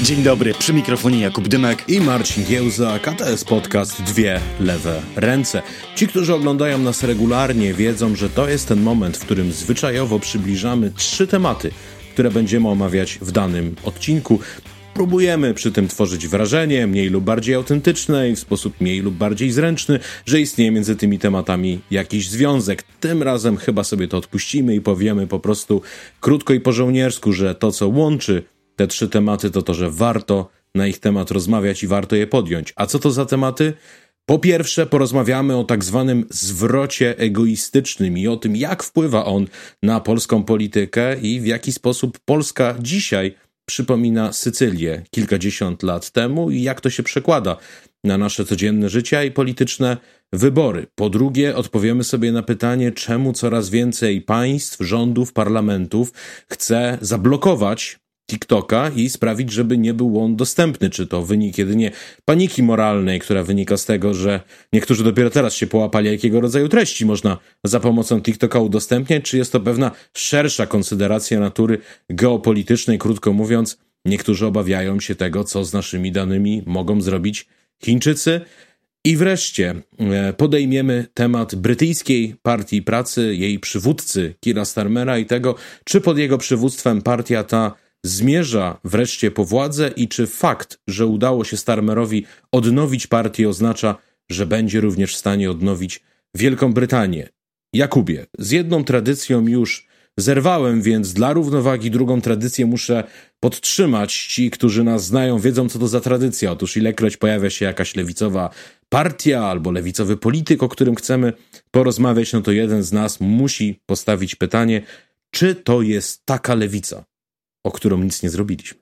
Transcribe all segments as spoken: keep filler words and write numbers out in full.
Dzień dobry, przy mikrofonie Jakub Dymek i Marcin Giełzak, a to jest podcast Dwie Lewe Ręce. Ci, którzy oglądają nas regularnie, wiedzą, że to jest ten moment, w którym zwyczajowo przybliżamy trzy tematy, które będziemy omawiać w danym odcinku. Próbujemy przy tym tworzyć wrażenie mniej lub bardziej autentyczne i w sposób mniej lub bardziej zręczny, że istnieje między tymi tematami jakiś związek. Tym razem chyba sobie to odpuścimy i powiemy po prostu krótko i po żołniersku, że to, co łączy te trzy tematy, to to, że warto na ich temat rozmawiać i warto je podjąć. A co to za tematy? Po pierwsze, porozmawiamy o tak zwanym zwrocie egoistycznym i o tym, jak wpływa on na polską politykę i w jaki sposób Polska dzisiaj przypomina Sycylię kilkadziesiąt lat temu i jak to się przekłada na nasze codzienne życie i polityczne wybory. Po drugie, odpowiemy sobie na pytanie, czemu coraz więcej państw, rządów, parlamentów chce zablokować TikToka i sprawić, żeby nie był on dostępny. Czy to wynik jedynie paniki moralnej, która wynika z tego, że niektórzy dopiero teraz się połapali, jakiego rodzaju treści można za pomocą TikToka udostępniać, czy jest to pewna szersza konsideracja natury geopolitycznej? Krótko mówiąc, niektórzy obawiają się tego, co z naszymi danymi mogą zrobić Chińczycy. I wreszcie podejmiemy temat brytyjskiej Partii Pracy, jej przywódcy Keira Starmera i tego, czy pod jego przywództwem partia ta zmierza wreszcie po władzę i czy fakt, że udało się Starmerowi odnowić partię, oznacza, że będzie również w stanie odnowić Wielką Brytanię. Jakubie, z jedną tradycją już zerwałem, więc dla równowagi drugą tradycję muszę podtrzymać. Ci, którzy nas znają, wiedzą, co to za tradycja. Otóż ilekroć pojawia się jakaś lewicowa partia albo lewicowy polityk, o którym chcemy porozmawiać, no to jeden z nas musi postawić pytanie, czy to jest taka lewica, o którą nic nie zrobiliśmy.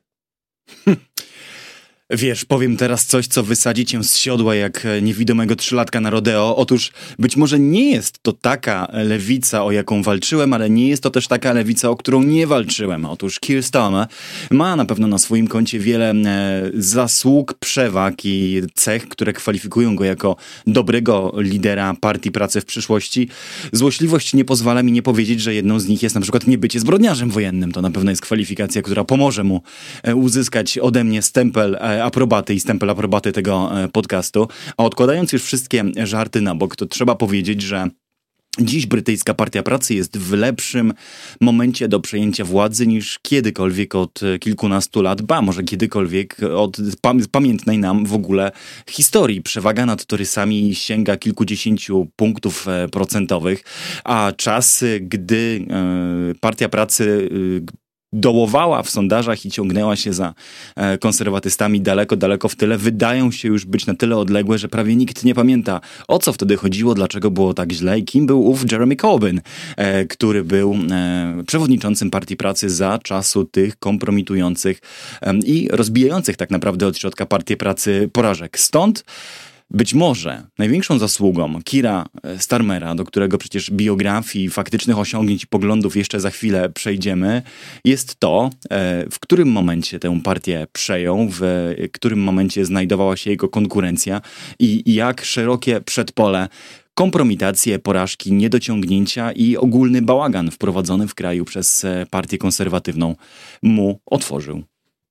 Wiesz, powiem teraz coś, co wysadzi cię z siodła jak niewidomego trzylatka na rodeo. Otóż być może nie jest to taka lewica, o jaką walczyłem, ale nie jest to też taka lewica, o którą nie walczyłem. Otóż Keir Starmer ma na pewno na swoim koncie wiele e, zasług, przewag i cech, które kwalifikują go jako dobrego lidera Partii Pracy w przyszłości. Złośliwość nie pozwala mi nie powiedzieć, że jedną z nich jest na przykład niebycie zbrodniarzem wojennym. To na pewno jest kwalifikacja, która pomoże mu e, uzyskać ode mnie stempel e, aprobaty i stempel aprobaty tego podcastu. A odkładając już wszystkie żarty na bok, to trzeba powiedzieć, że dziś brytyjska Partia Pracy jest w lepszym momencie do przejęcia władzy niż kiedykolwiek od kilkunastu lat, ba, może kiedykolwiek od pam- pamiętnej nam w ogóle historii. Przewaga nad torysami sięga kilkudziesięciu punktów procentowych, a czas, gdy e, Partia Pracy e, dołowała w sondażach i ciągnęła się za konserwatystami daleko, daleko w tyle, wydają się już być na tyle odległe, że prawie nikt nie pamięta, o co wtedy chodziło, dlaczego było tak źle i kim był ów Jeremy Corbyn, e, który był e, przewodniczącym Partii Pracy za czasu tych kompromitujących e, i rozbijających tak naprawdę od środka Partię Pracy porażek. Stąd być może największą zasługą Keira Starmera, do którego przecież biografii, faktycznych osiągnięć i poglądów jeszcze za chwilę przejdziemy, jest to, w którym momencie tę partię przejął, w którym momencie znajdowała się jego konkurencja i jak szerokie przedpole kompromitacje, porażki, niedociągnięcia i ogólny bałagan wprowadzony w kraju przez partię konserwatywną mu otworzył.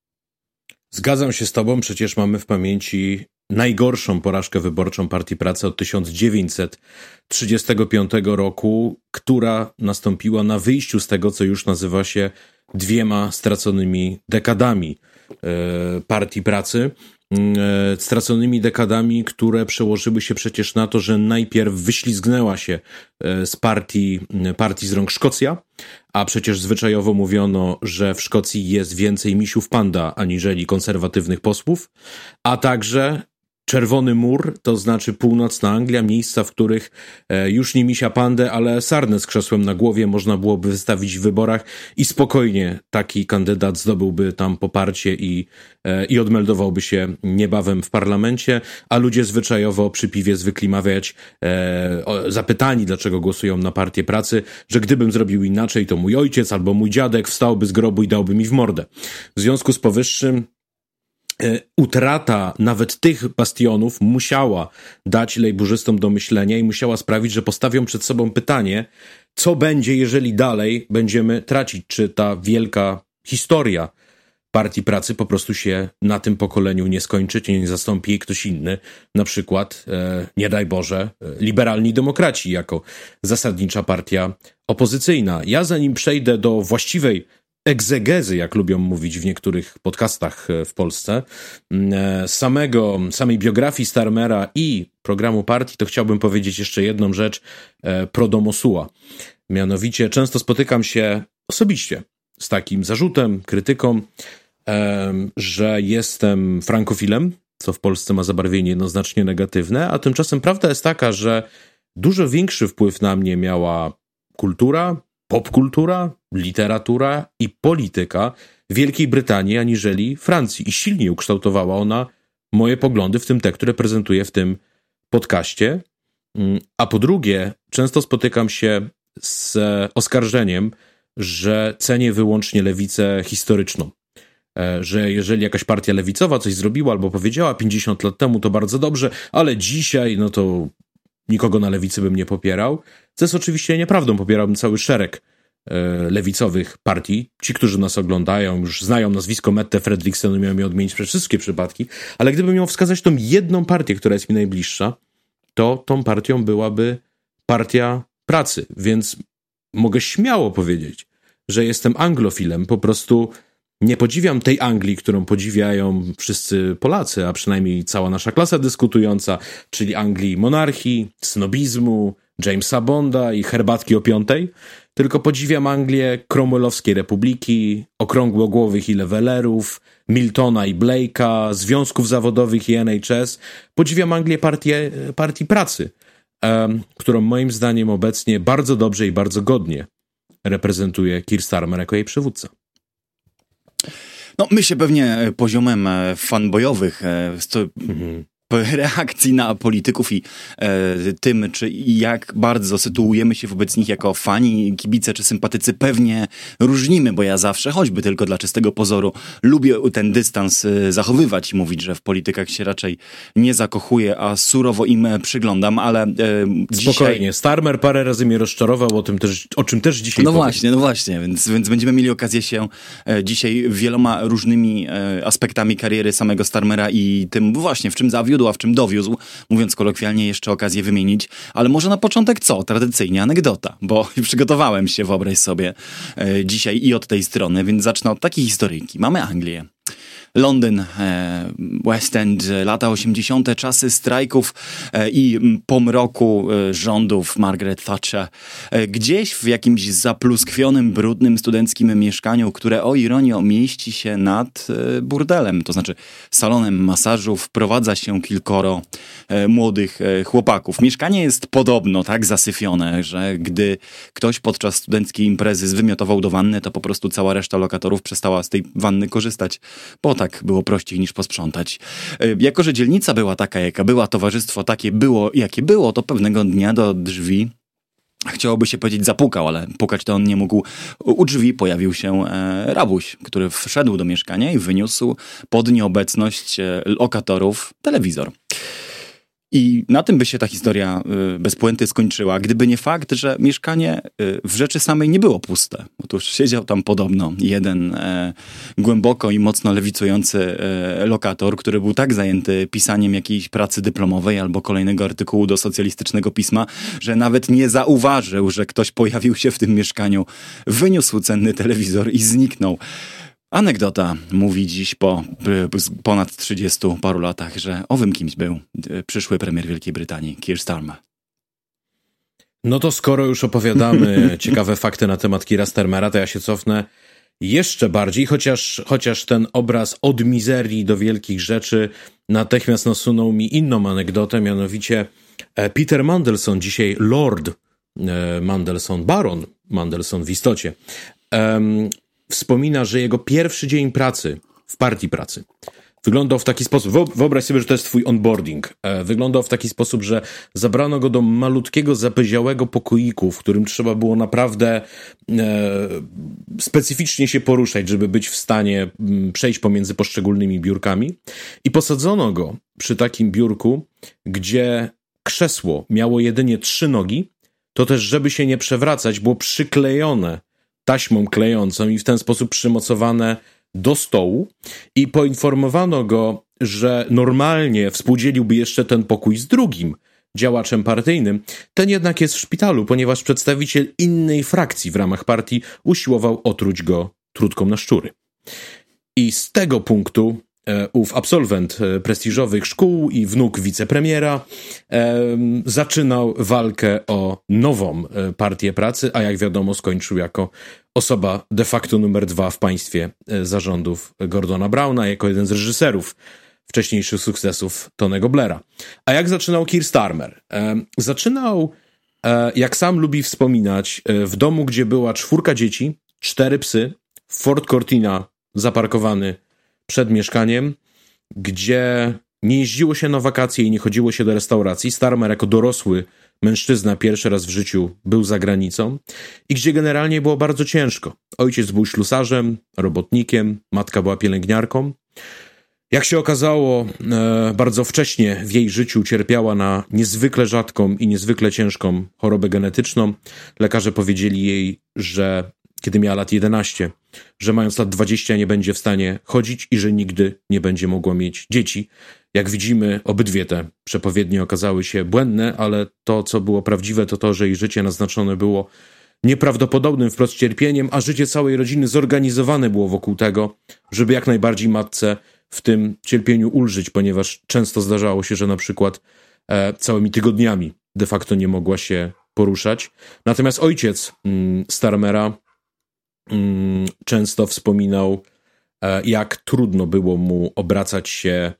Zgadzam się z tobą, przecież mamy w pamięci najgorszą porażkę wyborczą Partii Pracy od tysiąc dziewięćset trzydziestego piątego roku, która nastąpiła na wyjściu z tego, co już nazywa się dwiema straconymi dekadami e, Partii Pracy. E, straconymi dekadami, które przełożyły się przecież na to, że najpierw wyślizgnęła się e, z partii, partii z rąk Szkocja, a przecież zwyczajowo mówiono, że w Szkocji jest więcej misiów panda aniżeli konserwatywnych posłów, a także Czerwony Mur, to znaczy północna Anglia, miejsca, w których już nie misia pandę, ale sarnę z krzesłem na głowie można byłoby wystawić w wyborach i spokojnie taki kandydat zdobyłby tam poparcie i, i odmeldowałby się niebawem w parlamencie, a ludzie zwyczajowo przy piwie zwykli mawiać, e, zapytani, dlaczego głosują na Partię Pracy, że gdybym zrobił inaczej, to mój ojciec albo mój dziadek wstałby z grobu i dałby mi w mordę. W związku z powyższym utrata nawet tych bastionów musiała dać lejburzystom do myślenia i musiała sprawić, że postawią przed sobą pytanie, co będzie, jeżeli dalej będziemy tracić, czy ta wielka historia Partii Pracy po prostu się na tym pokoleniu nie skończy, nie zastąpi jej ktoś inny, na przykład, e, nie daj Boże, liberalni demokraci jako zasadnicza partia opozycyjna. Ja zanim przejdę do właściwej egzegezy, jak lubią mówić w niektórych podcastach w Polsce, samego, samej biografii Starmera i programu partii, to chciałbym powiedzieć jeszcze jedną rzecz pro domo sua. Mianowicie często spotykam się osobiście z takim zarzutem, krytyką, że jestem frankofilem, co w Polsce ma zabarwienie jednoznacznie negatywne, a tymczasem prawda jest taka, że dużo większy wpływ na mnie miała kultura, popkultura, literatura i polityka Wielkiej Brytanii aniżeli Francji. I silniej ukształtowała ona moje poglądy, w tym te, które prezentuję w tym podcaście. A po drugie, często spotykam się z oskarżeniem, że cenię wyłącznie lewicę historyczną. Że jeżeli jakaś partia lewicowa coś zrobiła albo powiedziała pięćdziesiąt lat temu, to bardzo dobrze, ale dzisiaj, no to nikogo na lewicy bym nie popierał. Co jest oczywiście nieprawdą, popierałbym cały szereg e, lewicowych partii. Ci, którzy nas oglądają, już znają nazwisko Mette Fredriksen, umieją je odmienić przez wszystkie przypadki, ale gdybym miał wskazać tą jedną partię, która jest mi najbliższa, to tą partią byłaby Partia Pracy. Więc mogę śmiało powiedzieć, że jestem anglofilem, po prostu nie podziwiam tej Anglii, którą podziwiają wszyscy Polacy, a przynajmniej cała nasza klasa dyskutująca, czyli Anglii monarchii, snobizmu, Jamesa Bonda i herbatki o piątej, tylko podziwiam Anglię Cromwellowskiej Republiki, okrągłogłowych i levelerów, Miltona i Blake'a, związków zawodowych i N H S. Podziwiam Anglię partii, partii Pracy, um, którą moim zdaniem obecnie bardzo dobrze i bardzo godnie reprezentuje Keir Starmer jako jej przywódca. No, my się pewnie poziomem fanboyowych mhm. reakcji na polityków i e, tym, czy jak bardzo sytuujemy się wobec nich jako fani, kibice czy sympatycy, pewnie różnimy, bo ja zawsze, choćby tylko dla czystego pozoru, lubię ten dystans e, zachowywać i mówić, że w politykach się raczej nie zakochuję, a surowo im przyglądam, ale e, spokojnie, dzisiaj... Starmer parę razy mnie rozczarował, o tym też, o czym też dzisiaj No powiem. właśnie, no właśnie, więc, więc będziemy mieli okazję się e, dzisiaj wieloma różnymi e, aspektami kariery samego Starmera i tym właśnie, w czym zawiódł, a w czym dowiózł, mówiąc kolokwialnie, jeszcze okazję wymienić. Ale może na początek co? Tradycyjnie anegdota, bo przygotowałem się, wyobraź sobie, e, dzisiaj i od tej strony, więc zacznę od takiej historyjki. Mamy Anglię. Londyn, West End, lata osiemdziesiąte, czasy strajków i pomroku rządów Margaret Thatcher. Gdzieś w jakimś zapluskwionym, brudnym studenckim mieszkaniu, które o ironio mieści się nad burdelem, to znaczy salonem masażu, wprowadza się kilkoro młodych chłopaków. Mieszkanie jest podobno tak zasyfione, że gdy ktoś podczas studenckiej imprezy zwymiotował do wanny, to po prostu cała reszta lokatorów przestała z tej wanny korzystać, bo tak było prościej niż posprzątać. Jako że dzielnica była taka, jaka była, towarzystwo takie było, jakie było, to pewnego dnia do drzwi, chciałoby się powiedzieć, zapukał, ale pukać to on nie mógł. U drzwi pojawił się e, rabuś, który wszedł do mieszkania i wyniósł pod nieobecność e, lokatorów telewizor. I na tym by się ta historia y, bez puenty skończyła, gdyby nie fakt, że mieszkanie y, w rzeczy samej nie było puste. Otóż siedział tam podobno jeden e, głęboko i mocno lewicujący e, lokator, który był tak zajęty pisaniem jakiejś pracy dyplomowej albo kolejnego artykułu do socjalistycznego pisma, że nawet nie zauważył, że ktoś pojawił się w tym mieszkaniu, wyniósł cenny telewizor i zniknął. Anegdota mówi dziś po ponad trzydziestu paru latach, że owym kimś był przyszły premier Wielkiej Brytanii, Keir Starmer. No to skoro już opowiadamy ciekawe fakty na temat Keira Starmera, to ja się cofnę jeszcze bardziej, chociaż, chociaż ten obraz od mizerii do wielkich rzeczy natychmiast nasunął mi inną anegdotę, mianowicie Peter Mandelson, dzisiaj Lord Mandelson, Baron Mandelson w istocie, um, wspomina, że jego pierwszy dzień pracy w Partii Pracy wyglądał w taki sposób, wyobraź sobie, że to jest twój onboarding, wyglądał w taki sposób, że zabrano go do malutkiego, zapyziałego pokoiku, w którym trzeba było naprawdę e, specyficznie się poruszać, żeby być w stanie przejść pomiędzy poszczególnymi biurkami i posadzono go przy takim biurku, gdzie krzesło miało jedynie trzy nogi, to też, żeby się nie przewracać, było przyklejone taśmą klejącą i w ten sposób przymocowane do stołu i poinformowano go, że normalnie współdzieliłby jeszcze ten pokój z drugim działaczem partyjnym. Ten jednak jest w szpitalu, ponieważ przedstawiciel innej frakcji w ramach partii usiłował otruć go trutką na szczury. I z tego punktu e, ów absolwent e, prestiżowych szkół i wnuk wicepremiera e, zaczynał walkę o nową e, partię pracy, a jak wiadomo skończył jako osoba de facto numer dwa w państwie e, zarządów Gordona Browna, jako jeden z reżyserów wcześniejszych sukcesów Tonego Blaira. A jak zaczynał Keir Starmer? E, zaczynał, e, jak sam lubi wspominać, e, w domu, gdzie była czwórka dzieci, cztery psy, Ford Cortina zaparkowany przed mieszkaniem, gdzie nie jeździło się na wakacje i nie chodziło się do restauracji. Starmer jako dorosły mężczyzna pierwszy raz w życiu był za granicą i gdzie generalnie było bardzo ciężko. Ojciec był ślusarzem, robotnikiem, matka była pielęgniarką. Jak się okazało, e, bardzo wcześnie w jej życiu cierpiała na niezwykle rzadką i niezwykle ciężką chorobę genetyczną. Lekarze powiedzieli jej, że kiedy miała lat jedenaście, że mając lat dwadzieścia nie będzie w stanie chodzić i że nigdy nie będzie mogła mieć dzieci. Jak widzimy, obydwie te przepowiednie okazały się błędne, ale to, co było prawdziwe, to to, że jej życie naznaczone było nieprawdopodobnym wprost cierpieniem, a życie całej rodziny zorganizowane było wokół tego, żeby jak najbardziej matce w tym cierpieniu ulżyć, ponieważ często zdarzało się, że na przykład e, całymi tygodniami de facto nie mogła się poruszać. Natomiast ojciec mm, Starmera mm, często wspominał, e, jak trudno było mu obracać się e,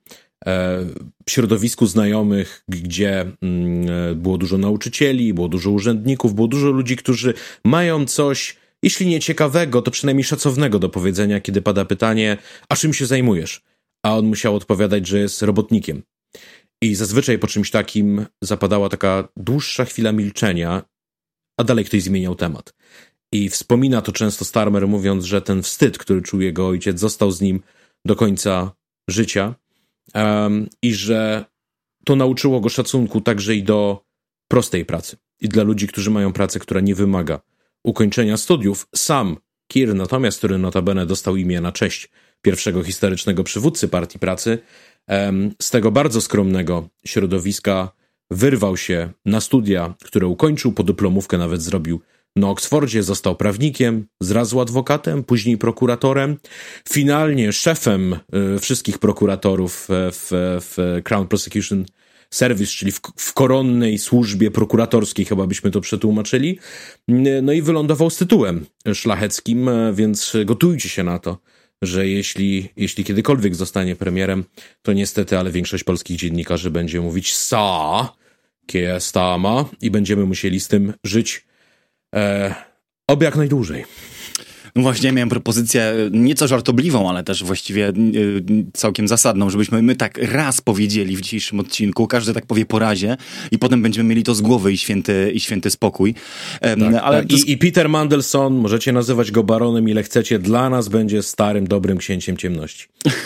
w środowisku znajomych, gdzie mm, było dużo nauczycieli, było dużo urzędników, było dużo ludzi, którzy mają coś, jeśli nie ciekawego, to przynajmniej szacownego do powiedzenia, kiedy pada pytanie, a czym się zajmujesz? A on musiał odpowiadać, że jest robotnikiem. I zazwyczaj po czymś takim zapadała taka dłuższa chwila milczenia, a dalej ktoś zmieniał temat. I wspomina to często Starmer, mówiąc, że ten wstyd, który czuł jego ojciec, został z nim do końca życia um, i że to nauczyło go szacunku także i do prostej pracy. I dla ludzi, którzy mają pracę, która nie wymaga ukończenia studiów. Sam Keir natomiast, który notabene dostał imię na cześć pierwszego historycznego przywódcy Partii Pracy, z tego bardzo skromnego środowiska wyrwał się na studia, które ukończył, podyplomówkę nawet zrobił na Oksfordzie, został prawnikiem, zrazu adwokatem, później prokuratorem, finalnie szefem wszystkich prokuratorów w, w Crown Prosecution Service, czyli w, w koronnej służbie prokuratorskiej, chyba byśmy to przetłumaczyli. No i wylądował z tytułem szlacheckim, więc gotujcie się na to, że jeśli, jeśli kiedykolwiek zostanie premierem, to niestety, ale większość polskich dziennikarzy będzie mówić sa, kie stama i będziemy musieli z tym żyć e, oby jak najdłużej. No właśnie, miałem propozycję nieco żartobliwą, ale też właściwie y, całkiem zasadną, żebyśmy my tak raz powiedzieli w dzisiejszym odcinku, każdy tak powie po razie i potem będziemy mieli to z głowy i święty, i święty spokój. Tak, ale tak. I, I Peter Mandelson, możecie nazywać go baronem ile chcecie, dla nas będzie starym, dobrym księciem ciemności.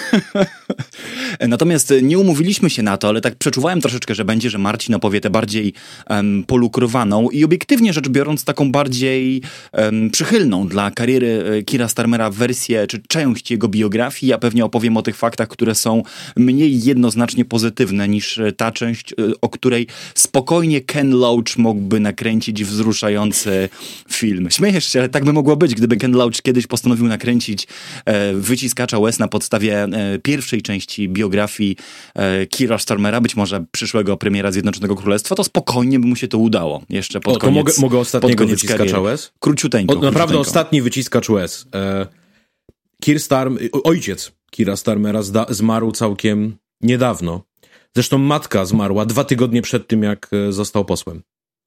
Natomiast nie umówiliśmy się na to, ale tak przeczuwałem troszeczkę, że będzie, że Marcin opowie tę bardziej um, polukrowaną i obiektywnie rzecz biorąc taką bardziej um, przychylną dla kariery Keira Starmera wersję, czy część jego biografii. Ja pewnie opowiem o tych faktach, które są mniej jednoznacznie pozytywne niż ta część, o której spokojnie Ken Loach mógłby nakręcić wzruszający film. Śmiejesz się, ale tak by mogło być, gdyby Ken Loach kiedyś postanowił nakręcić e, Wyciskacza łez na podstawie e, pierwszej części biografii e, Keira Starmera, być może przyszłego premiera Zjednoczonego Królestwa, to spokojnie by mu się to udało. Jeszcze pod o, koniec, to mogę, mogę ostatniego Wyciskacza łez? Króciuteńko. O, naprawdę króciuteńko. Ostatni Wyciskacz łez. E, Keir Starmer, ojciec Keira Starmera zda, zmarł całkiem niedawno. Zresztą matka zmarła dwa tygodnie przed tym, jak został posłem.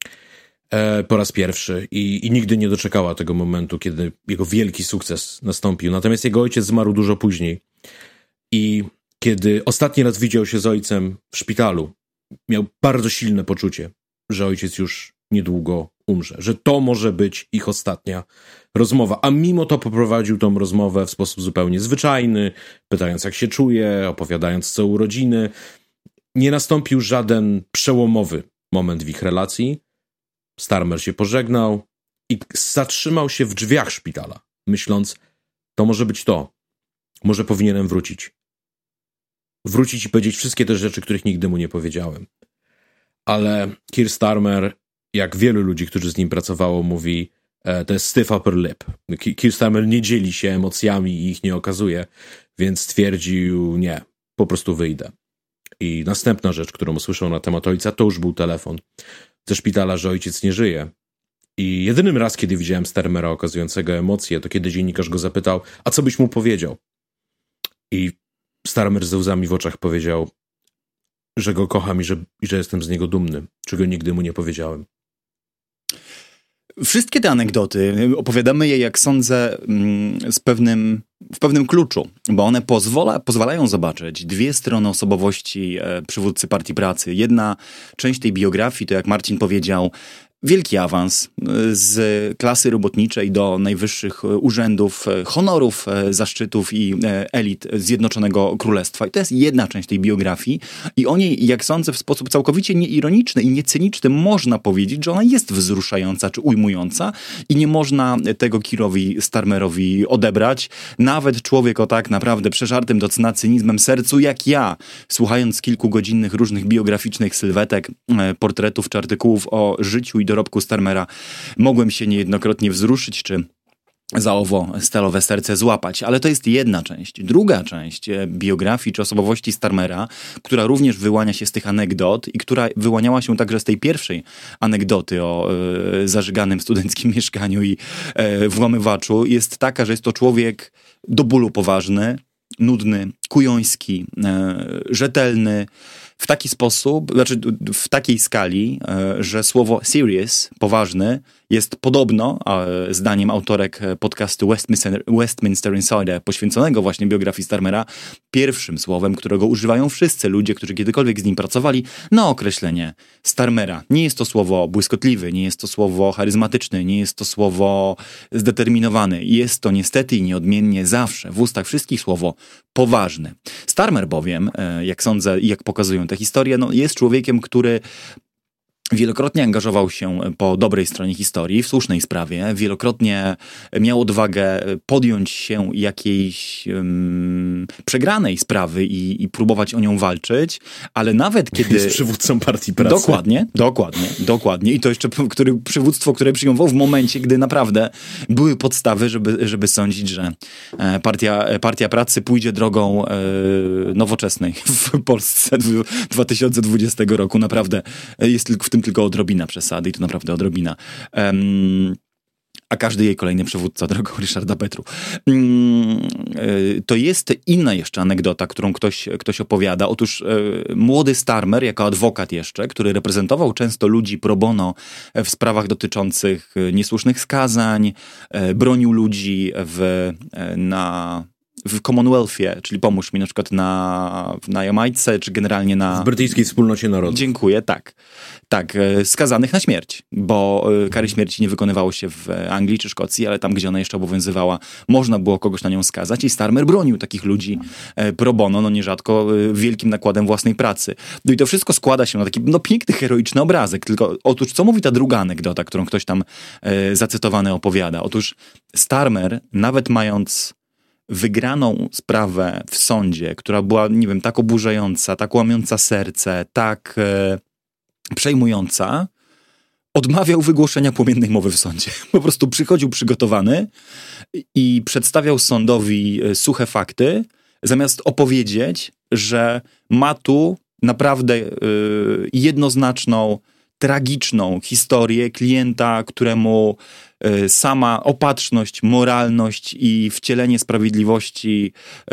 E, po raz pierwszy. I, I nigdy nie doczekała tego momentu, kiedy jego wielki sukces nastąpił. Natomiast jego ojciec zmarł dużo później. I kiedy ostatni raz widział się z ojcem w szpitalu, miał bardzo silne poczucie, że ojciec już niedługo umrze, że to może być ich ostatnia rozmowa, a mimo to poprowadził tą rozmowę w sposób zupełnie zwyczajny, pytając jak się czuje, opowiadając co urodziny. Nie nastąpił żaden przełomowy moment w ich relacji. Starmer się pożegnał i zatrzymał się w drzwiach szpitala, myśląc, to może być to. Może powinienem wrócić. Wrócić i powiedzieć wszystkie te rzeczy, których nigdy mu nie powiedziałem. Ale Keir Starmer, jak wielu ludzi, którzy z nim pracowało, mówi, e, to jest stiff upper lip. Keir Starmer nie dzieli się emocjami i ich nie okazuje, więc stwierdził, nie, po prostu wyjdę. I następna rzecz, którą usłyszał na temat ojca, to już był telefon ze szpitala, że ojciec nie żyje. I jedynym raz, kiedy widziałem Starmera okazującego emocje, to kiedy dziennikarz go zapytał, a co byś mu powiedział? I Starmer ze łzami w oczach powiedział, że go kocham i że, i że jestem z niego dumny, czego nigdy mu nie powiedziałem. Wszystkie te anegdoty opowiadamy je, jak sądzę, z pewnym, w pewnym kluczu, bo one pozwala, pozwalają zobaczyć dwie strony osobowości przywódcy Partii Pracy. Jedna część tej biografii to, jak Marcin powiedział, wielki awans z klasy robotniczej do najwyższych urzędów, honorów, zaszczytów i elit Zjednoczonego Królestwa. I to jest jedna część tej biografii i o niej, jak sądzę, w sposób całkowicie nieironiczny i niecyniczny można powiedzieć, że ona jest wzruszająca czy ujmująca i nie można tego Keirowi Starmerowi odebrać. Nawet człowiek o tak naprawdę przeżartym do cna cynizmem sercu jak ja, słuchając kilkugodzinnych różnych biograficznych sylwetek, portretów czy artykułów o życiu i dorobku Starmera, mogłem się niejednokrotnie wzruszyć, czy za owo stalowe serce złapać. Ale to jest jedna część. Druga część biografii czy osobowości Starmera, która również wyłania się z tych anegdot i która wyłaniała się także z tej pierwszej anegdoty o e, zażyganym studenckim mieszkaniu i e, włamywaczu, jest taka, że jest to człowiek do bólu poważny, nudny, kujoński, e, rzetelny, w taki sposób, znaczy w takiej skali, że słowo serious, poważny, jest podobno, zdaniem autorek podcastu Westminster, Westminster Insider, poświęconego właśnie biografii Starmera, pierwszym słowem, którego używają wszyscy ludzie, którzy kiedykolwiek z nim pracowali, na określenie Starmera. Nie jest to słowo błyskotliwy, nie jest to słowo charyzmatyczny, nie jest to słowo zdeterminowany. Jest to niestety i nieodmiennie zawsze w ustach wszystkich słowo poważny. Starmer bowiem, jak sądzę i jak pokazują te historie, no jest człowiekiem, który wielokrotnie angażował się po dobrej stronie historii, w słusznej sprawie. Wielokrotnie miał odwagę podjąć się jakiejś um, przegranej sprawy i, i próbować o nią walczyć, ale nawet kiedy... Jest przywódcą Partii Pracy. Dokładnie, dokładnie, dokładnie. I to jeszcze który, przywództwo, które przyjmował w momencie, gdy naprawdę były podstawy, żeby, żeby sądzić, że partia, partia Pracy pójdzie drogą e, nowoczesnej w Polsce dwa tysiące dwudziestego roku. Naprawdę jest tylko w tym tylko odrobina przesady i to naprawdę odrobina. Um, a każdy jej kolejny przywódca drogą Ryszarda Petru. Um, y, to jest inna jeszcze anegdota, którą ktoś, ktoś opowiada. Otóż y, młody Starmer, jako adwokat jeszcze, który reprezentował często ludzi pro bono w sprawach dotyczących niesłusznych skazań, y, bronił ludzi w, na... w Commonwealthie, czyli pomóż mi na przykład na, na Jamajce, czy generalnie na... W brytyjskiej wspólnocie narodów. Dziękuję, tak. Tak, skazanych na śmierć, bo kary śmierci nie wykonywało się w Anglii czy Szkocji, ale tam, gdzie ona jeszcze obowiązywała, można było kogoś na nią skazać i Starmer bronił takich ludzi pro bono, no nierzadko wielkim nakładem własnej pracy. No i to wszystko składa się na taki no, piękny, heroiczny obrazek. Tylko otóż co mówi ta druga anegdota, którą ktoś tam e, zacytowany opowiada? Otóż Starmer, nawet mając wygraną sprawę w sądzie, która była, nie wiem, tak oburzająca, tak łamiąca serce, tak e, przejmująca, odmawiał wygłoszenia płomiennej mowy w sądzie. Po prostu przychodził przygotowany i przedstawiał sądowi suche fakty, zamiast opowiedzieć, że ma tu naprawdę e, jednoznaczną, tragiczną historię klienta, któremu sama opatrzność, moralność i wcielenie sprawiedliwości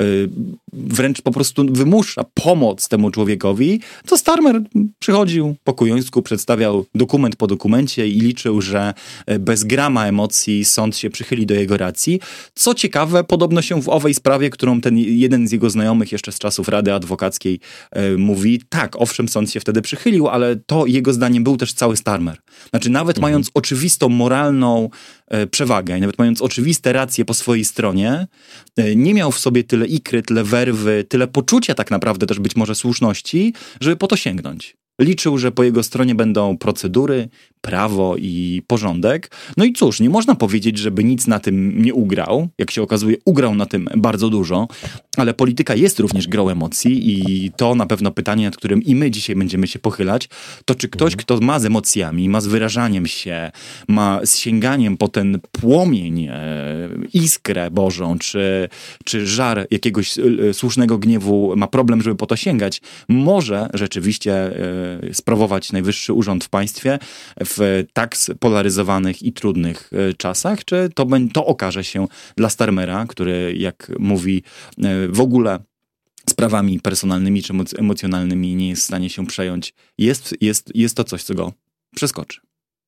wręcz po prostu wymusza pomoc temu człowiekowi, to Starmer przychodził po kujońsku, przedstawiał dokument po dokumencie i liczył, że bez grama emocji sąd się przychyli do jego racji. Co ciekawe, podobno się w owej sprawie, którą ten jeden z jego znajomych jeszcze z czasów Rady Adwokackiej mówi, tak, owszem, sąd się wtedy przychylił, ale to jego zdaniem był też cały Starmer. Znaczy nawet mhm. mając oczywistą moralną przewagę i nawet mając oczywiste racje po swojej stronie, nie miał w sobie tyle ikry, tyle werwy, tyle poczucia tak naprawdę też być może słuszności, żeby po to sięgnąć. Liczył, że po jego stronie będą procedury, prawo i porządek. No i cóż, nie można powiedzieć, żeby nic na tym nie ugrał. Jak się okazuje, ugrał na tym bardzo dużo. Ale polityka jest również grą emocji i to na pewno pytanie, nad którym i my dzisiaj będziemy się pochylać, to czy ktoś, kto ma z emocjami, ma z wyrażaniem się, ma z sięganiem po ten płomień, e, iskrę Bożą, czy, czy żar jakiegoś e, słusznego gniewu, ma problem, żeby po to sięgać, może rzeczywiście e, sprawować najwyższy urząd w państwie w tak spolaryzowanych i trudnych czasach, czy to, to okaże się dla Starmera, który, jak mówi, w ogóle sprawami personalnymi czy emocjonalnymi nie jest w stanie się przejąć. Jest, jest, jest to coś, co go przeskoczy.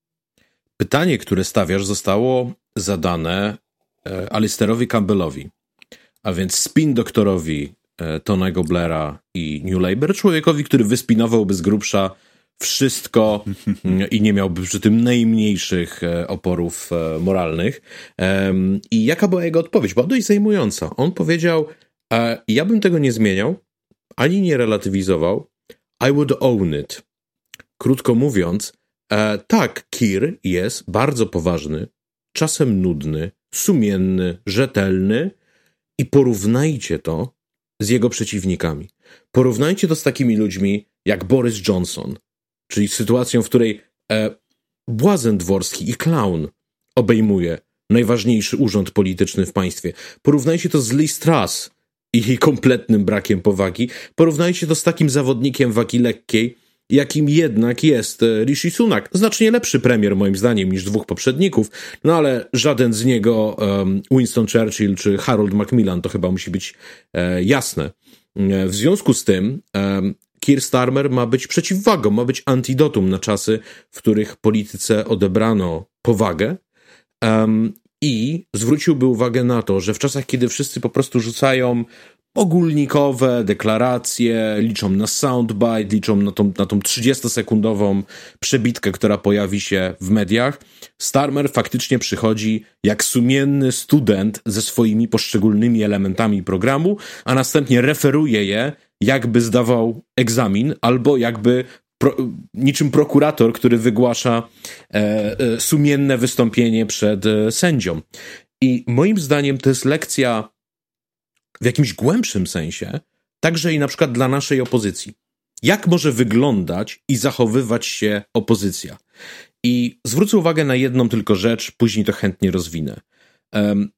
Pytanie, które stawiasz, zostało zadane Alisterowi Campbellowi, a więc spin doktorowi Tonego Blaira i New Labour, człowiekowi, który wyspinowałby z grubsza wszystko i nie miałby przy tym najmniejszych oporów moralnych. I jaka była jego odpowiedź? Była dość zajmująca. On powiedział, ja bym tego nie zmieniał, ani nie relatywizował. I would own it. Krótko mówiąc, tak, Keir jest bardzo poważny, czasem nudny, sumienny, rzetelny i porównajcie to z jego przeciwnikami. Porównajcie to z takimi ludźmi jak Boris Johnson, czyli sytuacją, w której e, błazen dworski i klaun obejmuje najważniejszy urząd polityczny w państwie. Porównajcie to z Liz Truss i jej kompletnym brakiem powagi. Porównajcie to z takim zawodnikiem wagi lekkiej, jakim jednak jest Rishi Sunak. Znacznie lepszy premier, moim zdaniem, niż dwóch poprzedników, no ale żaden z niego um, Winston Churchill czy Harold Macmillan, to chyba musi być e, jasne. W związku z tym um, Keir Starmer ma być przeciwwagą, ma być antidotum na czasy, w których polityce odebrano powagę um, i zwróciłby uwagę na to, że w czasach, kiedy wszyscy po prostu rzucają ogólnikowe deklaracje, liczą na soundbite, liczą na tą, na tą trzydziestosekundową przebitkę, która pojawi się w mediach, Starmer faktycznie przychodzi jak sumienny student ze swoimi poszczególnymi elementami programu, a następnie referuje je, jakby zdawał egzamin, albo jakby pro, niczym prokurator, który wygłasza e, e, sumienne wystąpienie przed e, sędzią. I moim zdaniem to jest lekcja w jakimś głębszym sensie, także i na przykład dla naszej opozycji. Jak może wyglądać i zachowywać się opozycja? I zwrócę uwagę na jedną tylko rzecz, później to chętnie rozwinę. Um,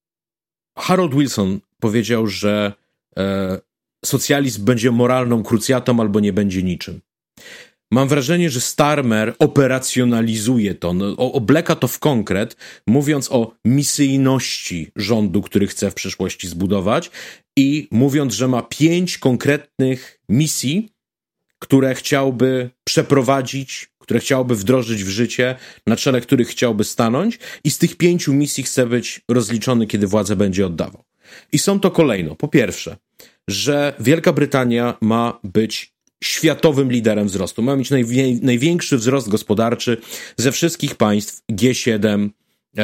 Harold Wilson powiedział, że e, socjalizm będzie moralną krucjatą albo nie będzie niczym. Mam wrażenie, że Starmer operacjonalizuje to, no, obleka to w konkret, mówiąc o misyjności rządu, który chce w przyszłości zbudować i mówiąc, że ma pięć konkretnych misji, które chciałby przeprowadzić, które chciałby wdrożyć w życie, na czele których chciałby stanąć i z tych pięciu misji chce być rozliczony, kiedy władzę będzie oddawał. I są to kolejno. Po pierwsze, że Wielka Brytania ma być światowym liderem wzrostu. Ma mieć najwie, największy wzrost gospodarczy ze wszystkich państw G siedem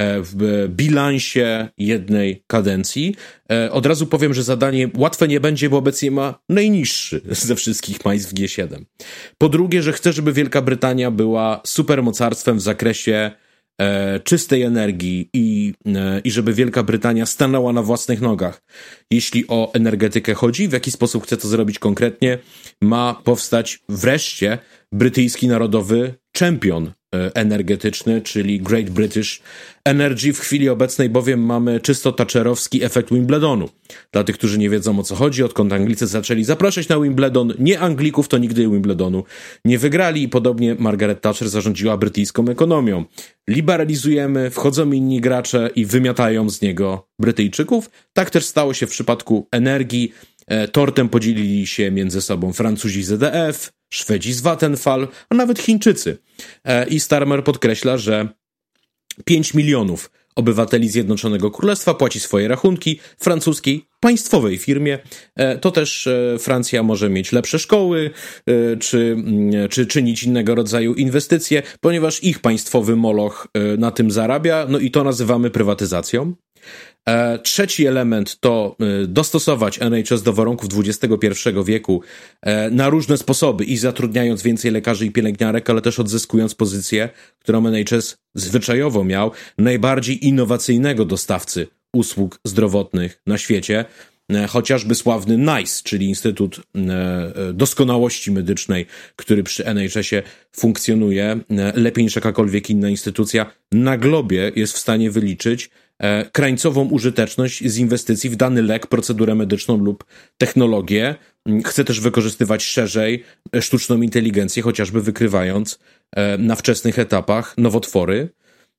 w bilansie jednej kadencji. Od razu powiem, że zadanie łatwe nie będzie, bo obecnie ma najniższy ze wszystkich państw G siedem. Po drugie, że chce, żeby Wielka Brytania była supermocarstwem w zakresie e, czystej energii i, e, i żeby Wielka Brytania stanęła na własnych nogach. Jeśli o energetykę chodzi, w jaki sposób chce to zrobić konkretnie, ma powstać wreszcie brytyjski narodowy czempion energetyczny, czyli Great British Energy. W chwili obecnej bowiem mamy czysto thatcherowski efekt Wimbledonu. Dla tych, którzy nie wiedzą, o co chodzi, odkąd Anglicy zaczęli zapraszać na Wimbledon, nie Anglików, to nigdy Wimbledonu nie wygrali i podobnie Margaret Thatcher zarządziła brytyjską ekonomią. Liberalizujemy, wchodzą inni gracze i wymiatają z niego Brytyjczyków. Tak też stało się w przypadku energii. Tortem podzielili się między sobą Francuzi z E D F, Szwedzi z Vattenfall, a nawet Chińczycy. I Starmer podkreśla, że pięć milionów obywateli Zjednoczonego Królestwa płaci swoje rachunki francuskiej państwowej firmie. To też Francja może mieć lepsze szkoły, czy, czy czynić innego rodzaju inwestycje, ponieważ ich państwowy moloch na tym zarabia, no i to nazywamy prywatyzacją. E, trzeci element to e, dostosować N H S do warunków dwudziestego pierwszego wieku e, na różne sposoby i zatrudniając więcej lekarzy i pielęgniarek, ale też odzyskując pozycję, którą N H S zwyczajowo miał, najbardziej innowacyjnego dostawcy usług zdrowotnych na świecie. Chociażby sławny NICE, czyli Instytut Doskonałości Medycznej, który przy N H S-ie funkcjonuje lepiej niż jakakolwiek inna instytucja na globie, jest w stanie wyliczyć krańcową użyteczność z inwestycji w dany lek, procedurę medyczną lub technologię. Chce też wykorzystywać szerzej sztuczną inteligencję, chociażby wykrywając na wczesnych etapach nowotwory.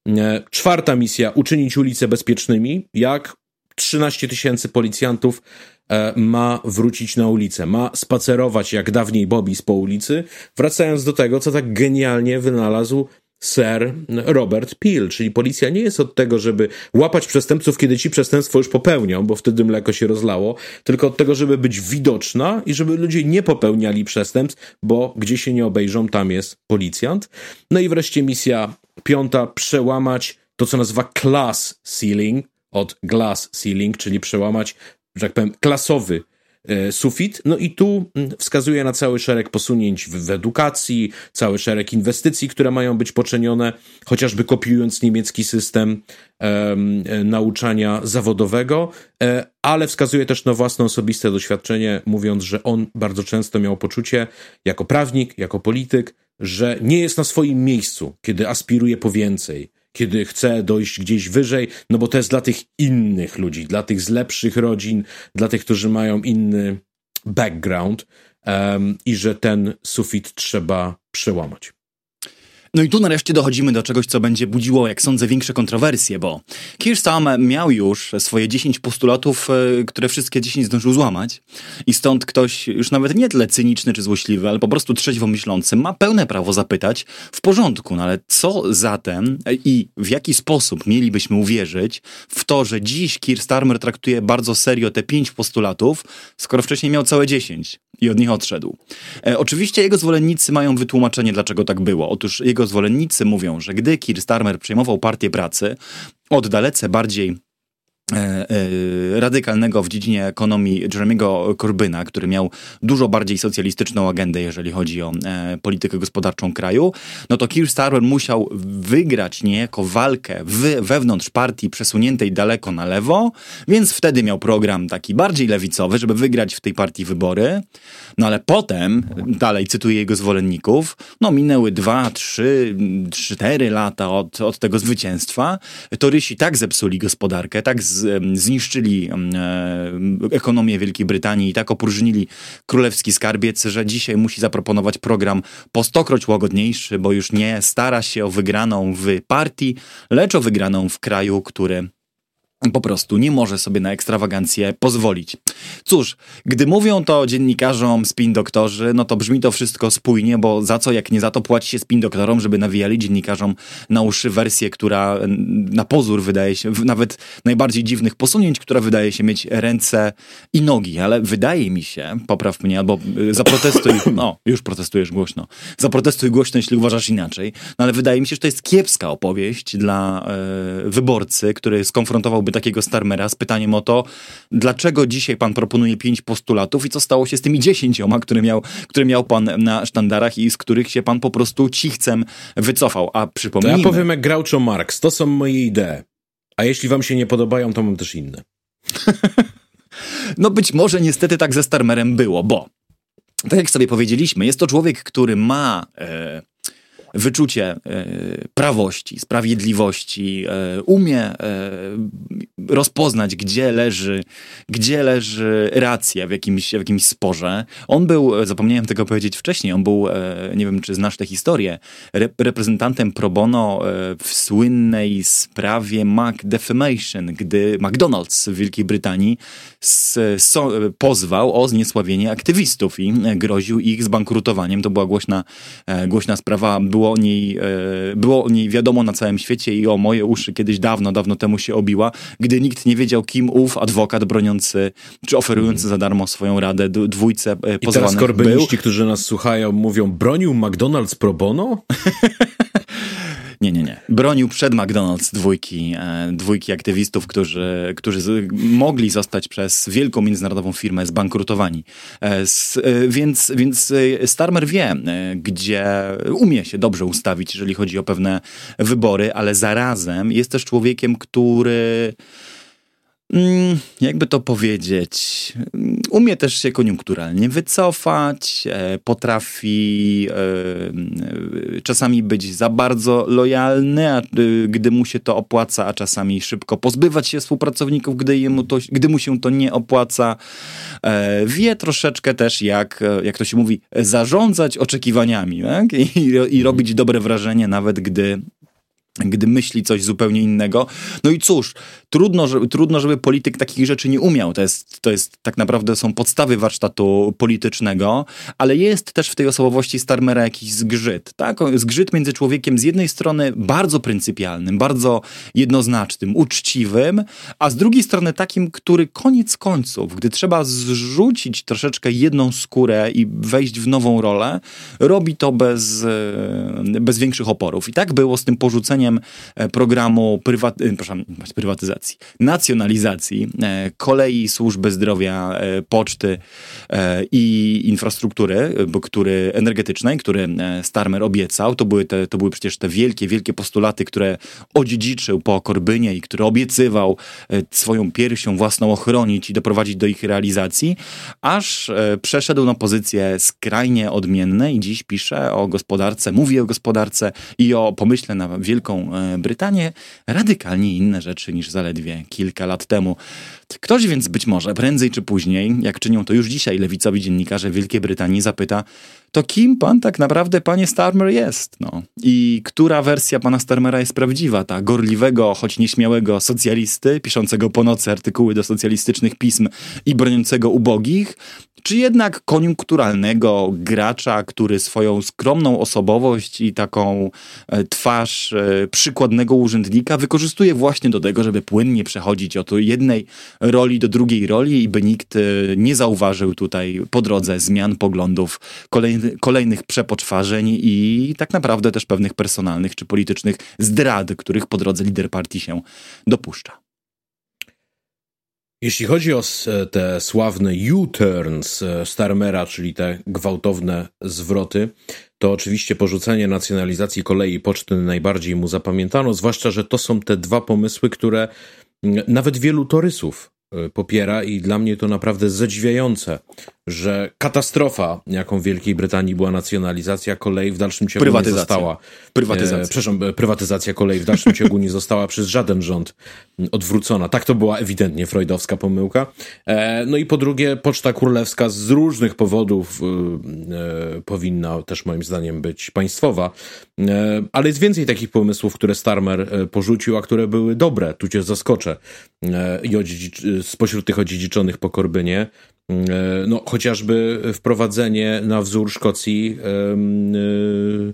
Czwarta misja, uczynić ulice bezpiecznymi, jak trzynaście tysięcy policjantów e, ma wrócić na ulicę, ma spacerować jak dawniej Bobby's po ulicy, wracając do tego, co tak genialnie wynalazł Sir Robert Peel, czyli policja nie jest od tego, żeby łapać przestępców, kiedy ci przestępstwo już popełnią, bo wtedy mleko się rozlało, tylko od tego, żeby być widoczna i żeby ludzie nie popełniali przestępstw, bo gdzie się nie obejrzą, tam jest policjant. No i wreszcie misja piąta, przełamać to, co nazywa class ceiling, od glass ceiling, czyli przełamać, że tak powiem, klasowy e, sufit. No i tu m, wskazuje na cały szereg posunięć w, w edukacji, cały szereg inwestycji, które mają być poczynione, chociażby kopiując niemiecki system e, e, nauczania zawodowego, e, ale wskazuje też na własne osobiste doświadczenie, mówiąc, że on bardzo często miał poczucie, jako prawnik, jako polityk, że nie jest na swoim miejscu, kiedy aspiruje po więcej, kiedy chce dojść gdzieś wyżej, no bo to jest dla tych innych ludzi, dla tych z lepszych rodzin, dla tych, którzy mają inny background um, i że ten sufit trzeba przełamać. No i tu nareszcie dochodzimy do czegoś, co będzie budziło, jak sądzę, większe kontrowersje, bo Keir Starmer miał już swoje dziesięć postulatów, które wszystkie dziesięć zdążył złamać i stąd ktoś już nawet nie tyle cyniczny czy złośliwy, ale po prostu trzeźwo myślący ma pełne prawo zapytać, w porządku, no ale co zatem i w jaki sposób mielibyśmy uwierzyć w to, że dziś Keir Starmer traktuje bardzo serio te pięć postulatów, skoro wcześniej miał całe dziesięć i od nich odszedł. E, oczywiście jego zwolennicy mają wytłumaczenie, dlaczego tak było. Otóż jego zwolennicy mówią, że gdy Keir Starmer przejmował Partię Pracy od dalece bardziej e, e, radykalnego w dziedzinie ekonomii Jeremy'ego Corbyna, który miał dużo bardziej socjalistyczną agendę, jeżeli chodzi o e, politykę gospodarczą kraju, no to Keir Starmer musiał wygrać niejako walkę w, wewnątrz partii przesuniętej daleko na lewo, więc wtedy miał program taki bardziej lewicowy, żeby wygrać w tej partii wybory. No ale potem, dalej cytuję jego zwolenników, no minęły dwa, trzy, cztery lata od, od tego zwycięstwa. Torysi tak zepsuli gospodarkę, tak z, zniszczyli e, ekonomię Wielkiej Brytanii i tak opróżnili królewski skarbiec, że dzisiaj musi zaproponować program po stokroć łagodniejszy, bo już nie stara się o wygraną w partii, lecz o wygraną w kraju, który po prostu nie może sobie na ekstrawagancję pozwolić. Cóż, gdy mówią to dziennikarzom spin doktorzy, no to brzmi to wszystko spójnie, bo za co jak nie za to płaci się spin doktorom, żeby nawijali dziennikarzom na uszy wersję, która na pozór wydaje się, nawet najbardziej dziwnych posunięć, która wydaje się mieć ręce i nogi, ale wydaje mi się, popraw mnie, albo zaprotestuj, no już protestujesz głośno, zaprotestuj głośno, jeśli uważasz inaczej, no ale wydaje mi się, że to jest kiepska opowieść dla e, wyborcy, który skonfrontowałby takiego Starmera z pytaniem o to, dlaczego dzisiaj pan proponuje pięć postulatów i co stało się z tymi dziesięcioma, które miał, które miał pan na sztandarach i z których się pan po prostu cichcem wycofał. A przypomnijmy... To ja powiem jak Groucho Marx, to są moje idee. A jeśli wam się nie podobają, to mam też inne. No być może niestety tak ze Starmerem było, bo tak jak sobie powiedzieliśmy, jest to człowiek, który ma... E, wyczucie e, prawości, sprawiedliwości, e, umie e, rozpoznać, gdzie leży, gdzie leży racja w jakimś, w jakimś sporze. On był, zapomniałem tego powiedzieć wcześniej, on był, e, nie wiem, czy znasz tę historię, re, reprezentantem pro bono e, w słynnej sprawie Mac Defamation, gdy McDonald's w Wielkiej Brytanii s, so, pozwał o zniesławienie aktywistów i groził ich zbankrutowaniem. To była głośna, e, głośna sprawa. Było o, niej, e, było o niej wiadomo na całym świecie i o moje uszy kiedyś dawno, dawno temu się obiła, gdy nikt nie wiedział, kim ów adwokat broniący, czy oferujący mm. za darmo swoją radę dwójce e, pozwanych I teraz korbyniści, którzy nas słuchają, mówią, bronił McDonald's pro bono? Nie, nie, nie. Bronił przed McDonald's dwójki, e, dwójki aktywistów, którzy, którzy z, mogli zostać przez wielką międzynarodową firmę zbankrutowani. E, s, e, więc, więc Starmer wie, e, gdzie umie się dobrze ustawić, jeżeli chodzi o pewne wybory, ale zarazem jest też człowiekiem, który... jakby to powiedzieć, umie też się koniunkturalnie wycofać, potrafi czasami być za bardzo lojalny, a gdy mu się to opłaca, a czasami szybko pozbywać się współpracowników, gdy, jemu to, gdy mu się to nie opłaca. Wie troszeczkę też, jak, jak to się mówi, zarządzać oczekiwaniami, tak? I, i robić dobre wrażenie, nawet gdy gdy myśli coś zupełnie innego. No i cóż, trudno, żeby, trudno, żeby polityk takich rzeczy nie umiał. To jest, to jest tak naprawdę są podstawy warsztatu politycznego, ale jest też w tej osobowości Starmera jakiś zgrzyt. Tak? Zgrzyt między człowiekiem z jednej strony bardzo pryncypialnym, bardzo jednoznacznym, uczciwym, a z drugiej strony takim, który koniec końców, gdy trzeba zrzucić troszeczkę jedną skórę i wejść w nową rolę, robi to bez, bez większych oporów. I tak było z tym porzuceniem programu prywaty, proszę, prywatyzacji, nacjonalizacji kolei, służby zdrowia, poczty i infrastruktury, który, energetycznej, który Starmer obiecał. To były, te, to były przecież te wielkie, wielkie postulaty, które odziedziczył po Corbynie i które obiecywał swoją piersią własną ochronić i doprowadzić do ich realizacji, aż przeszedł na pozycje skrajnie odmienne i dziś pisze o gospodarce, mówi o gospodarce i o pomyśle na Wielką Brytanię, radykalnie inne rzeczy niż zaledwie kilka lat temu. Ktoś więc być może prędzej czy później, jak czynią to już dzisiaj lewicowi dziennikarze w Wielkiej Brytanii, zapyta, to kim pan tak naprawdę, panie Starmer, jest? No. I która wersja pana Starmera jest prawdziwa? Ta gorliwego, choć nieśmiałego socjalisty, piszącego po nocy artykuły do socjalistycznych pism i broniącego ubogich? Czy jednak koniunkturalnego gracza, który swoją skromną osobowość i taką twarz przykładnego urzędnika wykorzystuje właśnie do tego, żeby płynnie przechodzić od jednej roli do drugiej roli i by nikt nie zauważył tutaj po drodze zmian poglądów, kolejny, kolejnych przepoczwarzeń i tak naprawdę też pewnych personalnych czy politycznych zdrad, których po drodze lider partii się dopuszcza. Jeśli chodzi o te sławne U-turns Starmera, czyli te gwałtowne zwroty, to oczywiście porzucenie nacjonalizacji kolei i poczty najbardziej mu zapamiętano, zwłaszcza, że to są te dwa pomysły, które nawet wielu torysów popiera i dla mnie to naprawdę zadziwiające, że katastrofa, jaką w Wielkiej Brytanii była nacjonalizacja kolei, w dalszym ciągu nie została. Prywatyzacja. E, przepraszam, prywatyzacja kolei w dalszym ciągu nie została przez żaden rząd odwrócona. Tak, to była ewidentnie freudowska pomyłka. E, no i po drugie, Poczta Królewska z różnych powodów e, e, powinna też moim zdaniem być państwowa. E, ale jest więcej takich pomysłów, które Starmer porzucił, a które były dobre. Tu cię zaskoczę. E, i odziedzi- spośród tych odziedziczonych po Corbynie, no chociażby wprowadzenie na wzór Szkocji yy, yy,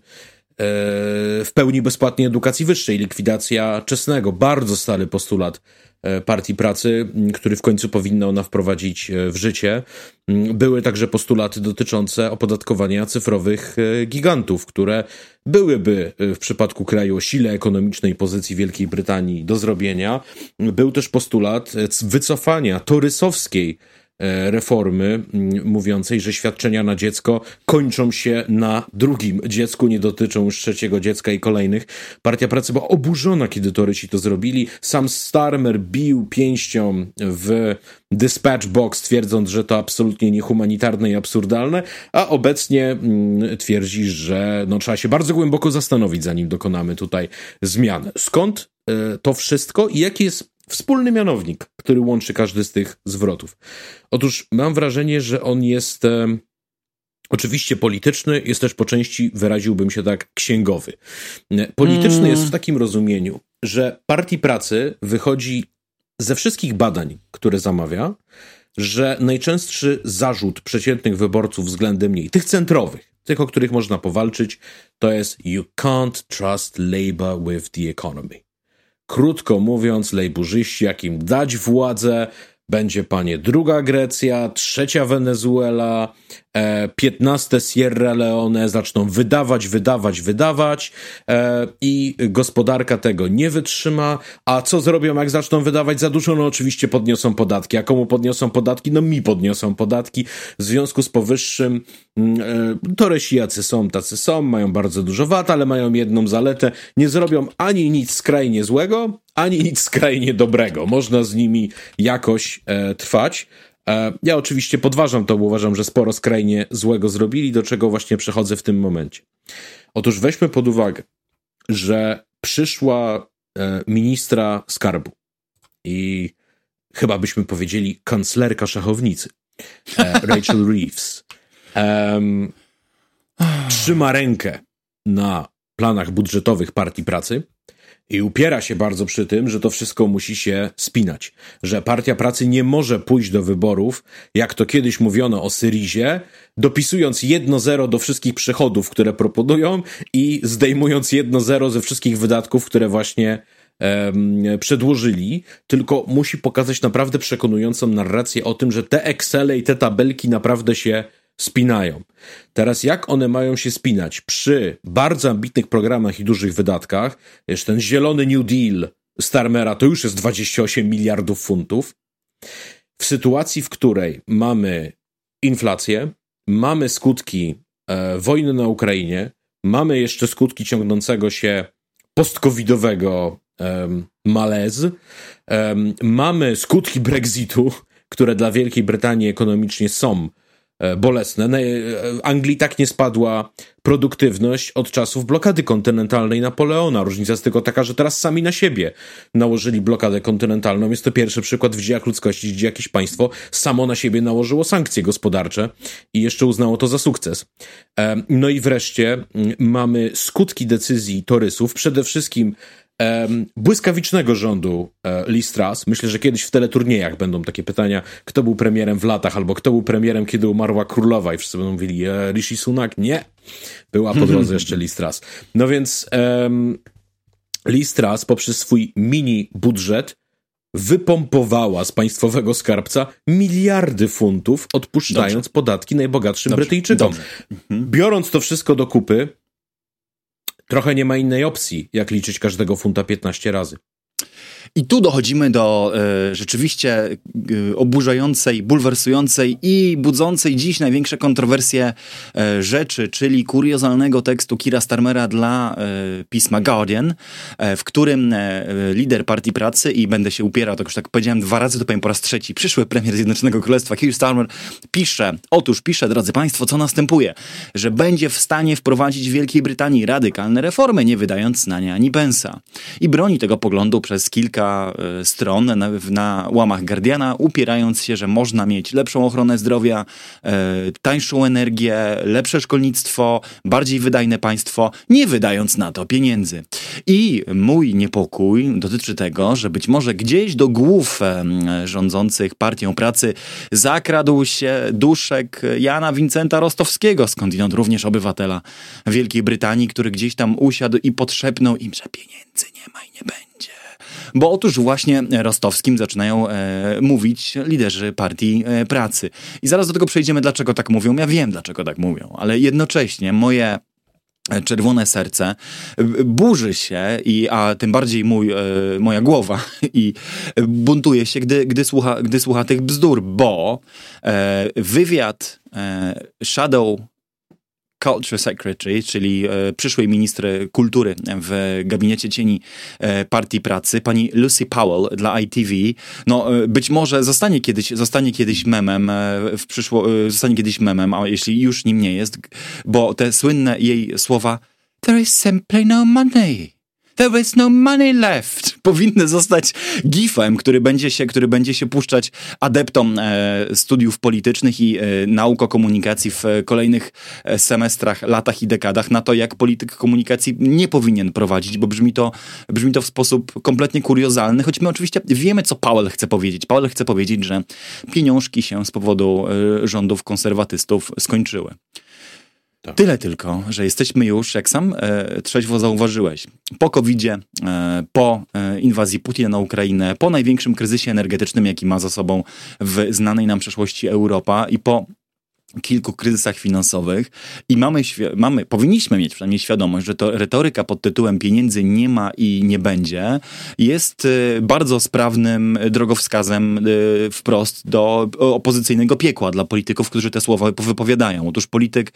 w pełni bezpłatnej edukacji wyższej, likwidacja czesnego, bardzo stary postulat Partii Pracy, który w końcu powinna ona wprowadzić w życie. Były także postulaty dotyczące opodatkowania cyfrowych gigantów, które byłyby w przypadku kraju o sile ekonomicznej pozycji Wielkiej Brytanii do zrobienia. Był też postulat wycofania torysowskiej reformy mówiącej, że świadczenia na dziecko kończą się na drugim dziecku, nie dotyczą już trzeciego dziecka i kolejnych. Partia Pracy była oburzona, kiedy torysi to zrobili. Sam Starmer bił pięścią w dispatch box, twierdząc, że to absolutnie niehumanitarne i absurdalne, a obecnie twierdzi, że no, trzeba się bardzo głęboko zastanowić, zanim dokonamy tutaj zmian. Skąd to wszystko i jaki jest wspólny mianownik, który łączy każdy z tych zwrotów? Otóż mam wrażenie, że on jest e, oczywiście polityczny, jest też po części, wyraziłbym się tak, księgowy. Polityczny mm. jest w takim rozumieniu, że Partii Pracy wychodzi ze wszystkich badań, które zamawia, że najczęstszy zarzut przeciętnych wyborców względem niej, tych centrowych, tych, o których można powalczyć, to jest you can't trust Labour with the economy. Krótko mówiąc, lejburzyści, jak im dać władzę, będzie, panie, druga Grecja, trzecia Wenezuela, e, piętnaste Sierra Leone, zaczną wydawać, wydawać, wydawać e, i gospodarka tego nie wytrzyma. A co zrobią, jak zaczną wydawać za dużo? No oczywiście podniosą podatki. A komu podniosą podatki? No mi podniosą podatki. W związku z powyższym e, torysi jacy są, tacy są, mają bardzo dużo wad, ale mają jedną zaletę. Nie zrobią ani nic skrajnie złego, ani nic skrajnie dobrego. Można z nimi jakoś e, trwać. E, ja oczywiście podważam to, bo uważam, że sporo skrajnie złego zrobili, do czego właśnie przechodzę w tym momencie. Otóż weźmy pod uwagę, że przyszła e, ministra skarbu i chyba byśmy powiedzieli kanclerka szachownicy, e, Rachel Reeves, e, trzyma rękę na planach budżetowych Partii Pracy i upiera się bardzo przy tym, że to wszystko musi się spinać. Że Partia Pracy nie może pójść do wyborów, jak to kiedyś mówiono o Syrizie, dopisując jedno zero do wszystkich przychodów, które proponują i zdejmując jedno zero ze wszystkich wydatków, które właśnie um, przedłożyli, tylko musi pokazać naprawdę przekonującą narrację o tym, że te Excele i te tabelki naprawdę się spinają. Teraz jak one mają się spinać przy bardzo ambitnych programach i dużych wydatkach? Wiesz, ten zielony New Deal Starmera to już jest dwadzieścia osiem miliardów funtów. W sytuacji, w której mamy inflację, mamy skutki e, wojny na Ukrainie, mamy jeszcze skutki ciągnącego się post-covidowego e, malez, e, mamy skutki Brexitu, które dla Wielkiej Brytanii ekonomicznie są bolesne. Anglii tak nie spadła produktywność od czasów blokady kontynentalnej Napoleona. Różnica jest tylko taka, że teraz sami na siebie nałożyli blokadę kontynentalną. Jest to pierwszy przykład w dziejach ludzkości, gdzie jakieś państwo samo na siebie nałożyło sankcje gospodarcze i jeszcze uznało to za sukces. No i wreszcie mamy skutki decyzji torysów, przede wszystkim Um, błyskawicznego rządu e, Liz Truss. Myślę, że kiedyś w teleturniejach będą takie pytania, kto był premierem w latach, albo kto był premierem, kiedy umarła królowa i wszyscy będą mówili, e, Rishi Sunak? Nie. Była po drodze jeszcze Liz Truss. No więc um, Liz Truss poprzez swój mini budżet wypompowała z państwowego skarbca miliardy funtów, odpuszczając Dobrze. podatki najbogatszym Dobrze. Brytyjczykom. Dobrze. Mhm. Biorąc to wszystko do kupy, trochę nie ma innej opcji, jak liczyć każdego funta piętnaście razy. I tu dochodzimy do e, rzeczywiście e, oburzającej, bulwersującej i budzącej dziś największe kontrowersje e, rzeczy, czyli kuriozalnego tekstu Keira Starmera dla e, pisma Guardian, e, w którym e, lider Partii Pracy, i będę się upierał, tak już tak powiedziałem dwa razy, to powiem po raz trzeci, przyszły premier Zjednoczonego Królestwa Keir Starmer pisze, otóż pisze, drodzy państwo, co następuje, że będzie w stanie wprowadzić w Wielkiej Brytanii radykalne reformy, nie wydając na nie ani pensa. I broni tego poglądu przez kilka stron na, na łamach Guardiana, upierając się, że można mieć lepszą ochronę zdrowia, e, tańszą energię, lepsze szkolnictwo, bardziej wydajne państwo, nie wydając na to pieniędzy. I mój niepokój dotyczy tego, że być może gdzieś do głów e, rządzących Partią Pracy zakradł się duszek Jana Wincenta Rostowskiego, skądinąd również obywatela Wielkiej Brytanii, który gdzieś tam usiadł i podszepnął im, że pieniędzy nie ma i nie będzie. Bo otóż właśnie Rostowskim zaczynają e, mówić liderzy Partii e, Pracy. I zaraz do tego przejdziemy, dlaczego tak mówią. Ja wiem, dlaczego tak mówią, ale jednocześnie moje czerwone serce burzy się, i, a tym bardziej mój, e, moja głowa i buntuje się, gdy, gdy, słucha, gdy słucha tych bzdur, bo e, wywiad e, Shadow Culture Secretary, czyli e, przyszłej minister kultury w gabinecie cieni e, Partii Pracy, pani Lucy Powell dla I T V, no e, być może zostanie kiedyś, zostanie kiedyś memem, e, w przyszło, e, zostanie kiedyś memem, a jeśli już nim nie jest, bo te słynne jej słowa "There is simply no money. There is no money left" powinny zostać gifem, który będzie się, który będzie się puszczać adeptom e, studiów politycznych i e, nauk o komunikacji w e, kolejnych e, semestrach, latach i dekadach na to, jak polityk komunikacji nie powinien prowadzić, bo brzmi to, brzmi to w sposób kompletnie kuriozalny, choć my oczywiście wiemy, co Powell chce powiedzieć. Powell chce powiedzieć, że pieniążki się z powodu e, rządów konserwatystów skończyły. Tak. Tyle tylko, że jesteśmy już, jak sam e, trzeźwo zauważyłeś, po kowidzie, e, po e, inwazji Putina na Ukrainę, po największym kryzysie energetycznym, jaki ma za sobą w znanej nam przeszłości Europa i po kilku kryzysach finansowych i mamy, mamy, powinniśmy mieć przynajmniej świadomość, że to retoryka pod tytułem pieniędzy nie ma i nie będzie jest bardzo sprawnym drogowskazem wprost do opozycyjnego piekła dla polityków, którzy te słowa wypowiadają. Otóż polityk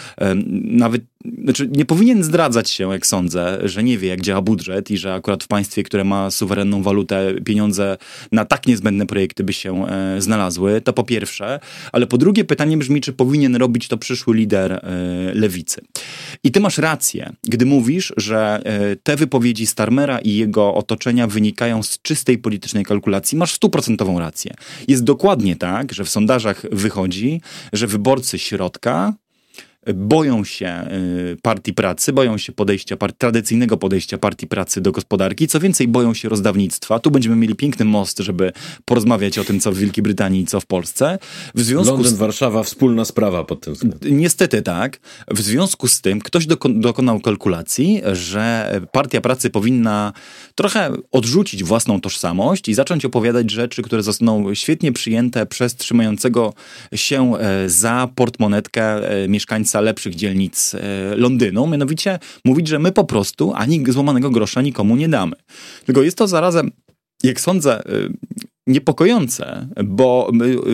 nawet znaczy nie powinien zdradzać się, jak sądzę, że nie wie, jak działa budżet i że akurat w państwie, które ma suwerenną walutę, pieniądze na tak niezbędne projekty by się e, znalazły. To po pierwsze. Ale po drugie pytanie brzmi, czy powinien robić to przyszły lider e, lewicy. I ty masz rację, gdy mówisz, że e, te wypowiedzi Starmera i jego otoczenia wynikają z czystej politycznej kalkulacji. Masz stuprocentową rację. Jest dokładnie tak, że w sondażach wychodzi, że wyborcy środka boją się Partii Pracy, boją się podejścia, tradycyjnego podejścia Partii Pracy do gospodarki, co więcej boją się rozdawnictwa. Tu będziemy mieli piękny most, żeby porozmawiać o tym, co w Wielkiej Brytanii i co w Polsce. W związku Londyn, z... Warszawa, wspólna sprawa pod tym względem. Niestety tak. W związku z tym ktoś doko- dokonał kalkulacji, że Partia Pracy powinna trochę odrzucić własną tożsamość i zacząć opowiadać rzeczy, które zostaną świetnie przyjęte przez trzymającego się za portmonetkę mieszkańca lepszych dzielnic Londynu, mianowicie mówić, że my po prostu ani złamanego grosza nikomu nie damy. Tylko jest to zarazem, jak sądzę, niepokojące, bo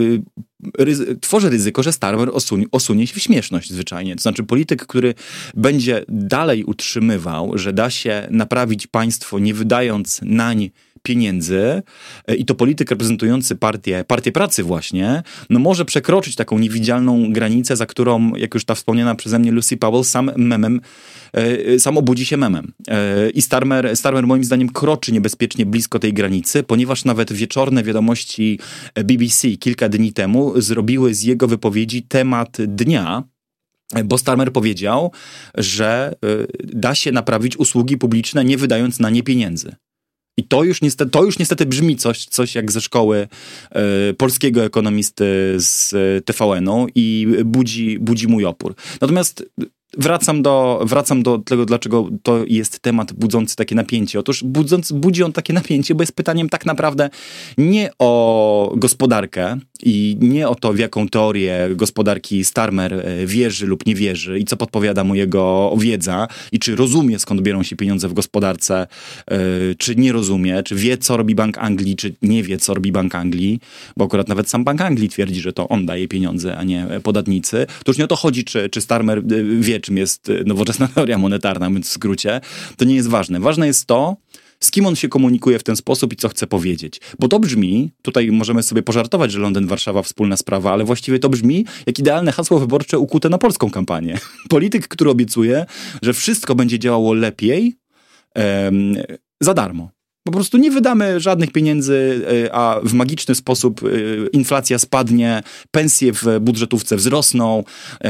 ryzy- tworzy ryzyko, że Starmer osunie, osunie się w śmieszność zwyczajnie. To znaczy polityk, który będzie dalej utrzymywał, że da się naprawić państwo, nie wydając nań pieniędzy i to polityk reprezentujący partię, partię pracy właśnie, no może przekroczyć taką niewidzialną granicę, za którą, jak już ta wspomniana przeze mnie Lucy Powell, sam memem, sam obudzi się memem. I Starmer, Starmer moim zdaniem kroczy niebezpiecznie blisko tej granicy, ponieważ nawet wieczorne wiadomości B B C kilka dni temu zrobiły z jego wypowiedzi temat dnia, bo Starmer powiedział, że da się naprawić usługi publiczne, nie wydając na nie pieniędzy. I to już niestety, to już niestety brzmi coś, coś jak ze szkoły y, polskiego ekonomisty z T V N-u i budzi, budzi mój opór. Natomiast wracam do, wracam do tego, dlaczego to jest temat budzący takie napięcie. Otóż budząc, budzi on takie napięcie, bo jest pytaniem tak naprawdę nie o gospodarkę i nie o to, w jaką teorię gospodarki Starmer wierzy lub nie wierzy i co podpowiada mu jego wiedza i czy rozumie, skąd biorą się pieniądze w gospodarce, yy, czy nie rozumie, czy wie, co robi Bank Anglii, czy nie wie, co robi Bank Anglii, bo akurat nawet sam Bank Anglii twierdzi, że to on daje pieniądze, a nie podatnicy. To już nie o to chodzi, czy, czy Starmer wie, czym jest nowoczesna teoria monetarna, więc w skrócie. To nie jest ważne. Ważne jest to, z kim on się komunikuje w ten sposób i co chce powiedzieć. Bo to brzmi, tutaj możemy sobie pożartować, że Londyn, Warszawa, wspólna sprawa, ale właściwie to brzmi jak idealne hasło wyborcze ukute na polską kampanię. Polityk, który obiecuje, że wszystko będzie działało lepiej em, za darmo. Po prostu nie wydamy żadnych pieniędzy, a w magiczny sposób inflacja spadnie, pensje w budżetówce wzrosną,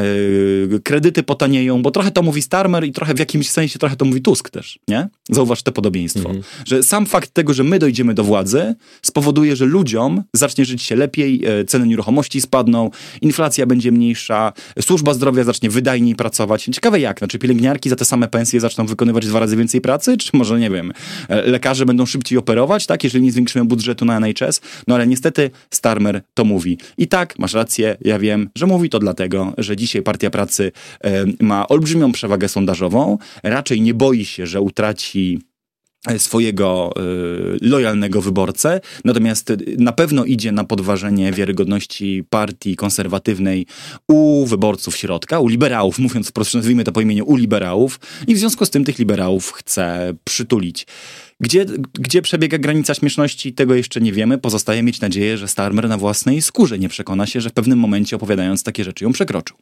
kredyty potanieją, bo trochę to mówi Starmer i trochę w jakimś sensie trochę to mówi Tusk też, nie? Zauważ te podobieństwo. Mhm. Że sam fakt tego, że my dojdziemy do władzy, spowoduje, że ludziom zacznie żyć się lepiej, ceny nieruchomości spadną, inflacja będzie mniejsza, służba zdrowia zacznie wydajniej pracować. Ciekawe jak, znaczy pielęgniarki za te same pensje zaczną wykonywać dwa razy więcej pracy, czy może, nie wiem, lekarze będą szybciej operować, tak, jeżeli nie zwiększymy budżetu na N H S, no ale niestety Starmer to mówi. I tak, masz rację, ja wiem, że mówi to dlatego, że dzisiaj Partia Pracy e, ma olbrzymią przewagę sondażową, raczej nie boi się, że utraci swojego y, lojalnego wyborcę, natomiast na pewno idzie na podważenie wiarygodności partii konserwatywnej u wyborców środka, u liberałów, mówiąc wprost, nazwijmy to po imieniu, u liberałów i w związku z tym tych liberałów chce przytulić. Gdzie, gdzie przebiega granica śmieszności, tego jeszcze nie wiemy. Pozostaje mieć nadzieję, że Starmer na własnej skórze nie przekona się, że w pewnym momencie opowiadając takie rzeczy ją przekroczył.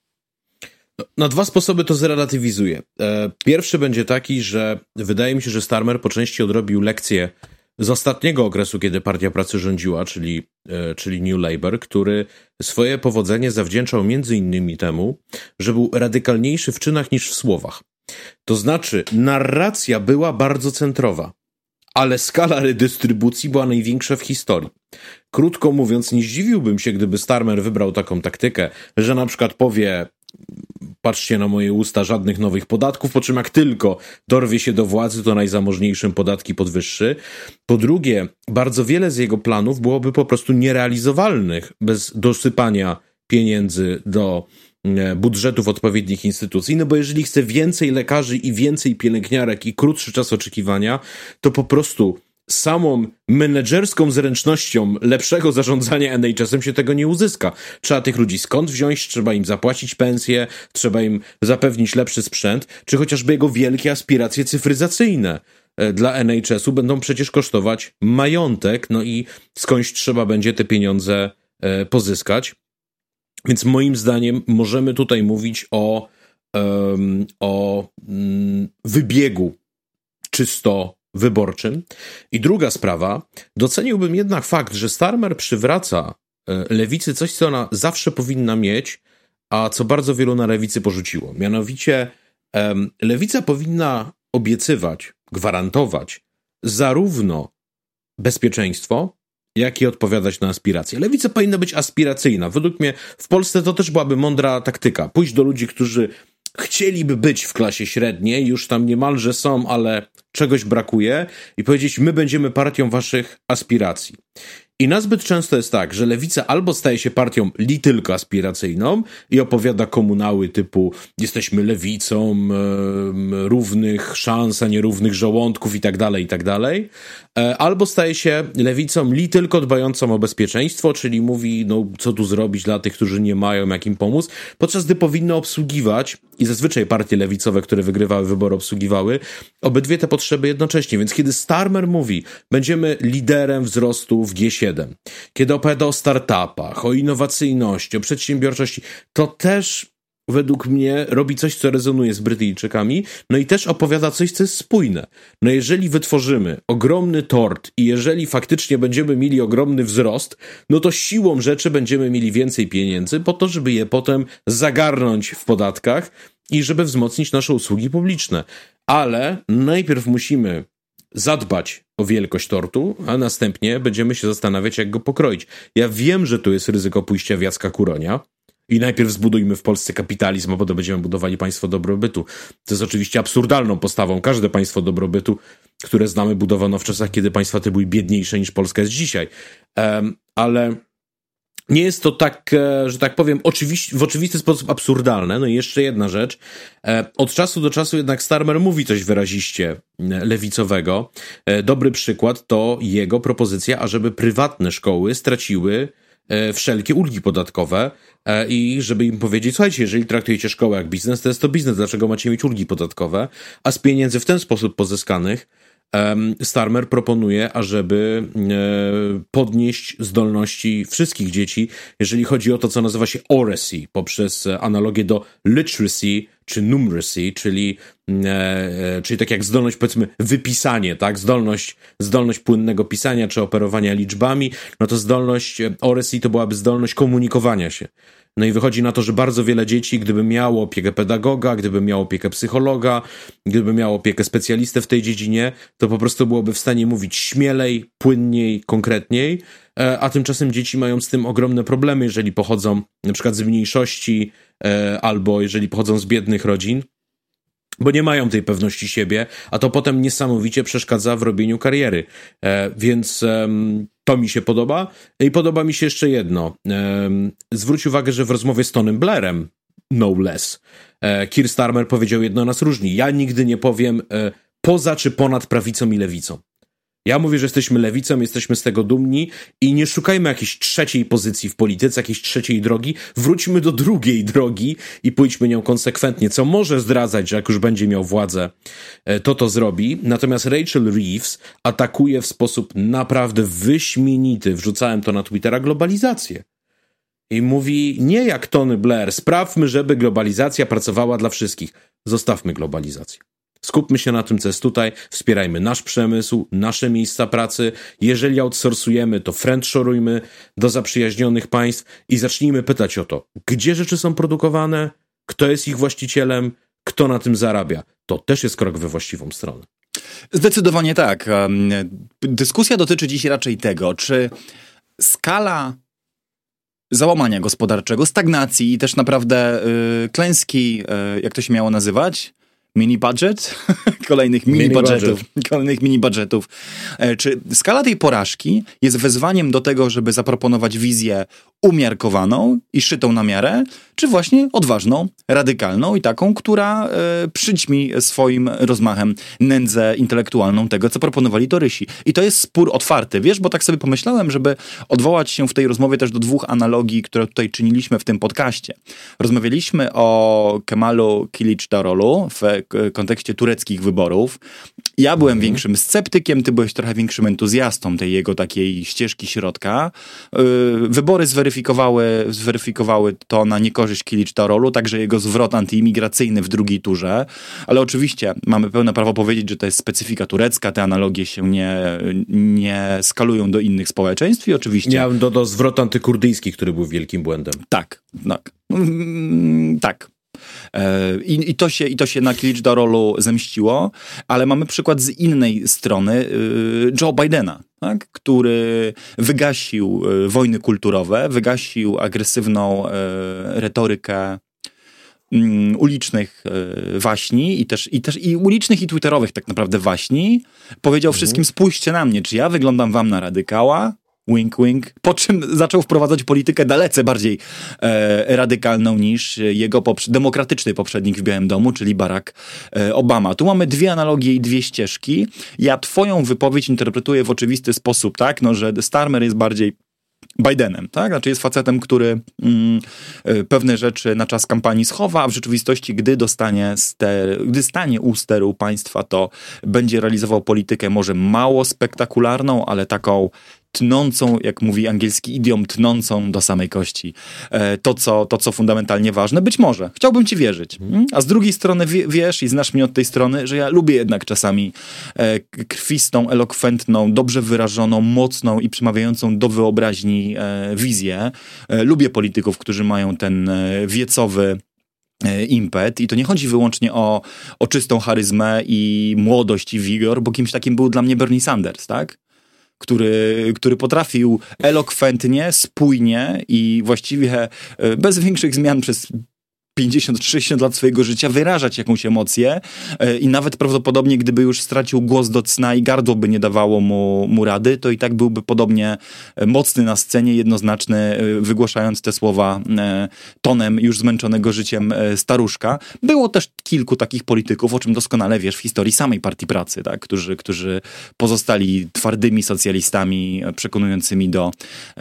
Na dwa sposoby to zrelatywizuję. Pierwszy będzie taki, że wydaje mi się, że Starmer po części odrobił lekcję z ostatniego okresu, kiedy Partia Pracy rządziła, czyli, czyli New Labour, który swoje powodzenie zawdzięczał między innymi temu, że był radykalniejszy w czynach niż w słowach. To znaczy, narracja była bardzo centrowa, ale skala redystrybucji była największa w historii. Krótko mówiąc, nie zdziwiłbym się, gdyby Starmer wybrał taką taktykę, że na przykład powie patrzcie na moje usta, żadnych nowych podatków, po czym jak tylko dorwie się do władzy, to najzamożniejszym podatki podwyższy. Po drugie, bardzo wiele z jego planów byłoby po prostu nierealizowalnych bez dosypania pieniędzy do budżetów odpowiednich instytucji, no bo jeżeli chce więcej lekarzy i więcej pielęgniarek i krótszy czas oczekiwania, to po prostu samą menedżerską zręcznością lepszego zarządzania en hache esem się tego nie uzyska. Trzeba tych ludzi skąd wziąć, trzeba im zapłacić pensje, trzeba im zapewnić lepszy sprzęt, czy chociażby jego wielkie aspiracje cyfryzacyjne dla en hache esu będą przecież kosztować majątek, no i skądś trzeba będzie te pieniądze pozyskać. Więc moim zdaniem możemy tutaj mówić o, um, o um, wybiegu czysto wyborczym. I druga sprawa, doceniłbym jednak fakt, że Starmer przywraca lewicy coś, co ona zawsze powinna mieć, a co bardzo wielu na lewicy porzuciło. Mianowicie um, lewica powinna obiecywać, gwarantować zarówno bezpieczeństwo, jak i odpowiadać na aspiracje. Lewica powinna być aspiracyjna. Według mnie w Polsce to też byłaby mądra taktyka. Pójść do ludzi, którzy chcieliby być w klasie średniej, już tam niemalże są, ale czegoś brakuje, i powiedzieć: my będziemy partią waszych aspiracji. I nazbyt często jest tak, że lewica albo staje się partią li tylko aspiracyjną i opowiada komunały typu jesteśmy lewicą e, równych szans, a nie równych żołądków i tak dalej, i tak dalej. E, albo staje się lewicą li tylko dbającą o bezpieczeństwo, czyli mówi, no co tu zrobić dla tych, którzy nie mają jak im pomóc, podczas gdy powinno obsługiwać, i zazwyczaj partie lewicowe, które wygrywały wybory, obsługiwały obydwie te potrzeby jednocześnie. Więc kiedy Starmer mówi, będziemy liderem wzrostu w gie siedem, kiedy opowiada o startupach, o innowacyjności, o przedsiębiorczości, to też według mnie robi coś, co rezonuje z Brytyjczykami, no i też opowiada coś, co jest spójne. No jeżeli wytworzymy ogromny tort i jeżeli faktycznie będziemy mieli ogromny wzrost, no to siłą rzeczy będziemy mieli więcej pieniędzy po to, żeby je potem zagarnąć w podatkach i żeby wzmocnić nasze usługi publiczne. Ale najpierw musimy zadbać o wielkość tortu, a następnie będziemy się zastanawiać, jak go pokroić. Ja wiem, że tu jest ryzyko pójścia w Jacka Kuronia i najpierw zbudujmy w Polsce kapitalizm, a potem będziemy budowali państwo dobrobytu. To jest oczywiście absurdalną postawą. Każde państwo dobrobytu, które znamy, budowano w czasach, kiedy państwa te były biedniejsze niż Polska jest dzisiaj. Um, ale nie jest to tak, że tak powiem, oczywi- w oczywisty sposób absurdalne. No i jeszcze jedna rzecz. Od czasu do czasu jednak Starmer mówi coś wyraziście lewicowego. Dobry przykład to jego propozycja, ażeby prywatne szkoły straciły wszelkie ulgi podatkowe i żeby im powiedzieć: słuchajcie, jeżeli traktujecie szkołę jak biznes, to jest to biznes, dlaczego macie mieć ulgi podatkowe? A z pieniędzy w ten sposób pozyskanych Starmer proponuje, ażeby podnieść zdolności wszystkich dzieci, jeżeli chodzi o to, co nazywa się oracy, poprzez analogię do literacy czy numeracy, czyli, czyli tak jak zdolność, powiedzmy, wypisanie, tak? Zdolność, zdolność płynnego pisania czy operowania liczbami, no to zdolność oracy to byłaby zdolność komunikowania się. No i wychodzi na to, że bardzo wiele dzieci, gdyby miało opiekę pedagoga, gdyby miało opiekę psychologa, gdyby miało opiekę specjalistę w tej dziedzinie, to po prostu byłoby w stanie mówić śmielej, płynniej, konkretniej, a tymczasem dzieci mają z tym ogromne problemy, jeżeli pochodzą na przykład z mniejszości albo jeżeli pochodzą z biednych rodzin, bo nie mają tej pewności siebie, a to potem niesamowicie przeszkadza w robieniu kariery. E, więc e, to mi się podoba. I podoba mi się jeszcze jedno. E, zwróć uwagę, że w rozmowie z Tonym Blairem, no less, e, Keir Starmer powiedział: jedno nas różni. Ja nigdy nie powiem e, poza czy ponad prawicą i lewicą. Ja mówię, że jesteśmy lewicą, jesteśmy z tego dumni i nie szukajmy jakiejś trzeciej pozycji w polityce, jakiejś trzeciej drogi. Wróćmy do drugiej drogi i pójdźmy nią konsekwentnie, co może zdradzać, że jak już będzie miał władzę, to to zrobi. Natomiast Rachel Reeves atakuje w sposób naprawdę wyśmienity, wrzucałem to na Twittera, globalizację. I mówi, nie jak Tony Blair, sprawmy, żeby globalizacja pracowała dla wszystkich. Zostawmy globalizację. Skupmy się na tym, co jest tutaj, wspierajmy nasz przemysł, nasze miejsca pracy. Jeżeli outsourcujemy, to friendshorujmy do zaprzyjaźnionych państw i zacznijmy pytać o to, gdzie rzeczy są produkowane, kto jest ich właścicielem, kto na tym zarabia. To też jest krok we właściwą stronę. Zdecydowanie tak. Dyskusja dotyczy dziś raczej tego, czy skala załamania gospodarczego, stagnacji i też naprawdę y, klęski, y, jak to się miało nazywać? Mini budget? Kolejnych mini, mini budżetów. Budget. Kolejnych mini budżetów. E, czy skala tej porażki jest wezwaniem do tego, żeby zaproponować wizję umiarkowaną i szytą na miarę, czy właśnie odważną, radykalną i taką, która e, przyćmi swoim rozmachem nędzę intelektualną tego, co proponowali torysi. I to jest spór otwarty, wiesz, bo tak sobie pomyślałem, żeby odwołać się w tej rozmowie też do dwóch analogii, które tutaj czyniliśmy w tym podcaście. Rozmawialiśmy o Kemalu Kilicdaroglu w kontekście tureckich wyborów. Ja byłem mhm. większym sceptykiem, ty byłeś trochę większym entuzjastą tej jego takiej ścieżki środka. Wybory zweryfikowały, zweryfikowały to na niekorzyść Kilicdaroglu, także jego zwrot antyimigracyjny w drugiej turze. Ale oczywiście mamy pełne prawo powiedzieć, że to jest specyfika turecka, te analogie się nie, nie skalują do innych społeczeństw i oczywiście... Miałem do, do zwrot antykurdyjski, który był wielkim błędem. Tak, tak. Mm, tak. I, i, to się, I to się na Kilicdaroglu zemściło, ale mamy przykład z innej strony Joe Bidena, tak? Który wygasił wojny kulturowe, wygasił agresywną retorykę ulicznych waśni i też, i też i ulicznych i twitterowych tak naprawdę waśni. Powiedział mhm. wszystkim: spójrzcie na mnie, czy ja wyglądam wam na radykała? Wink, wink. Po czym zaczął wprowadzać politykę dalece bardziej e, radykalną niż jego poprze- demokratyczny poprzednik w Białym Domu, czyli Barack e, Obama. Tu mamy dwie analogie i dwie ścieżki. Ja twoją wypowiedź interpretuję w oczywisty sposób, tak, no, że Starmer jest bardziej Bidenem, tak? Znaczy jest facetem, który mm, pewne rzeczy na czas kampanii schowa, a w rzeczywistości, gdy dostanie ster, gdy stanie u steru państwa, to będzie realizował politykę może mało spektakularną, ale taką tnącą, jak mówi angielski idiom, tnącą do samej kości. E, to, co, to, co fundamentalnie ważne, być może. Chciałbym ci wierzyć. Hmm? A z drugiej strony wie, wiesz i znasz mnie od tej strony, że ja lubię jednak czasami e, krwistą, elokwentną, dobrze wyrażoną, mocną i przemawiającą do wyobraźni e, wizję. E, lubię polityków, którzy mają ten e, wiecowy impet i to nie chodzi wyłącznie o, o czystą charyzmę i młodość i wigor, bo kimś takim był dla mnie Bernie Sanders, tak? Który, który potrafił elokwentnie, spójnie i właściwie bez większych zmian przez pięćdziesiąt sześćdziesiąt lat swojego życia wyrażać jakąś emocję i nawet prawdopodobnie, gdyby już stracił głos do cna i gardło by nie dawało mu, mu rady, to i tak byłby podobnie mocny na scenie, jednoznaczny, wygłaszając te słowa tonem już zmęczonego życiem staruszka. Było też kilku takich polityków, o czym doskonale wiesz, w historii samej Partii Pracy, tak? którzy, którzy pozostali twardymi socjalistami, przekonującymi do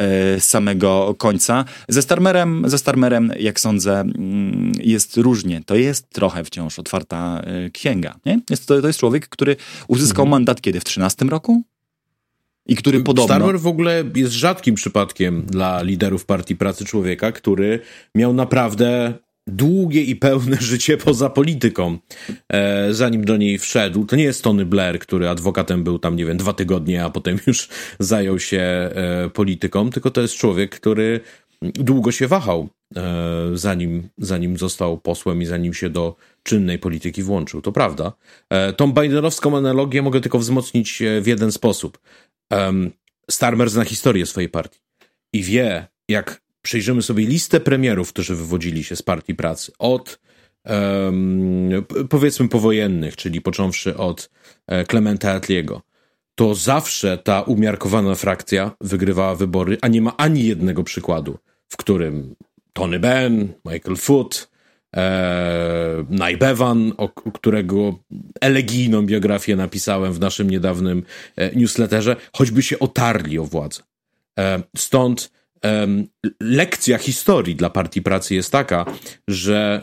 samego końca. Ze Starmerem, ze Starmerem, jak sądzę, jest różnie. To jest trochę wciąż otwarta y, księga. Nie? Jest to, to jest człowiek, który uzyskał mhm. mandat kiedy? W trzynastym roku? I który podobno... Starmer w ogóle jest rzadkim przypadkiem dla liderów Partii Pracy człowieka, który miał naprawdę długie i pełne życie poza polityką, e, zanim do niej wszedł. To nie jest Tony Blair, który adwokatem był tam, nie wiem, dwa tygodnie, a potem już zajął się e, polityką, tylko to jest człowiek, który długo się wahał, e, zanim, zanim został posłem i zanim się do czynnej polityki włączył. To prawda. E, tą bidenowską analogię mogę tylko wzmocnić w jeden sposób. E, Starmer zna historię swojej partii i wie, jak przejrzymy sobie listę premierów, którzy wywodzili się z Partii Pracy od e, powiedzmy powojennych, czyli począwszy od e, Clementa Attlee'ego, to zawsze ta umiarkowana frakcja wygrywała wybory, a nie ma ani jednego przykładu, w którym Tony Benn, Michael Foot, e, Nye Bevan, o, o którego elegijną biografię napisałem w naszym niedawnym e, newsletterze, choćby się otarli o władzę. E, stąd e, lekcja historii dla Partii Pracy jest taka, że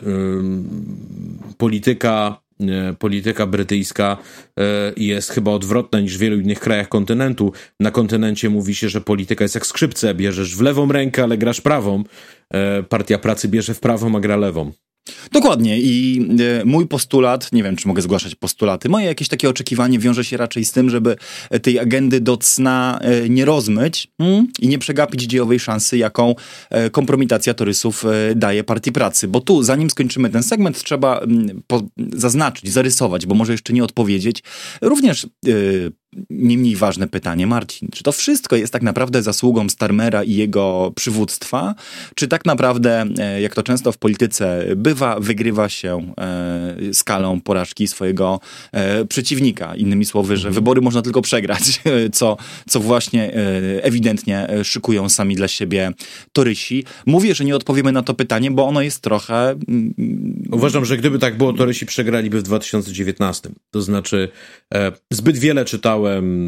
e, polityka polityka brytyjska jest chyba odwrotna niż w wielu innych krajach kontynentu. Na kontynencie mówi się, że polityka jest jak skrzypce. Bierzesz w lewą rękę, ale grasz prawą. Partia Pracy bierze w prawą, a gra lewą. Dokładnie i y, mój postulat, nie wiem, czy mogę zgłaszać postulaty, moje jakieś takie oczekiwanie wiąże się raczej z tym, żeby tej agendy do cna y, nie rozmyć mm, i nie przegapić dziejowej szansy, jaką y, kompromitacja torysów y, daje Partii Pracy. Bo tu, zanim skończymy ten segment, trzeba y, po, zaznaczyć, zarysować, bo może jeszcze nie odpowiedzieć, również y, nie mniej ważne pytanie, Marcin, czy to wszystko jest tak naprawdę zasługą Starmera i jego przywództwa, czy tak naprawdę, jak to często w polityce bywa, wygrywa się e, skalą porażki swojego e, przeciwnika? Innymi słowy, że wybory można tylko przegrać, co, co właśnie e, ewidentnie szykują sami dla siebie torysi. Mówię, że nie odpowiemy na to pytanie, bo ono jest trochę... Mm, Uważam, że gdyby tak było, torysi przegraliby w dwa tysiące dziewiętnastym. To znaczy, e, zbyt wiele czytałem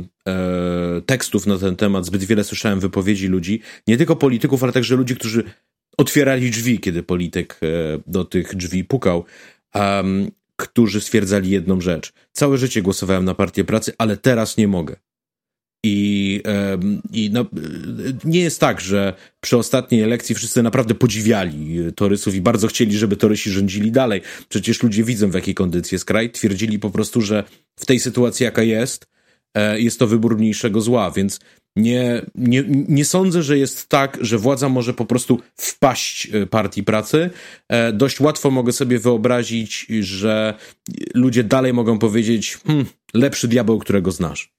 e, tekstów na ten temat, zbyt wiele słyszałem wypowiedzi ludzi, nie tylko polityków, ale także ludzi, którzy otwierali drzwi, kiedy polityk e, do tych drzwi pukał, um, którzy stwierdzali jedną rzecz. Całe życie głosowałem na Partię Pracy, ale teraz nie mogę. I, um, i no, nie jest tak, że przy ostatniej elekcji wszyscy naprawdę podziwiali torysów i bardzo chcieli, żeby torysi rządzili dalej. Przecież ludzie widzą, w jakiej kondycji jest kraj. Twierdzili po prostu, że w tej sytuacji, jaka jest, jest to wybór mniejszego zła, więc nie, nie, nie sądzę, że jest tak, że władza może po prostu wpaść Partii Pracy. Dość łatwo mogę sobie wyobrazić, że ludzie dalej mogą powiedzieć, hm, lepszy diabeł, którego znasz.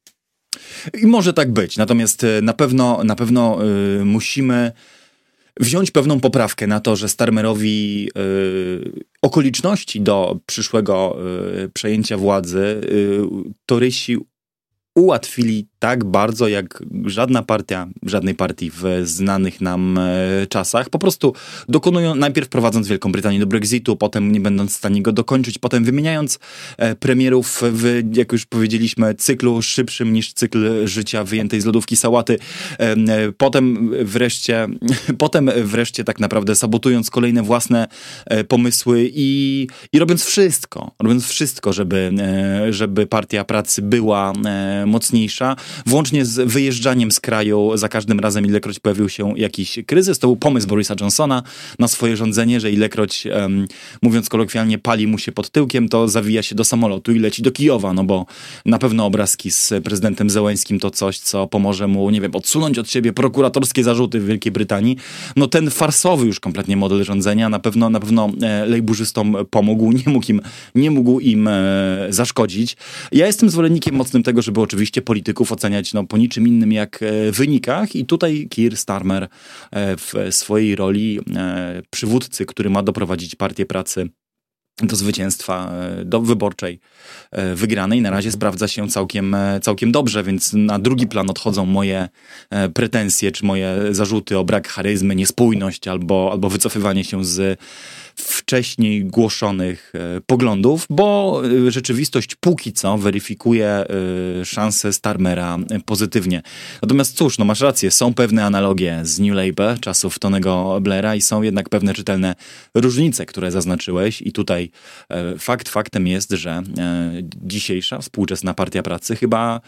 I może tak być, natomiast na pewno, na pewno yy, musimy wziąć pewną poprawkę na to, że Starmerowi yy, okoliczności do przyszłego yy, przejęcia władzy yy, torysi ułatwili tak bardzo, jak żadna partia, żadnej partii w znanych nam e, czasach. Po prostu dokonują, najpierw prowadząc Wielką Brytanię do Brexitu, potem nie będąc w stanie go dokończyć, potem wymieniając e, premierów w, jak już powiedzieliśmy, cyklu szybszym niż cykl życia wyjętej z lodówki sałaty. E, e, potem wreszcie, potem wreszcie tak naprawdę sabotując kolejne własne e, pomysły i, i robiąc wszystko, robiąc wszystko, żeby, e, żeby Partia Pracy była e, mocniejsza, włącznie z wyjeżdżaniem z kraju za każdym razem, ilekroć pojawił się jakiś kryzys. To był pomysł Borisa Johnsona na swoje rządzenie, że ilekroć, um, mówiąc kolokwialnie, pali mu się pod tyłkiem, to zawija się do samolotu i leci do Kijowa, no bo na pewno obrazki z prezydentem Zełeńskim to coś, co pomoże mu, nie wiem, odsunąć od siebie prokuratorskie zarzuty w Wielkiej Brytanii. No ten farsowy już kompletnie model rządzenia na pewno, na pewno e, lejburzystom pomógł, nie mógł im, nie mógł im e, zaszkodzić. Ja jestem zwolennikiem mocnym tego, żeby oczywiście polityków oceniać no, po niczym innym jak e, wynikach i tutaj Keir Starmer e, w swojej roli e, przywódcy, który ma doprowadzić Partię Pracy do zwycięstwa, do wyborczej wygranej. Na razie sprawdza się całkiem, całkiem dobrze, więc na drugi plan odchodzą moje pretensje, czy moje zarzuty o brak charyzmy, niespójność albo, albo wycofywanie się z wcześniej głoszonych e, poglądów, bo e, rzeczywistość póki co weryfikuje e, szanse Starmera e, pozytywnie. Natomiast cóż, no masz rację, są pewne analogie z New Labour, czasów Tonego Blaira i są jednak pewne czytelne różnice, które zaznaczyłeś i tutaj e, fakt faktem jest, że e, dzisiejsza współczesna Partia Pracy chyba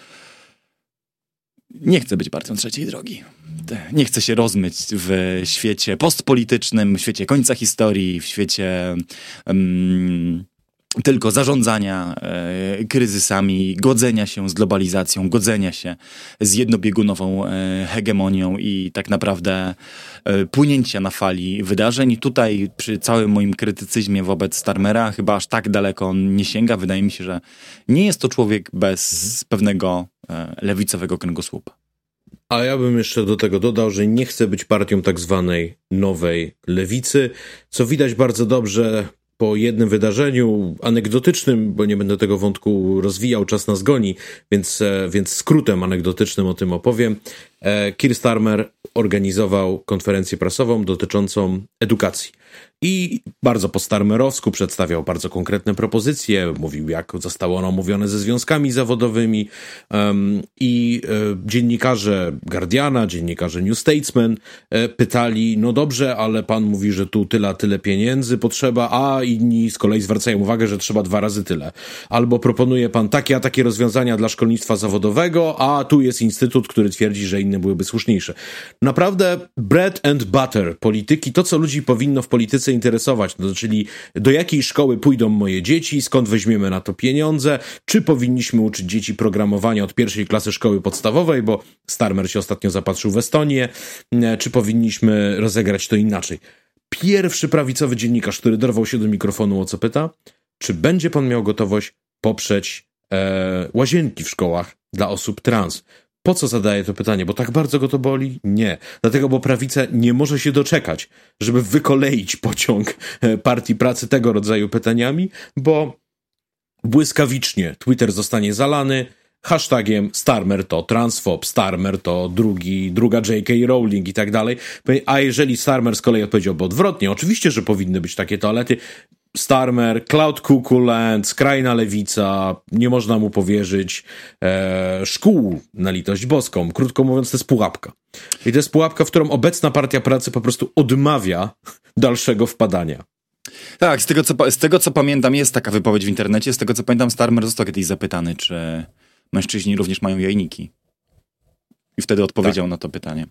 nie chce być partią trzeciej drogi. Nie chce się rozmyć w świecie postpolitycznym, w świecie końca historii, w świecie um, tylko zarządzania e, kryzysami, godzenia się z globalizacją, godzenia się z jednobiegunową e, hegemonią i tak naprawdę e, płynięcia na fali wydarzeń. I tutaj przy całym moim krytycyzmie wobec Starmera chyba aż tak daleko on nie sięga. Wydaje mi się, że nie jest to człowiek bez mhm. pewnego e, lewicowego kręgosłupa. A ja bym jeszcze do tego dodał, że nie chce być partią tak zwanej nowej lewicy, co widać bardzo dobrze po jednym wydarzeniu anegdotycznym, bo nie będę tego wątku rozwijał, czas nas goni, więc, więc skrótem anegdotycznym o tym opowiem. Keir Starmer organizował konferencję prasową dotyczącą edukacji. I bardzo po starmerowsku przedstawiał bardzo konkretne propozycje, mówił, jak zostało ono omówione ze związkami zawodowymi um, i e, dziennikarze Guardiana, dziennikarze New Statesman e, pytali, no dobrze, ale pan mówi, że tu tyle, a tyle pieniędzy potrzeba, a inni z kolei zwracają uwagę, że trzeba dwa razy tyle. Albo proponuje pan takie, a takie rozwiązania dla szkolnictwa zawodowego, a tu jest instytut, który twierdzi, że inne byłyby słuszniejsze. Naprawdę bread and butter polityki, to co ludzi powinno w polityce interesować, no, czyli do jakiej szkoły pójdą moje dzieci, skąd weźmiemy na to pieniądze, czy powinniśmy uczyć dzieci programowania od pierwszej klasy szkoły podstawowej, bo Starmer się ostatnio zapatrzył w Estonię, czy powinniśmy rozegrać to inaczej. Pierwszy prawicowy dziennikarz, który dorwał się do mikrofonu, o co pyta? Czy będzie pan miał gotowość poprzeć e, łazienki w szkołach dla osób trans. Po co zadaję to pytanie? Bo tak bardzo go to boli? Nie. Dlatego, bo prawica nie może się doczekać, żeby wykoleić pociąg Partii Pracy tego rodzaju pytaniami, bo błyskawicznie Twitter zostanie zalany hashtagiem Starmer to transfob, Starmer to drugi, druga J K Rowling i tak dalej. A jeżeli Starmer z kolei odpowiedziałby odwrotnie, oczywiście, że powinny być takie toalety, Starmer, Cloud Cuckoo Land, skrajna lewica, nie można mu powierzyć e, szkół na litość boską. Krótko mówiąc, to jest pułapka. I to jest pułapka, w którą obecna Partia Pracy po prostu odmawia dalszego wpadania. Tak, z tego, co, z tego co pamiętam, jest taka wypowiedź w internecie, z tego co pamiętam, Starmer został kiedyś zapytany, czy mężczyźni również mają jajniki. I wtedy odpowiedział tak na to pytanie.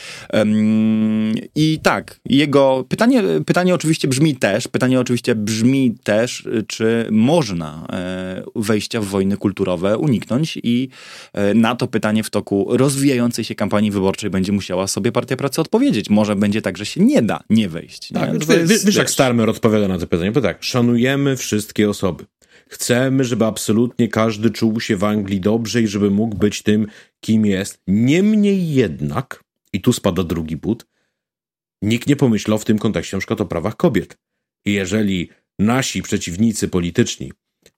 Um, I tak, jego pytanie, pytanie oczywiście brzmi też, pytanie oczywiście brzmi też, czy można e, wejścia w wojny kulturowe uniknąć i e, na to pytanie w toku rozwijającej się kampanii wyborczej będzie musiała sobie Partia Pracy odpowiedzieć. Może będzie tak, że się nie da nie wejść. Nie? Tak, No wiesz, jest, wiesz, wiesz jak Starmer odpowiada na to pytanie? Bo tak, szanujemy wszystkie osoby. Chcemy, żeby absolutnie każdy czuł się w Anglii dobrze i żeby mógł być tym, kim jest. Niemniej jednak, i tu spada drugi but, nikt nie pomyślał w tym kontekście na przykład o prawach kobiet. I jeżeli nasi przeciwnicy polityczni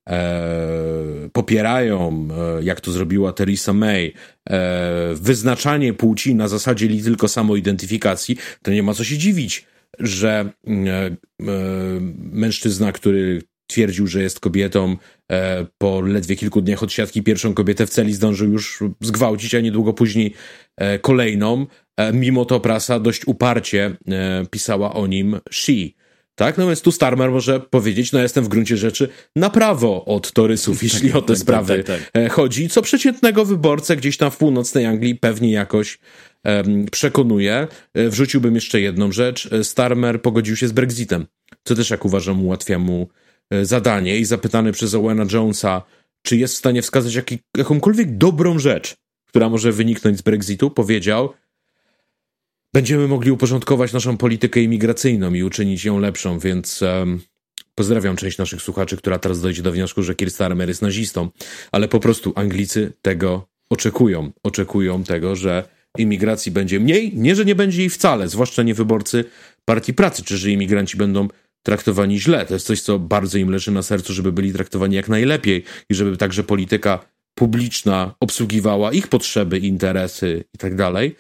e, popierają, e, jak to zrobiła Theresa May, e, wyznaczanie płci na zasadzie li tylko samoidentyfikacji, to nie ma co się dziwić, że e, e, mężczyzna, który twierdził, że jest kobietą, e, po ledwie kilku dniach od siatki pierwszą kobietę w celi zdążył już zgwałcić, a niedługo później e, kolejną. E, mimo to prasa dość uparcie e, pisała o nim she. Tak? No więc tu Starmer może powiedzieć, no jestem w gruncie rzeczy na prawo od torysów, jeśli o te tak, sprawy tak, tak, tak. chodzi, co przeciętnego wyborcę gdzieś tam w północnej Anglii pewnie jakoś e, przekonuje. E, wrzuciłbym jeszcze jedną rzecz. Starmer pogodził się z Brexitem, co też, jak uważam, ułatwia mu zadanie i zapytany przez Owena Jonesa, czy jest w stanie wskazać jaki, jakąkolwiek dobrą rzecz, która może wyniknąć z Brexitu, powiedział: będziemy mogli uporządkować naszą politykę imigracyjną i uczynić ją lepszą, więc um, pozdrawiam część naszych słuchaczy, która teraz dojdzie do wniosku, że Keir Starmer jest nazistą, ale po prostu Anglicy tego oczekują. Oczekują tego, że imigracji będzie mniej, nie, że nie będzie jej wcale, zwłaszcza nie wyborcy Partii Pracy, czy że imigranci będą traktowani źle. To jest coś, co bardzo im leży na sercu, żeby byli traktowani jak najlepiej i żeby także polityka publiczna obsługiwała ich potrzeby, interesy i tak dalej.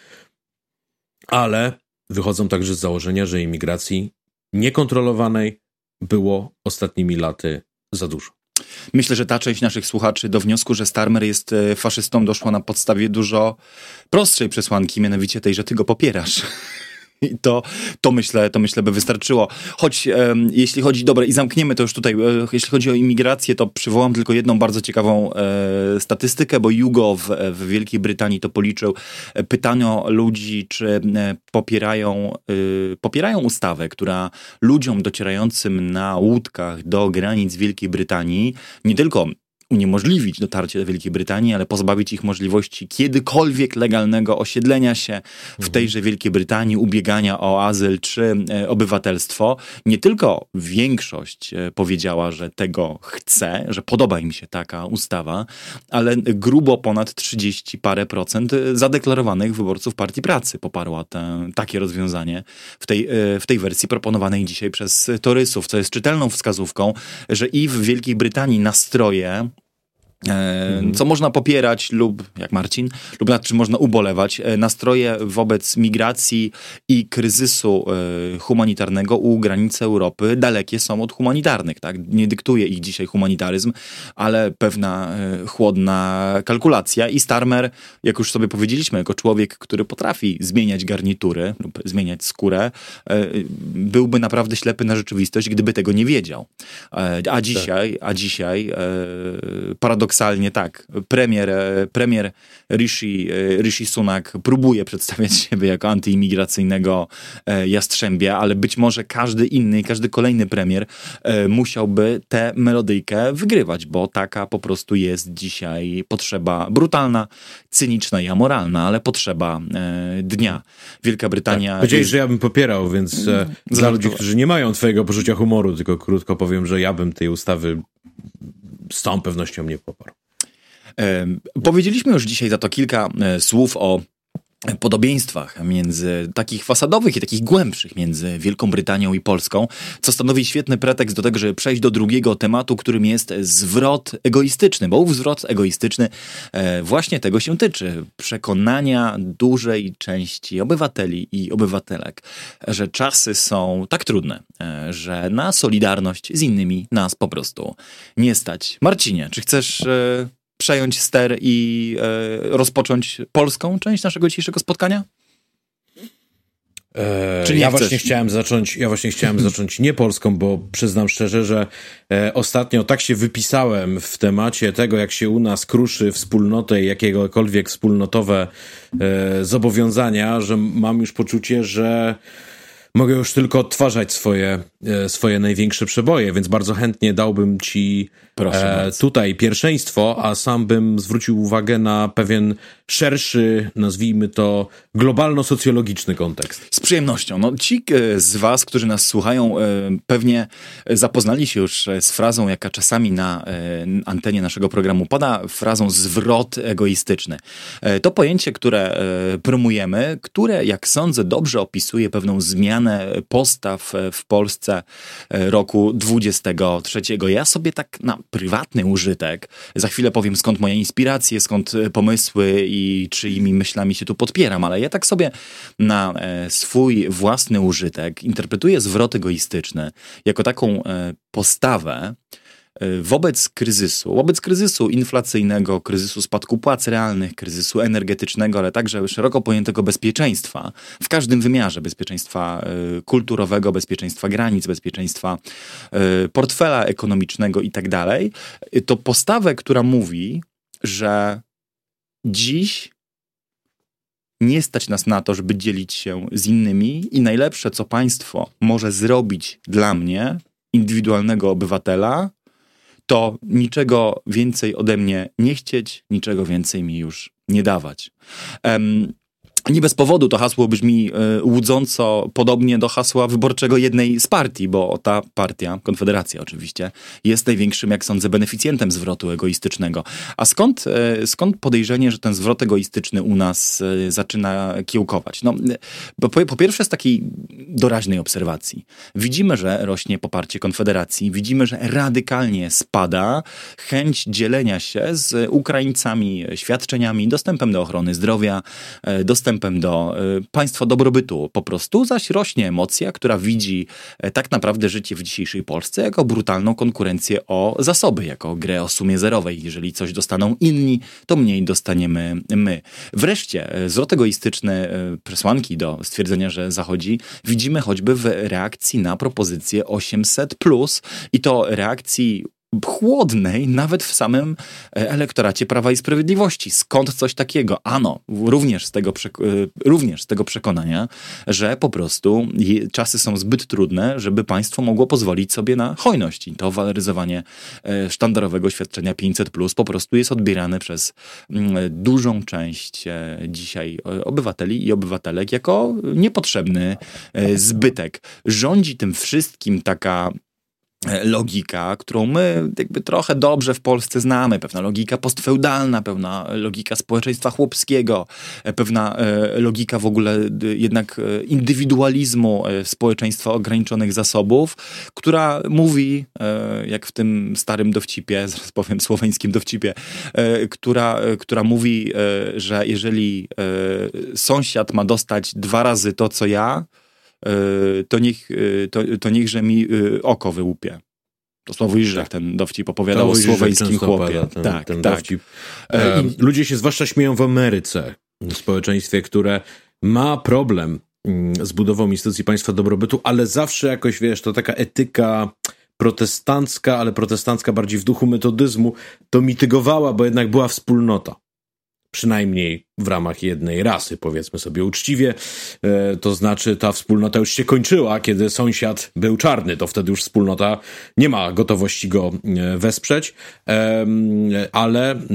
Ale wychodzą także z założenia, że imigracji niekontrolowanej było ostatnimi laty za dużo. Myślę, że ta część naszych słuchaczy do wniosku, że Starmer jest faszystą, doszła na podstawie dużo prostszej przesłanki, mianowicie tej, że ty go popierasz. I to, to, myślę, to myślę by wystarczyło. Choć um, jeśli chodzi, dobra, i zamkniemy to już tutaj, e, jeśli chodzi o imigrację, to przywołam tylko jedną bardzo ciekawą e, statystykę, bo YouGov w Wielkiej Brytanii to policzył. E, pytano ludzi, czy e, popierają, e, popierają ustawę, która ludziom docierającym na łódkach do granic Wielkiej Brytanii nie tylko uniemożliwić dotarcie do Wielkiej Brytanii, ale pozbawić ich możliwości kiedykolwiek legalnego osiedlenia się w tejże Wielkiej Brytanii, ubiegania o azyl czy e, obywatelstwo. Nie tylko większość e, powiedziała, że tego chce, że podoba im się taka ustawa, ale grubo ponad trzydzieści parę procent zadeklarowanych wyborców Partii Pracy poparła te, takie rozwiązanie w tej, e, w tej wersji proponowanej dzisiaj przez torysów, co jest czytelną wskazówką, że i w Wielkiej Brytanii nastroje, Mhm. co można popierać lub, jak Marcin, lub nad czym można ubolewać, nastroje wobec migracji i kryzysu humanitarnego u granicy Europy dalekie są od humanitarnych. Tak? Nie dyktuje ich dzisiaj humanitaryzm, ale pewna chłodna kalkulacja. I Starmer, jak już sobie powiedzieliśmy, jako człowiek, który potrafi zmieniać garnitury lub zmieniać skórę, byłby naprawdę ślepy na rzeczywistość, gdyby tego nie wiedział. A dzisiaj, a dzisiaj paradoksalnie Paradoksalnie tak, premier, premier Rishi, Rishi Sunak próbuje przedstawiać siebie jako antyimigracyjnego jastrzębia, ale być może każdy inny, każdy kolejny premier musiałby tę melodyjkę wygrywać, bo taka po prostu jest dzisiaj potrzeba brutalna, cyniczna i amoralna, ale potrzeba dnia. Wielka Brytania... Tak, powiedziałeś, jest... że ja bym popierał, więc hmm, dla ludzi, którzy nie mają twojego poczucia humoru, tylko krótko powiem, że ja bym tej ustawy z całą pewnością nie poparł. Powiedzieliśmy już dzisiaj za to kilka słów o podobieństwach między takich fasadowych i takich głębszych między Wielką Brytanią i Polską, co stanowi świetny pretekst do tego, żeby przejść do drugiego tematu, którym jest zwrot egoistyczny, bo ów zwrot egoistyczny właśnie tego się tyczy. Przekonania dużej części obywateli i obywatelek, że czasy są tak trudne, że na solidarność z innymi nas po prostu nie stać. Marcinie, czy chcesz przejąć ster i e, rozpocząć polską część naszego dzisiejszego spotkania? Eee, Czy nie ja chcesz? właśnie chciałem zacząć, ja właśnie chciałem zacząć nie polską, bo przyznam szczerze, że e, ostatnio tak się wypisałem w temacie tego, jak się u nas kruszy wspólnotę i jakiegokolwiek wspólnotowe e, zobowiązania, że mam już poczucie, że mogę już tylko odtwarzać swoje, e, swoje największe przeboje, więc bardzo chętnie dałbym ci e, tutaj pierwszeństwo, a sam bym zwrócił uwagę na pewien szerszy, nazwijmy to, globalno-socjologiczny kontekst. Z przyjemnością. No, ci z was, którzy nas słuchają, pewnie zapoznali się już z frazą, jaka czasami na antenie naszego programu pada, frazą zwrot egoistyczny. To pojęcie, które promujemy, które, jak sądzę, dobrze opisuje pewną zmianę postaw w Polsce roku dwudziestego trzeciego. Ja sobie tak na prywatny użytek, za chwilę powiem, skąd moje inspiracje, skąd pomysły i czyimi myślami się tu podpieram, ale ja tak sobie na e, swój własny użytek interpretuję zwrot egoistyczny jako taką e, postawę e, wobec kryzysu, wobec kryzysu inflacyjnego, kryzysu spadku płac realnych, kryzysu energetycznego, ale także szeroko pojętego bezpieczeństwa w każdym wymiarze, bezpieczeństwa e, kulturowego, bezpieczeństwa granic, bezpieczeństwa e, portfela ekonomicznego i tak dalej. To postawę, która mówi, że dziś nie stać nas na to, żeby dzielić się z innymi i najlepsze, co państwo może zrobić dla mnie, indywidualnego obywatela, to niczego więcej ode mnie nie chcieć, niczego więcej mi już nie dawać. Um, Nie bez powodu to hasło brzmi y, łudząco podobnie do hasła wyborczego jednej z partii, bo ta partia, Konfederacja oczywiście, jest największym, jak sądzę, beneficjentem zwrotu egoistycznego. A skąd, y, skąd podejrzenie, że ten zwrot egoistyczny u nas y, zaczyna kiełkować? No, po, po pierwsze z takiej doraźnej obserwacji. Widzimy, że rośnie poparcie Konfederacji, widzimy, że radykalnie spada chęć dzielenia się z Ukraińcami świadczeniami, dostępem do ochrony zdrowia, y, dostępem do y, państwa dobrobytu po prostu, zaś rośnie emocja, która widzi y, tak naprawdę życie w dzisiejszej Polsce jako brutalną konkurencję o zasoby, jako grę o sumie zerowej. Jeżeli coś dostaną inni, to mniej dostaniemy my. Wreszcie y, zwrot egoistyczny y, przesłanki do stwierdzenia, że zachodzi, widzimy choćby w reakcji na propozycję osiemset plus i to reakcji chłodnej nawet w samym elektoracie Prawa i Sprawiedliwości. Skąd coś takiego? Ano, również z tego, przek- również z tego przekonania, że po prostu czasy są zbyt trudne, żeby państwo mogło pozwolić sobie na hojność. I to waloryzowanie sztandarowego świadczenia pięćset plus po prostu jest odbierane przez dużą część dzisiaj obywateli i obywatelek jako niepotrzebny zbytek. Rządzi tym wszystkim taka logika, którą my jakby trochę dobrze w Polsce znamy. Pewna logika postfeudalna, pewna logika społeczeństwa chłopskiego, pewna logika w ogóle jednak indywidualizmu społeczeństwa ograniczonych zasobów, która mówi, jak w tym starym dowcipie, zaraz powiem słoweńskim dowcipie, która, która mówi, że jeżeli sąsiad ma dostać dwa razy to, co ja, to, niech, to, to niechże mi oko wyłupie. To Sławoj Żyżek tak. ten dowcip opowiadał to o słoweńskim chłopie. Ten, tak, ten tak. Dowcip. E, I... Ludzie się zwłaszcza śmieją w Ameryce, w społeczeństwie, które ma problem z budową instytucji państwa dobrobytu, ale zawsze jakoś, wiesz, to taka etyka protestancka, ale protestancka bardziej w duchu metodyzmu, to mitygowała, bo jednak była wspólnota. Przynajmniej w ramach jednej rasy, powiedzmy sobie uczciwie. E, to znaczy ta wspólnota już się kończyła, kiedy sąsiad był czarny. To wtedy już wspólnota nie ma gotowości go e, wesprzeć. E, ale e,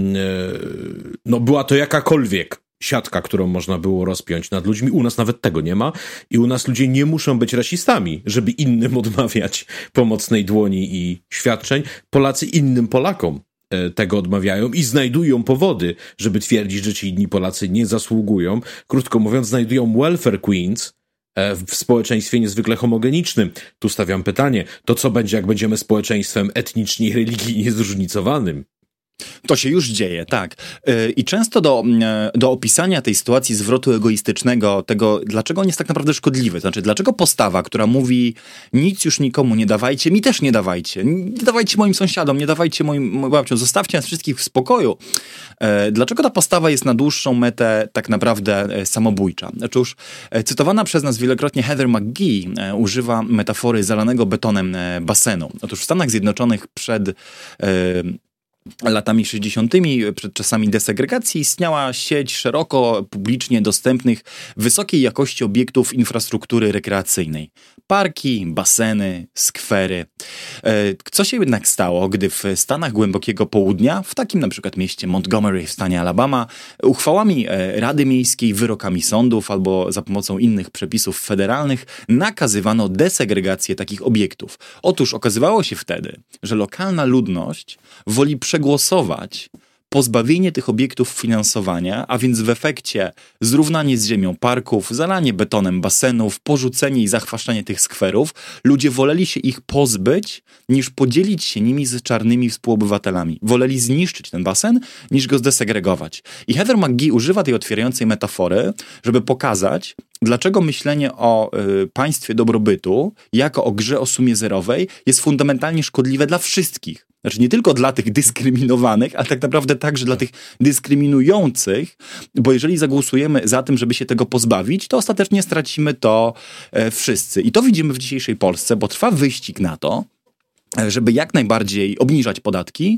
no była to jakakolwiek siatka, którą można było rozpiąć nad ludźmi. U nas nawet tego nie ma i u nas ludzie nie muszą być rasistami, żeby innym odmawiać pomocnej dłoni i świadczeń. Polacy innym Polakom tego odmawiają i znajdują powody, żeby twierdzić, że ci inni Polacy nie zasługują. Krótko mówiąc, znajdują welfare queens w społeczeństwie niezwykle homogenicznym. Tu stawiam pytanie, to co będzie, jak będziemy społeczeństwem etnicznie i religijnie zróżnicowanym? To się już dzieje, tak. I często do, do opisania tej sytuacji zwrotu egoistycznego, tego, dlaczego on jest tak naprawdę szkodliwy, to znaczy, dlaczego postawa, która mówi nic już nikomu nie dawajcie, mi też nie dawajcie, nie dawajcie moim sąsiadom, nie dawajcie moim, moim babciom, zostawcie nas wszystkich w spokoju. Dlaczego ta postawa jest na dłuższą metę tak naprawdę samobójcza? Otóż cytowana przez nas wielokrotnie Heather McGhee używa metafory zalanego betonem basenu. Otóż w Stanach Zjednoczonych przed latami sześćdziesiątymi, przed czasami desegregacji, istniała sieć szeroko publicznie dostępnych, wysokiej jakości obiektów infrastruktury rekreacyjnej. Parki, baseny, skwery. Co się jednak stało, gdy w Stanach Głębokiego Południa, w takim na przykład mieście Montgomery w stanie Alabama, uchwałami Rady Miejskiej, wyrokami sądów albo za pomocą innych przepisów federalnych nakazywano desegregację takich obiektów. Otóż okazywało się wtedy, że lokalna ludność woli przegłosować pozbawienie tych obiektów finansowania, a więc w efekcie zrównanie z ziemią parków, zalanie betonem basenów, porzucenie i zachwaszczanie tych skwerów. Ludzie woleli się ich pozbyć, niż podzielić się nimi z czarnymi współobywatelami. Woleli zniszczyć ten basen, niż go zdesegregować. I Heather McGhee używa tej otwierającej metafory, żeby pokazać, dlaczego myślenie o y, państwie dobrobytu, jako o grze o sumie zerowej, jest fundamentalnie szkodliwe dla wszystkich. Znaczy nie tylko dla tych dyskryminowanych, ale tak naprawdę także dla tych dyskryminujących, bo jeżeli zagłosujemy za tym, żeby się tego pozbawić, to ostatecznie stracimy to e, wszyscy. I to widzimy w dzisiejszej Polsce, bo trwa wyścig na to, żeby jak najbardziej obniżać podatki,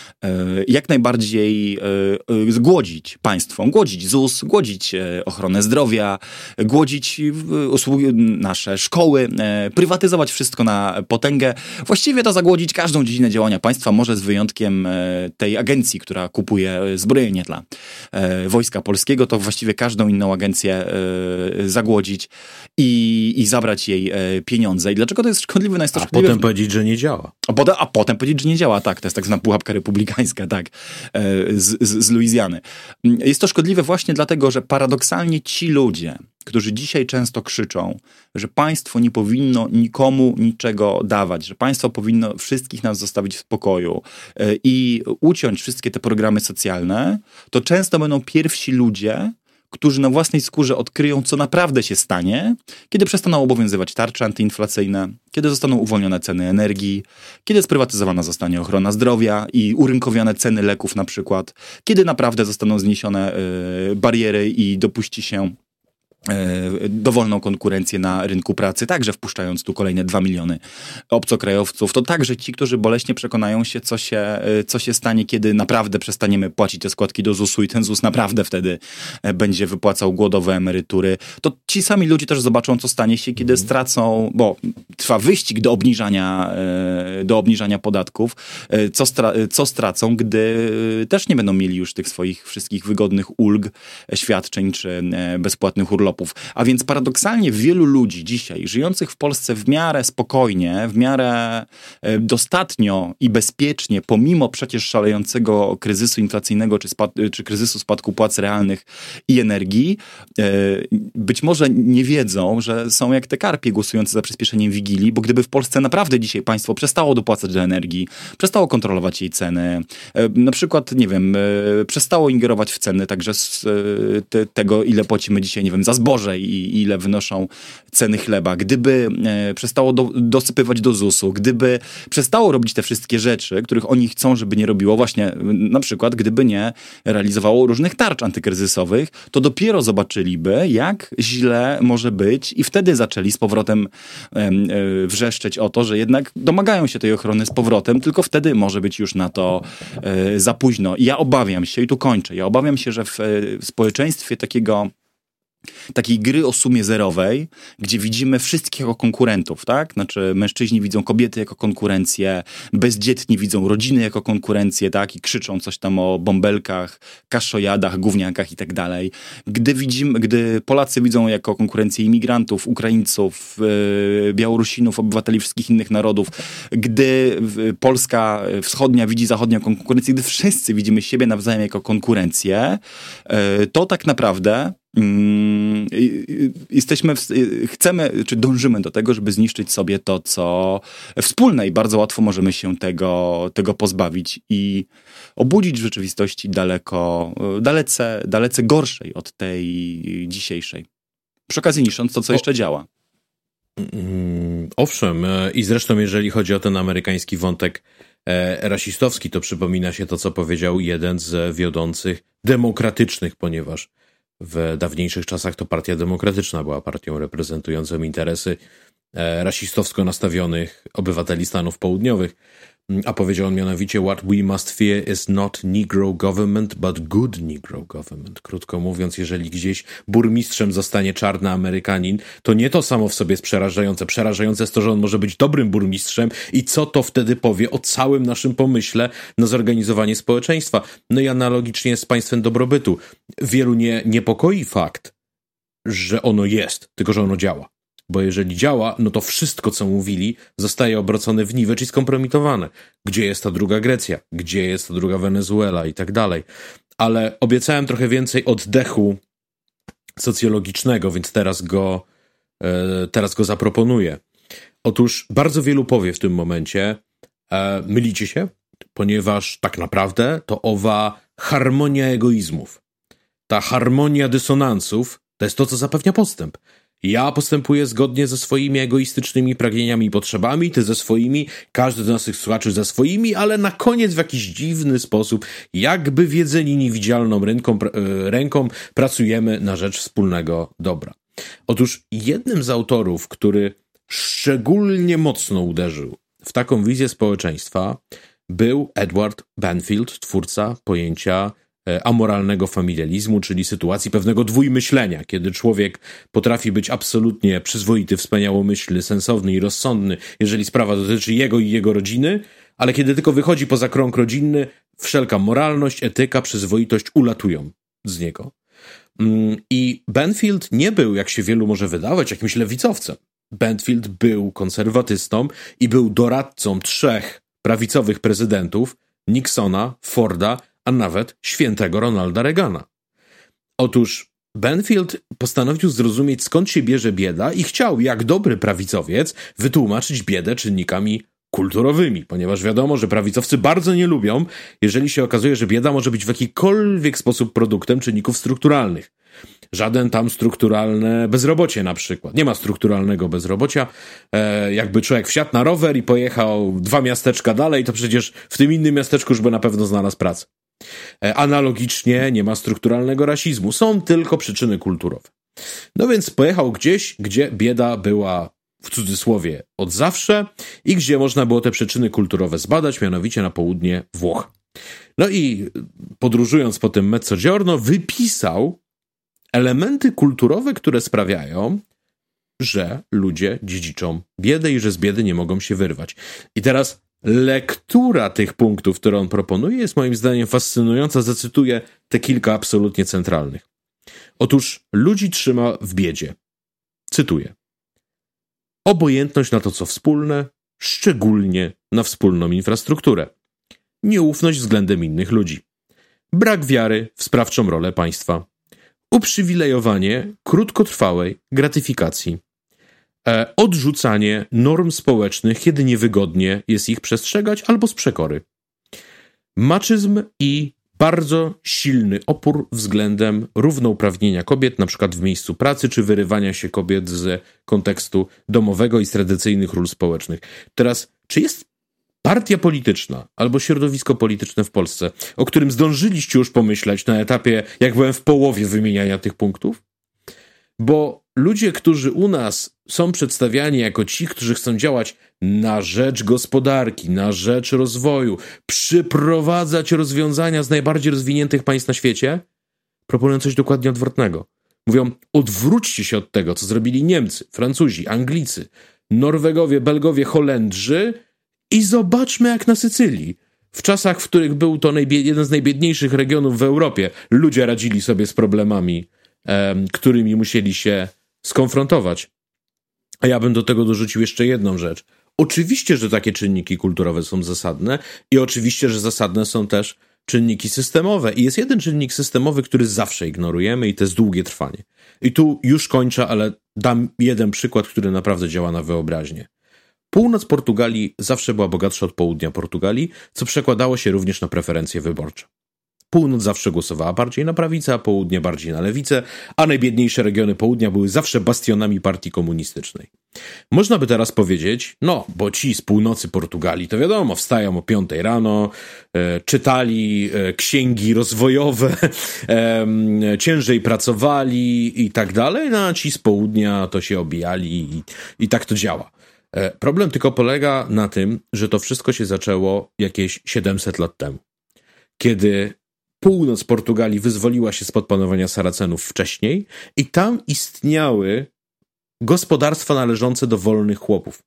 jak najbardziej głodzić państwo, głodzić ZUS, głodzić ochronę zdrowia, głodzić usługi, nasze szkoły, prywatyzować wszystko na potęgę. Właściwie to zagłodzić każdą dziedzinę działania państwa, może z wyjątkiem tej agencji, która kupuje zbrojenie dla Wojska Polskiego, to właściwie każdą inną agencję zagłodzić i, i zabrać jej pieniądze. I dlaczego to jest szkodliwe? No jest to A szkodliwe potem powiedzieć, że nie działa. A potem, a potem powiedzieć, że nie działa. Tak, to jest tak zwana pułapka republikańska, tak, z, z, z Luizjany. Jest to szkodliwe właśnie dlatego, że paradoksalnie ci ludzie, którzy dzisiaj często krzyczą, że państwo nie powinno nikomu niczego dawać, że państwo powinno wszystkich nas zostawić w spokoju i uciąć wszystkie te programy socjalne, to często będą pierwsi ludzie, którzy na własnej skórze odkryją, co naprawdę się stanie, kiedy przestaną obowiązywać tarcze antyinflacyjne, kiedy zostaną uwolnione ceny energii, kiedy sprywatyzowana zostanie ochrona zdrowia i urynkowione ceny leków na przykład, kiedy naprawdę zostaną zniesione y, bariery i dopuści się dowolną konkurencję na rynku pracy, także wpuszczając tu kolejne dwa miliony obcokrajowców, to także ci, którzy boleśnie przekonają się, co się, co się stanie, kiedy naprawdę przestaniemy płacić te składki do zusu i ten ZUS naprawdę wtedy będzie wypłacał głodowe emerytury, to ci sami ludzie też zobaczą, co stanie się, kiedy stracą, bo trwa wyścig do obniżania, do obniżania podatków, co, stra- co stracą, gdy też nie będą mieli już tych swoich wszystkich wygodnych ulg, świadczeń czy bezpłatnych urlopów. A więc paradoksalnie wielu ludzi dzisiaj, żyjących w Polsce w miarę spokojnie, w miarę dostatnio i bezpiecznie, pomimo przecież szalejącego kryzysu inflacyjnego czy, spad- czy kryzysu spadku płac realnych i energii, być może nie wiedzą, że są jak te karpie głosujące za przyspieszeniem Wigilii, bo gdyby w Polsce naprawdę dzisiaj państwo przestało dopłacać do energii, przestało kontrolować jej ceny, na przykład, nie wiem, przestało ingerować w ceny także z te, tego, ile płacimy dzisiaj, nie wiem, za zboże i ile wynoszą ceny chleba, gdyby e, przestało do, dosypywać do zusu, gdyby przestało robić te wszystkie rzeczy, których oni chcą, żeby nie robiło, właśnie na przykład gdyby nie realizowało różnych tarcz antykryzysowych, to dopiero zobaczyliby, jak źle może być i wtedy zaczęli z powrotem e, e, wrzeszczeć o to, że jednak domagają się tej ochrony z powrotem, tylko wtedy może być już na to e, za późno. I ja obawiam się, i tu kończę, ja obawiam się, że w, w społeczeństwie takiego takiej gry o sumie zerowej, gdzie widzimy wszystkich jako konkurentów, tak? Znaczy mężczyźni widzą kobiety jako konkurencję, bezdzietni widzą rodziny jako konkurencję, tak? I krzyczą coś tam o bąbelkach, kaszojadach, gówniakach i tak dalej. Gdy widzimy, gdy Polacy widzą jako konkurencję imigrantów, Ukraińców, yy, Białorusinów, obywateli wszystkich innych narodów, gdy yy, Polska wschodnia widzi zachodnią konkurencję, gdy wszyscy widzimy siebie nawzajem jako konkurencję, yy, to tak naprawdę Mm, jesteśmy, w, chcemy, czy dążymy do tego, żeby zniszczyć sobie to, co wspólne i bardzo łatwo możemy się tego, tego pozbawić i obudzić w rzeczywistości daleko, dalece, dalece gorszej od tej dzisiejszej. Przy okazji niszcząc to, co jeszcze działa. Owszem, i zresztą jeżeli chodzi o ten amerykański wątek e, rasistowski, to przypomina się to, co powiedział jeden z wiodących demokratycznych, ponieważ w dawniejszych czasach to Partia Demokratyczna była partią reprezentującą interesy e, rasistowsko nastawionych obywateli Stanów Południowych, a powiedział on mianowicie: "What we must fear is not Negro government, but good Negro government". Krótko mówiąc, jeżeli gdzieś burmistrzem zostanie czarny Amerykanin, to nie to samo w sobie jest przerażające. Przerażające jest to, że on może być dobrym burmistrzem i co to wtedy powie o całym naszym pomyśle na zorganizowanie społeczeństwa. No i analogicznie z państwem dobrobytu. Wielu nie niepokoi fakt, że ono jest, tylko że ono działa. Bo jeżeli działa, no to wszystko, co mówili, zostaje obrocone w niwecz i skompromitowane. Gdzie jest ta druga Grecja? Gdzie jest ta druga Wenezuela? I tak dalej. Ale obiecałem trochę więcej oddechu socjologicznego, więc teraz go, e, teraz go zaproponuję. Otóż bardzo wielu powie w tym momencie: e, mylicie się, ponieważ tak naprawdę to owa harmonia egoizmów, ta harmonia dysonansów, to jest to, co zapewnia postęp. Ja postępuję zgodnie ze swoimi egoistycznymi pragnieniami i potrzebami, ty ze swoimi, każdy z naszych słuchaczy ze swoimi, ale na koniec w jakiś dziwny sposób, jakby wiedzeni niewidzialną ręką, ręką pracujemy na rzecz wspólnego dobra. Otóż jednym z autorów, który szczególnie mocno uderzył w taką wizję społeczeństwa, był Edward Banfield, twórca pojęcia amoralnego familializmu, czyli sytuacji pewnego dwójmyślenia, kiedy człowiek potrafi być absolutnie przyzwoity, wspaniałomyślny, sensowny i rozsądny, jeżeli sprawa dotyczy jego i jego rodziny, ale kiedy tylko wychodzi poza krąg rodzinny, wszelka moralność, etyka, przyzwoitość ulatują z niego. I Banfield nie był, jak się wielu może wydawać, jakimś lewicowcem. Banfield był konserwatystą i był doradcą trzech prawicowych prezydentów, Nixona, Forda, a nawet świętego Ronalda Reagana. Otóż Banfield postanowił zrozumieć, skąd się bierze bieda i chciał, jak dobry prawicowiec, wytłumaczyć biedę czynnikami kulturowymi, ponieważ wiadomo, że prawicowcy bardzo nie lubią, jeżeli się okazuje, że bieda może być w jakikolwiek sposób produktem czynników strukturalnych. Żaden tam strukturalne bezrobocie na przykład. Nie ma strukturalnego bezrobocia. E, jakby człowiek wsiadł na rower i pojechał dwa miasteczka dalej, to przecież w tym innym miasteczku już by na pewno znalazł pracę. E, analogicznie nie ma strukturalnego rasizmu. Są tylko przyczyny kulturowe. No więc pojechał gdzieś, gdzie bieda była w cudzysłowie od zawsze i gdzie można było te przyczyny kulturowe zbadać, mianowicie na południe Włoch. No i podróżując po tym Mezzogiorno wypisał elementy kulturowe, które sprawiają, że ludzie dziedziczą biedę i że z biedy nie mogą się wyrwać. I teraz lektura tych punktów, które on proponuje, jest moim zdaniem fascynująca. Zacytuję te kilka absolutnie centralnych. Otóż ludzi trzyma w biedzie. Cytuję. Obojętność na to, co wspólne, szczególnie na wspólną infrastrukturę. Nieufność względem innych ludzi. Brak wiary w sprawczą rolę państwa. Uprzywilejowanie krótkotrwałej gratyfikacji. E, odrzucanie norm społecznych, kiedy niewygodnie jest ich przestrzegać albo z przekory. Maczyzm i bardzo silny opór względem równouprawnienia kobiet, na przykład w miejscu pracy, czy wyrywania się kobiet z kontekstu domowego i z tradycyjnych ról społecznych. Teraz, czy jest partia polityczna albo środowisko polityczne w Polsce, o którym zdążyliście już pomyśleć na etapie, jak byłem w połowie wymieniania tych punktów? Bo ludzie, którzy u nas są przedstawiani jako ci, którzy chcą działać na rzecz gospodarki, na rzecz rozwoju, przyprowadzać rozwiązania z najbardziej rozwiniętych państw na świecie, proponują coś dokładnie odwrotnego. Mówią, odwróćcie się od tego, co zrobili Niemcy, Francuzi, Anglicy, Norwegowie, Belgowie, Holendrzy i zobaczmy jak na Sycylii. W czasach, w których był to najbie- jeden z najbiedniejszych regionów w Europie, ludzie radzili sobie z problemami, em, którymi musieli się skonfrontować. A ja bym do tego dorzucił jeszcze jedną rzecz. Oczywiście, że takie czynniki kulturowe są zasadne i oczywiście, że zasadne są też czynniki systemowe. I jest jeden czynnik systemowy, który zawsze ignorujemy i to jest długie trwanie. I tu już kończę, ale dam jeden przykład, który naprawdę działa na wyobraźnię. Północ Portugalii zawsze była bogatsza od południa Portugalii, co przekładało się również na preferencje wyborcze. Północ zawsze głosowała bardziej na prawicę, a południe bardziej na lewicę, a najbiedniejsze regiony południa były zawsze bastionami partii komunistycznej. Można by teraz powiedzieć, no, bo ci z północy Portugalii, to wiadomo, wstają o piątej rano, e, czytali e, księgi rozwojowe, e, ciężej pracowali i tak dalej, no a ci z południa to się obijali i, i tak to działa. E, problem tylko polega na tym, że to wszystko się zaczęło jakieś siedemset lat temu, kiedy północ Portugalii wyzwoliła się spod panowania Saracenów wcześniej i tam istniały gospodarstwa należące do wolnych chłopów.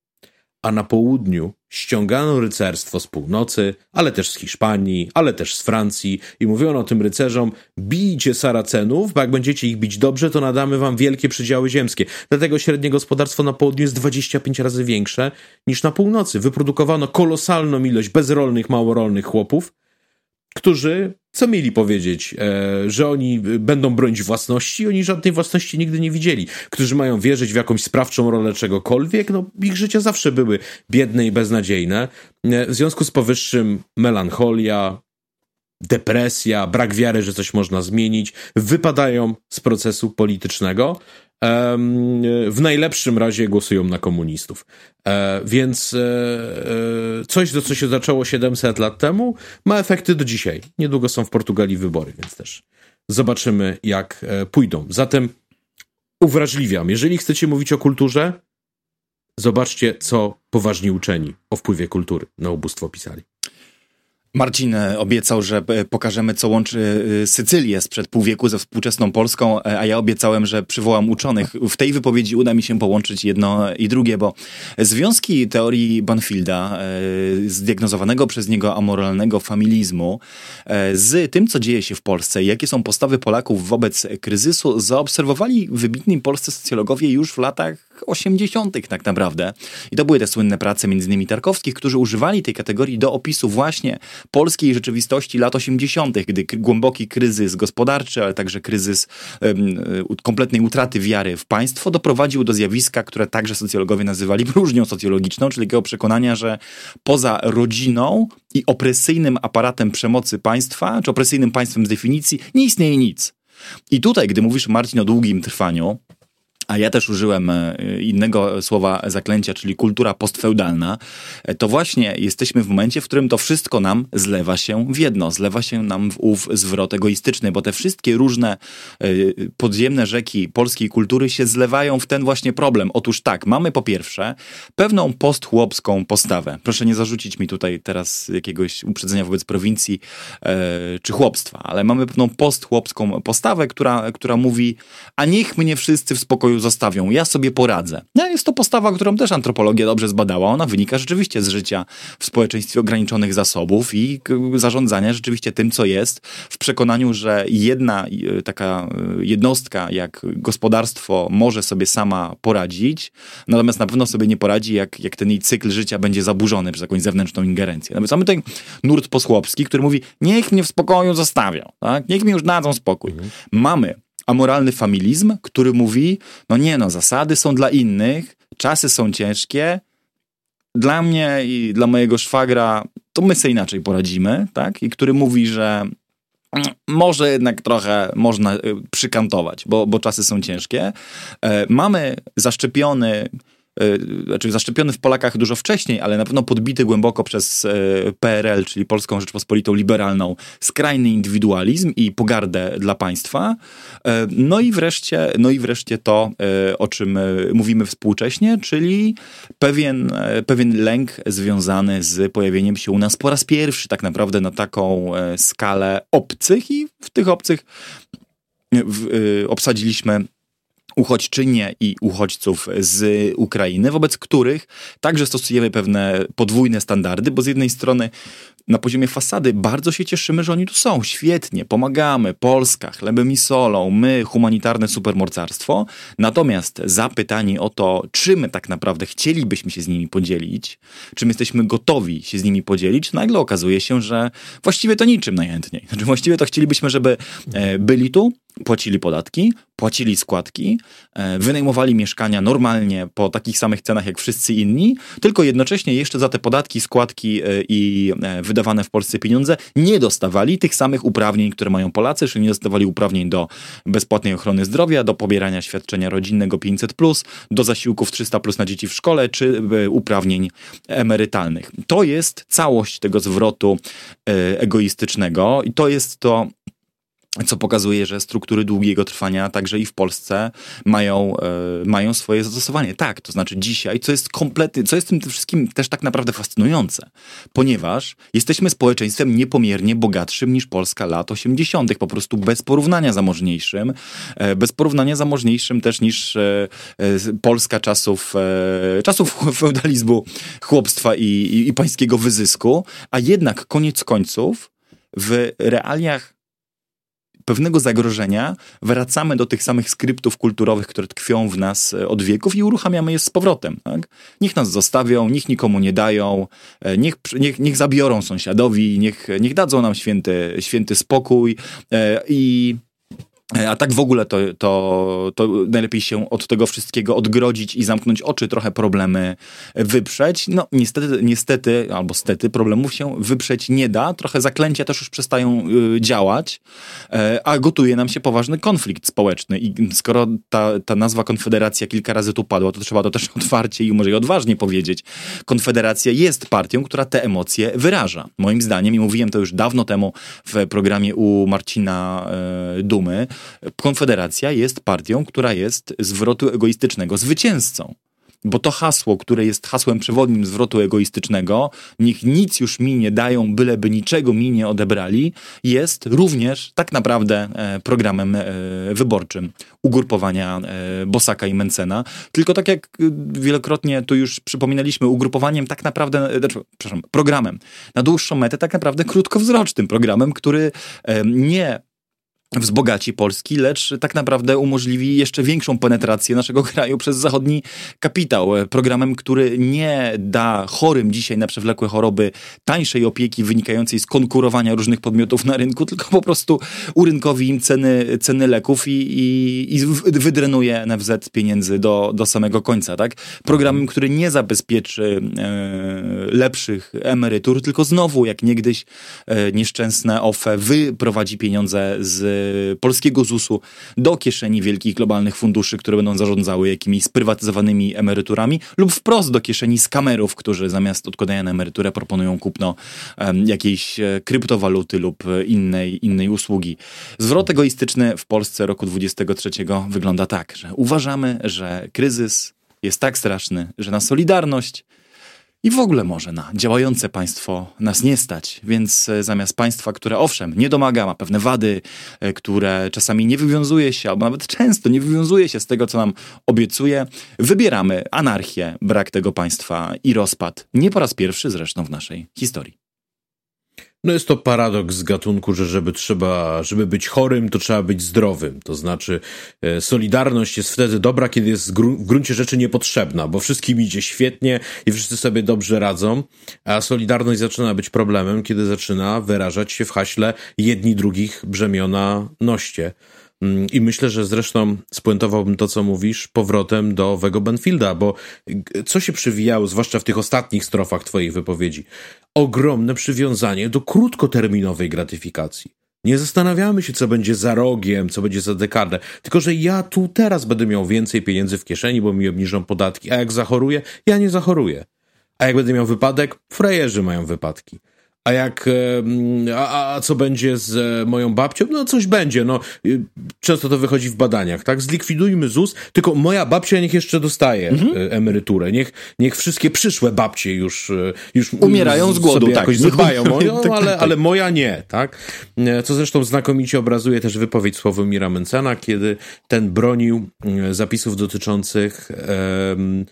A na południu ściągano rycerstwo z północy, ale też z Hiszpanii, ale też z Francji i mówiono tym rycerzom, bijcie Saracenów, bo jak będziecie ich bić dobrze, to nadamy wam wielkie przydziały ziemskie. Dlatego średnie gospodarstwo na południu jest dwadzieścia pięć razy większe niż na północy. Wyprodukowano kolosalną ilość bezrolnych, małorolnych chłopów, którzy, co mieli powiedzieć, e, że oni będą bronić własności, oni żadnej własności nigdy nie widzieli, którzy mają wierzyć w jakąś sprawczą rolę czegokolwiek, no ich życia zawsze były biedne i beznadziejne. E, w związku z powyższym melancholia, depresja, brak wiary, że coś można zmienić, wypadają z procesu politycznego. W najlepszym razie głosują na komunistów. E, więc e, coś, do co się zaczęło siedemset lat temu, ma efekty do dzisiaj. Niedługo są w Portugalii wybory, więc też zobaczymy, jak e, pójdą. Zatem uwrażliwiam. Jeżeli chcecie mówić o kulturze, zobaczcie, co poważni uczeni o wpływie kultury na ubóstwo pisali. Marcin obiecał, że pokażemy, co łączy Sycylię sprzed pół wieku ze współczesną Polską, a ja obiecałem, że przywołam uczonych. W tej wypowiedzi uda mi się połączyć jedno i drugie, bo związki teorii Banfielda, zdiagnozowanego przez niego amoralnego familizmu, z tym, co dzieje się w Polsce i jakie są postawy Polaków wobec kryzysu, zaobserwowali wybitni polscy socjologowie już w latach osiemdziesiątych tak naprawdę. I to były te słynne prace między innymi Tarkowskich, którzy używali tej kategorii do opisu właśnie polskiej rzeczywistości lat osiemdziesiątych, gdy k- głęboki kryzys gospodarczy, ale także kryzys um, kompletnej utraty wiary w państwo doprowadził do zjawiska, które także socjologowie nazywali próżnią socjologiczną, czyli takiego przekonania, że poza rodziną i opresyjnym aparatem przemocy państwa, czy opresyjnym państwem z definicji, nie istnieje nic. I tutaj, gdy mówisz, Marcin, o długim trwaniu, a ja też użyłem innego słowa zaklęcia, czyli kultura postfeudalna, to właśnie jesteśmy w momencie, w którym to wszystko nam zlewa się w jedno. Zlewa się nam w ów zwrot egoistyczny, bo te wszystkie różne podziemne rzeki polskiej kultury się zlewają w ten właśnie problem. Otóż tak, mamy po pierwsze pewną postchłopską postawę. Proszę nie zarzucić mi tutaj teraz jakiegoś uprzedzenia wobec prowincji czy chłopstwa, ale mamy pewną postchłopską postawę, która, która mówi, a niech mnie wszyscy w spokoju zostawią, ja sobie poradzę. No, jest to postawa, którą też antropologia dobrze zbadała. Ona wynika rzeczywiście z życia w społeczeństwie ograniczonych zasobów i k- zarządzania rzeczywiście tym, co jest, w przekonaniu, że jedna y, taka y, jednostka jak gospodarstwo może sobie sama poradzić, natomiast na pewno sobie nie poradzi, jak, jak ten jej cykl życia będzie zaburzony przez jakąś zewnętrzną ingerencję. No więc mamy tutaj nurt poschłopski, który mówi, niech mnie w spokoju zostawią, tak? Niech mi już dadzą spokój. Mhm. Mamy amoralny familizm, który mówi, no nie no, zasady są dla innych, czasy są ciężkie, dla mnie i dla mojego szwagra to my sobie inaczej poradzimy, tak? I który mówi, że może jednak trochę można przykantować, bo, bo czasy są ciężkie. E, mamy zaszczepiony znaczy zaszczepiony w Polakach dużo wcześniej, ale na pewno podbity głęboko przez P R L, czyli Polską Rzeczpospolitą Liberalną, skrajny indywidualizm i pogardę dla państwa. No i wreszcie, no i wreszcie to, o czym mówimy współcześnie, czyli pewien, pewien lęk związany z pojawieniem się u nas po raz pierwszy tak naprawdę na taką skalę obcych i w tych obcych w, y, obsadziliśmy uchodźczynie i uchodźców z Ukrainy, wobec których także stosujemy pewne podwójne standardy, bo z jednej strony na poziomie fasady bardzo się cieszymy, że oni tu są, świetnie, pomagamy, Polska, chlebem i solą, my, humanitarne supermocarstwo, natomiast zapytani o to, czy my tak naprawdę chcielibyśmy się z nimi podzielić, czy my jesteśmy gotowi się z nimi podzielić, nagle okazuje się, że właściwie to niczym najchętniej. Znaczy właściwie to chcielibyśmy, żeby byli tu, płacili podatki, płacili składki, wynajmowali mieszkania normalnie po takich samych cenach jak wszyscy inni, tylko jednocześnie jeszcze za te podatki, składki i wydawane w Polsce pieniądze nie dostawali tych samych uprawnień, które mają Polacy, czyli nie dostawali uprawnień do bezpłatnej ochrony zdrowia, do pobierania świadczenia rodzinnego pięćset plus, do zasiłków trzysta plus na dzieci w szkole, czy uprawnień emerytalnych. To jest całość tego zwrotu egoistycznego i to jest to, co pokazuje, że struktury długiego trwania także i w Polsce mają, e, mają swoje zastosowanie. Tak, to znaczy dzisiaj, co jest kompletnie, co jest tym wszystkim też tak naprawdę fascynujące, ponieważ jesteśmy społeczeństwem niepomiernie bogatszym niż Polska lat osiemdziesiątych, po prostu bez porównania zamożniejszym, e, bez porównania zamożniejszym też niż e, e, Polska czasów, e, czasów feudalizmu, chłopstwa i, i, i pańskiego wyzysku, a jednak koniec końców w realiach pewnego zagrożenia wracamy do tych samych skryptów kulturowych, które tkwią w nas od wieków i uruchamiamy je z powrotem. Tak? Niech nas zostawią, niech nikomu nie dają, niech, niech, niech zabiorą sąsiadowi, niech, niech dadzą nam święty, święty spokój i... A tak w ogóle to, to, to najlepiej się od tego wszystkiego odgrodzić i zamknąć oczy, trochę problemy wyprzeć. No niestety, niestety albo stety problemów się wyprzeć nie da. Trochę zaklęcia też już przestają y, działać, y, a gotuje nam się poważny konflikt społeczny. I skoro ta, ta nazwa Konfederacja kilka razy tu padła, to trzeba to też otwarcie i może i odważnie powiedzieć. Konfederacja jest partią, która te emocje wyraża. Moim zdaniem, i mówiłem to już dawno temu w programie u Marcina y, Dumy, Konfederacja jest partią, która jest zwrotu egoistycznego zwycięzcą. Bo to hasło, które jest hasłem przewodnim zwrotu egoistycznego, niech nic już mi nie dają, byleby niczego mi nie odebrali, jest również tak naprawdę e, programem e, wyborczym ugrupowania e, Bosaka i Mencena. Tylko tak jak wielokrotnie tu już przypominaliśmy, ugrupowaniem tak naprawdę, e, przepraszam, programem na dłuższą metę, tak naprawdę krótkowzrocznym programem, który e, nie wzbogaci Polski, lecz tak naprawdę umożliwi jeszcze większą penetrację naszego kraju przez zachodni kapitał. Programem, który nie da chorym dzisiaj na przewlekłe choroby tańszej opieki wynikającej z konkurowania różnych podmiotów na rynku, tylko po prostu urynkowi im ceny, ceny leków i, i, i wydrenuje N F Z pieniędzy do, do samego końca. Tak? Programem, który nie zabezpieczy e, lepszych emerytur, tylko znowu, jak niegdyś e, nieszczęsne O F E wyprowadzi pieniądze z polskiego zusu do kieszeni wielkich globalnych funduszy, które będą zarządzały jakimiś sprywatyzowanymi emeryturami lub wprost do kieszeni skamerów, którzy zamiast odkładania na emeryturę proponują kupno um, jakiejś kryptowaluty lub innej, innej usługi. Zwrot egoistyczny w Polsce roku dwudziestego trzeciego wygląda tak, że uważamy, że kryzys jest tak straszny, że na solidarność i w ogóle może na działające państwo nas nie stać, więc zamiast państwa, które owszem, nie domaga, ma pewne wady, które czasami nie wywiązuje się, albo nawet często nie wywiązuje się z tego, co nam obiecuje, wybieramy anarchię, brak tego państwa i rozpad. Nie po raz pierwszy zresztą w naszej historii. No jest to paradoks z gatunku, że żeby trzeba, żeby być chorym, to trzeba być zdrowym. To znaczy e, solidarność jest wtedy dobra, kiedy jest gru- w gruncie rzeczy niepotrzebna, bo wszystkim idzie świetnie i wszyscy sobie dobrze radzą, a solidarność zaczyna być problemem, kiedy zaczyna wyrażać się w haśle jedni drugich brzemiona noście. I myślę, że zresztą spuentowałbym to, co mówisz, powrotem do owego Benfielda, bo co się przywijało, zwłaszcza w tych ostatnich strofach twojej wypowiedzi? Ogromne przywiązanie do krótkoterminowej gratyfikacji. Nie zastanawiamy się, co będzie za rogiem, co będzie za dekadę, tylko że ja tu teraz będę miał więcej pieniędzy w kieszeni, bo mi obniżą podatki, a jak zachoruję, ja nie zachoruję. A jak będę miał wypadek, frajerzy mają wypadki. A jak, a, a co będzie z moją babcią? No coś będzie, no. Często to wychodzi w badaniach, tak? Zlikwidujmy Z U S, tylko moja babcia niech jeszcze dostaje mhm. emeryturę. Niech, niech wszystkie przyszłe babcie już, już umierają z głodu, sobie tak. jakoś zadbają, no, tak, tak, ale, tak. ale moja nie, tak? Co zresztą znakomicie obrazuje też wypowiedź Sławomira Mentzena, kiedy ten bronił zapisów dotyczących um,